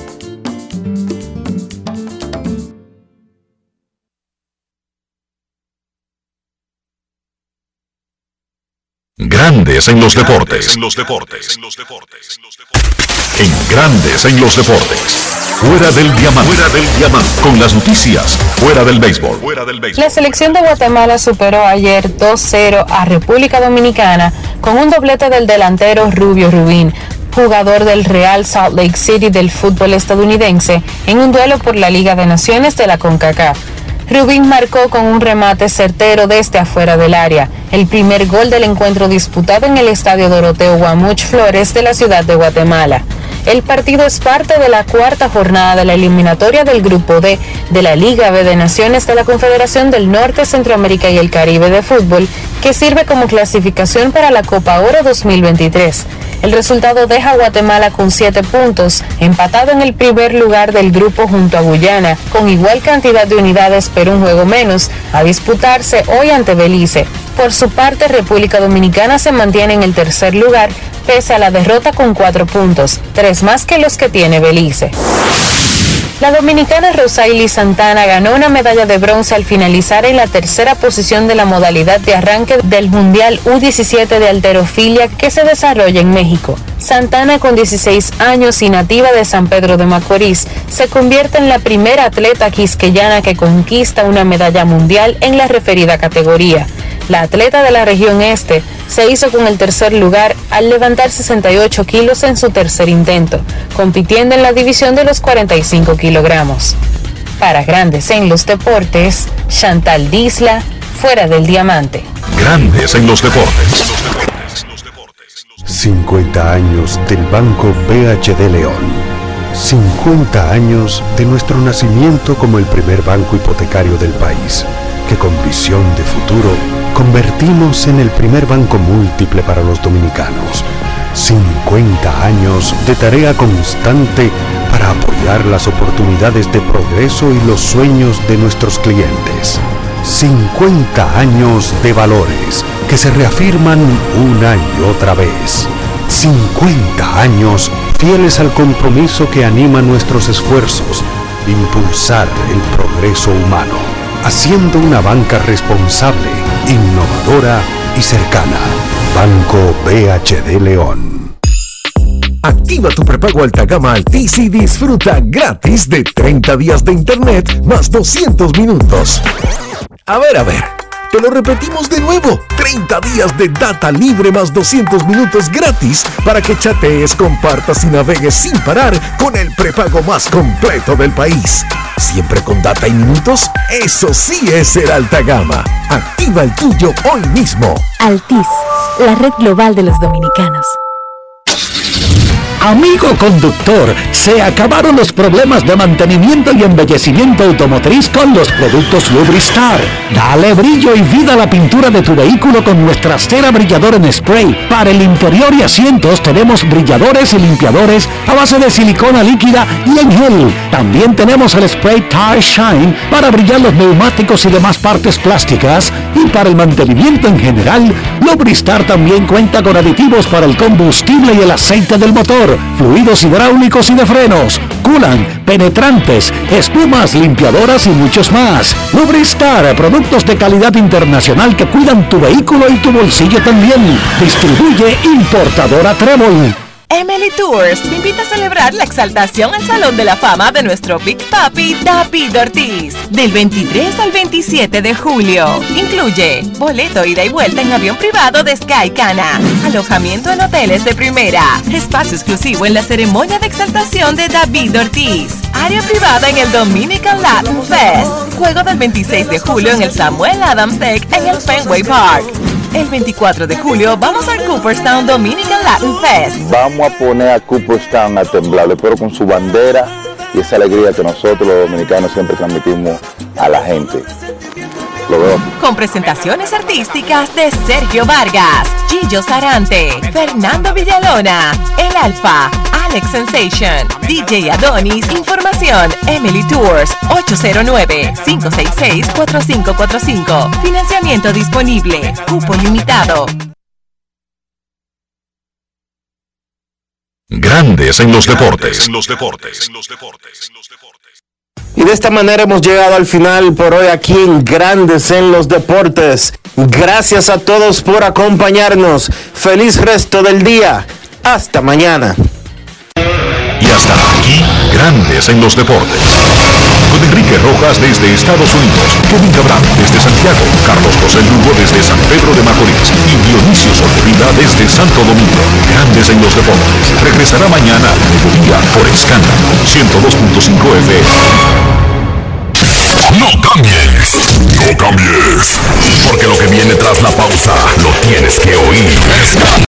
Grandes en los deportes. En los deportes. En Grandes en los deportes. Fuera del diamante. Fuera del diamante. Con las noticias. Fuera del béisbol. Fuera del béisbol. La selección de Guatemala superó ayer dos cero a República Dominicana con un doblete del delantero Rubio Rubín, jugador del Real Salt Lake City del fútbol estadounidense, en un duelo por la Liga de Naciones de la CONCACAF. Rubín marcó con un remate certero desde afuera del área, el primer gol del encuentro disputado en el Estadio Doroteo Guamuch Flores de la ciudad de Guatemala. El partido es parte de la cuarta jornada de la eliminatoria del Grupo D de la Liga B de Naciones de la Confederación del Norte, Centroamérica y el Caribe de Fútbol, que sirve como clasificación para la Copa Oro dos mil veintitrés. El resultado deja a Guatemala con siete puntos, empatado en el primer lugar del grupo junto a Guyana, con igual cantidad de unidades pero un juego menos, a disputarse hoy ante Belice. Por su parte, República Dominicana se mantiene en el tercer lugar, pese a la derrota con cuatro puntos, tres más que los que tiene Belice. La dominicana Rosaily Santana ganó una medalla de bronce al finalizar en la tercera posición de la modalidad de arranque del Mundial U diecisiete de halterofilia que se desarrolla en México. Santana, con dieciséis años y nativa de San Pedro de Macorís, se convierte en la primera atleta quisqueyana que conquista una medalla mundial en la referida categoría. La atleta de la región este se hizo con el tercer lugar al levantar sesenta y ocho kilos en su tercer intento, compitiendo en la división de los cuarenta y cinco kilogramos. Para Grandes en los Deportes, Chantal Disla, fuera del diamante. Grandes en los deportes. cincuenta años del Banco B H D León. cincuenta años de nuestro nacimiento como el primer banco hipotecario del país, que con visión de futuro convertimos en el primer banco múltiple para los dominicanos, cincuenta años de tarea constante para apoyar las oportunidades de progreso y los sueños de nuestros clientes. cincuenta años de valores que se reafirman una y otra vez. cincuenta años fieles al compromiso que anima nuestros esfuerzos, impulsar el progreso humano, haciendo una banca responsable, innovadora y cercana. Banco B H D León. Activa tu prepago alta gama Altis y disfruta gratis de treinta días de internet más doscientos minutos. A ver, a ver, te lo repetimos de nuevo. treinta días de data libre más doscientos minutos gratis para que chatees, compartas y navegues sin parar con el prepago más completo del país. ¿Siempre con data y minutos? Eso sí es ser alta gama. Activa el tuyo hoy mismo. Altis, la red global de los dominicanos. Amigo conductor, se acabaron los problemas de mantenimiento y embellecimiento automotriz con los productos Lubristar. Dale brillo y vida a la pintura de tu vehículo con nuestra cera brilladora en spray. Para el interior y asientos tenemos brilladores y limpiadores a base de silicona líquida y en gel. También tenemos el spray Tire Shine para brillar los neumáticos y demás partes plásticas. Y para el mantenimiento en general, Lubristar también cuenta con aditivos para el combustible y el aceite del motor, fluidos hidráulicos y de frenos, culan, penetrantes, espumas, limpiadoras y muchos más. Lubristar, productos de calidad internacional que cuidan tu vehículo y tu bolsillo también. Distribuye importadora Trébol. Emily Tours te invita a celebrar la exaltación al Salón de la Fama de nuestro Big Papi David Ortiz del veintitrés al veintisiete de julio. Incluye boleto ida y vuelta en avión privado de Sky Cana, alojamiento en hoteles de primera, espacio exclusivo en la ceremonia de exaltación de David Ortiz, área privada en el Dominican Latin Fest, juego del veintiséis de julio en el Samuel Adams Deck en el Fenway Park. El veinticuatro de julio vamos al Cooperstown Dominican Latin Fest. Vamos a poner a Cooperstown a temblar, pero con su bandera y esa alegría que nosotros los dominicanos siempre transmitimos a la gente. Lo veo. Con presentaciones artísticas de Sergio Vargas, Gillo Sarante, Fernando Villalona, El Alfa, Alex Sensation, D J Adonis. Información Emily Tours ocho cero nueve, cinco seis seis, cuatro cinco cuatro cinco. Financiamiento disponible. Cupo limitado. Grandes en los deportes. En los deportes. Y de esta manera hemos llegado al final por hoy aquí en Grandes en los Deportes. Gracias a todos por acompañarnos. Feliz resto del día. Hasta mañana. Y hasta aquí, Grandes en los Deportes. Con Enrique Rojas desde Estados Unidos, Kevin Cabral desde Santiago, Carlos José Lugo desde San Pedro de Macorís y Dionisio Solterida desde Santo Domingo. Grandes en los Deportes. Regresará mañana a mediodía por Escándalo ciento dos punto cinco F M. No cambies, no cambies, porque lo que viene tras la pausa lo tienes que oír. Escándalo.